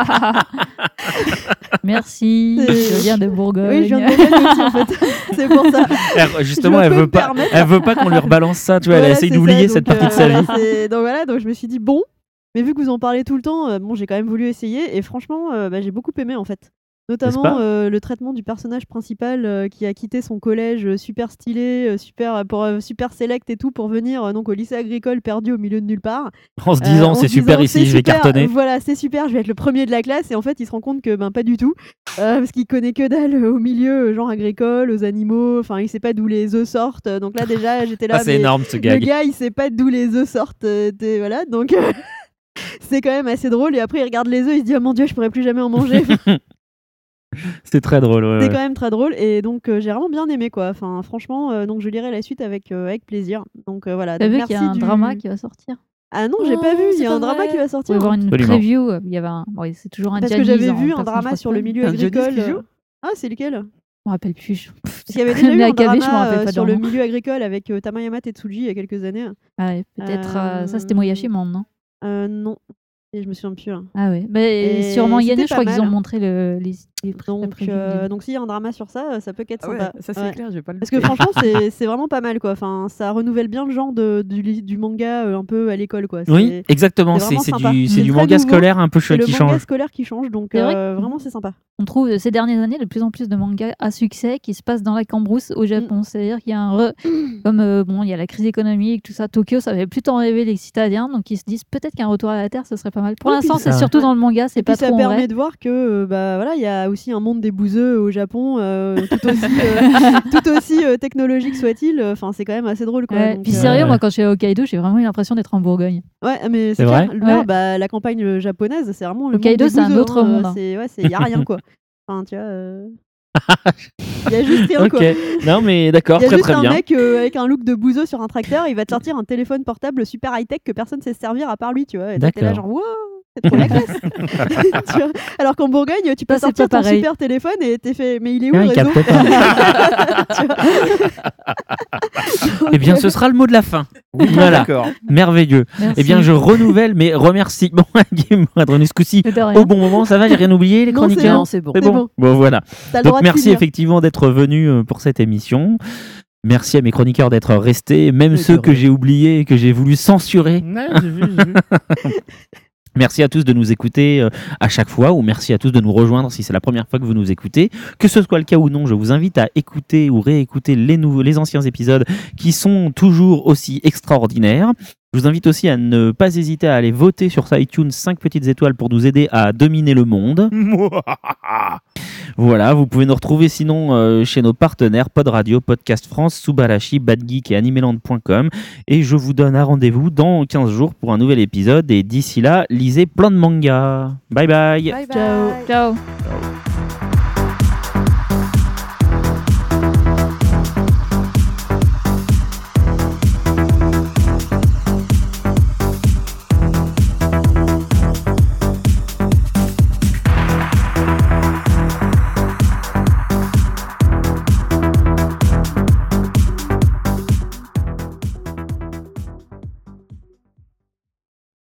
Merci. C'est- Je viens de Bourgogne. oui, je viens de Bourgogne aussi, en fait. C'est pour ça. Elle- justement, Je elle peux veut me pas, permettre. elle veut pas qu'on lui rebalance ça, tu vois, elle Voilà, essaye c'est d'oublier ça, cette donc, partie de euh, sa voilà, vie. c'est- Donc voilà, donc je me suis dit, bon, mais vu que vous en parlez tout le temps, euh, bon, j'ai quand même voulu essayer et franchement, euh, bah, j'ai beaucoup aimé en fait. N'est-ce Notamment pas euh, le traitement du personnage principal euh, qui a quitté son collège euh, super stylé, euh, super, pour, euh, super select et tout pour venir euh, donc au lycée agricole perdu au milieu de nulle part. En se Euh, disant, en c'est se super disant, ici, c'est je vais super, cartonner. Voilà, c'est super, je vais être le premier de la classe et en fait il se rend compte que ben pas du tout euh, parce qu'il connaît que dalle euh, au milieu, euh, genre agricole, aux animaux, enfin il sait pas d'où les œufs sortent. Donc là déjà j'étais là. Ah, c'est mais énorme ce Le gag. gars il sait pas d'où les œufs sortent, euh, t'es- voilà donc. euh, C'est quand même assez drôle et après il regarde les œufs, il se dit oh mon dieu je pourrais plus jamais en manger. C'est très drôle. ouais, C'est ouais. quand même très drôle et donc euh, j'ai vraiment bien aimé quoi. Enfin franchement euh, donc je lirai la suite avec euh, avec plaisir. Donc euh, voilà. T'as Donc, vu merci qu'il y a un du- drama qui va sortir? Ah non j'ai pas Oh, vu. Il y c'est a pas un drama vrai. qui va Vous sortir. pouvez voir une Absolument. preview. Il y avait un... bon, c'est toujours un Parce que Janis j'avais en vu un personnage drama sur le principal. milieu Un Janis agricole. qui euh, joue Ah c'est lequel? Je me rappelle plus. Parce qu'il y avait déjà eu La un Gavé, je me drama rappelle euh, pas sur de le nom. milieu agricole avec euh, Tamayama Tetsuji il y a quelques années. Ah ouais, peut-être. euh, Ça, c'était Euh, Moyashi Monde, non? Euh, non. Et je me souviens plus. hein. Ah ouais. Mais Et sûrement c'était Yannis, je pas crois qu'ils ont mal. montré le, les, les la Donc, preview euh, du- donc s'il y a un drama sur ça, euh, ça peut qu'être Ah ouais, sympa. ça c'est Ouais. clair, je vais pas le Parce que louper. franchement, c'est c'est vraiment pas mal quoi. Enfin, ça renouvelle bien le genre de, du, li- du manga euh, un peu à l'école quoi. Oui, C'est- exactement. c'est C'est vraiment c'est sympa. du, c'est C'est du très manga nouveau. scolaire un peu C'est chouette le qui manga change. scolaire qui change, donc C'est vrai euh, que- vraiment c'est sympa. On trouve euh, ces dernières années de plus en plus de mangas à succès qui se passent dans la cambrousse au Japon. Mm. C'est-à-dire qu'il y a un re... comme euh, bon, il y a la crise économique, tout ça. Tokyo, ça avait plus tant rêvé les citadins, donc ils se disent peut-être qu'un retour à la terre, ce serait pas mal. Pour Oui, l'instant, puis c'est ça- surtout ouais. dans le manga, c'est Et pas puis ça trop en permet vrai. de voir que euh, bah voilà, il y a aussi un monde des bouseux au Japon, euh, tout aussi, euh, tout aussi euh, technologique soit-il. Enfin, c'est quand même assez drôle quoi. Ouais, Donc, puis euh, sérieux, ouais. moi quand je suis à Hokkaido, j'ai vraiment eu l'impression d'être en Bourgogne. Ouais, mais C'est c'est vrai clair. Là, Ouais. bah, la campagne japonaise, c'est vraiment le Hokkaido, monde des c'est un bouseux, autre hein. monde, hein. C'est ouais, c'est y a rien quoi. Enfin, tu vois. euh, Il y a juste rien Ok. quoi. Non, mais d'accord, Il y a très juste très un bien. mec euh, avec un look de bouseux sur un tracteur, il va te sortir un téléphone portable super high-tech que personne sait se servir à part lui, tu vois. Et toi, t'es là D'accord. genre, wow, c'est trop la classe. Tu vois. Alors qu'en Bourgogne, tu peux Ça, c'est sortir pas ton pareil. super téléphone et t'es fait, mais il est où Ah, le il réseau capte Tu vois. Eh bien, ce sera le mot de la fin. Voilà, D'accord. merveilleux. Merci. Eh bien, je renouvelle mes remerciements à Guillaume Radroni ce coup-ci. De rien. Au bon moment, ça va, j'ai rien oublié, les Non, c'est chroniqueurs Non, c'est bon. C'est C'est bon. bon. Bon, voilà. T'as le Donc droit de merci finir. effectivement d'être venu euh, pour cette émission. Merci à mes chroniqueurs d'être restés, même Mais ceux de que rien. j'ai oubliés et que j'ai voulu censurer. Ouais, j'ai vu, j'ai vu. Merci à tous de nous écouter euh, à chaque fois, ou merci à tous de nous rejoindre si c'est la première fois que vous nous écoutez. Que ce soit le cas ou non, je vous invite à écouter ou réécouter les nouveaux, les anciens épisodes qui sont toujours aussi extraordinaires. Je vous invite aussi à ne pas hésiter à aller voter sur iTunes cinq petites étoiles pour nous aider à dominer le monde. Voilà, vous pouvez nous retrouver sinon euh, chez nos partenaires Pod Radio, Podcast France, Subarashi, Bad Geek et Animeland point com. Et je vous donne un rendez-vous dans quinze jours pour un nouvel épisode. Et d'ici là, lisez plein de mangas. Bye bye. Bye Ciao. bye. Ciao. Ciao.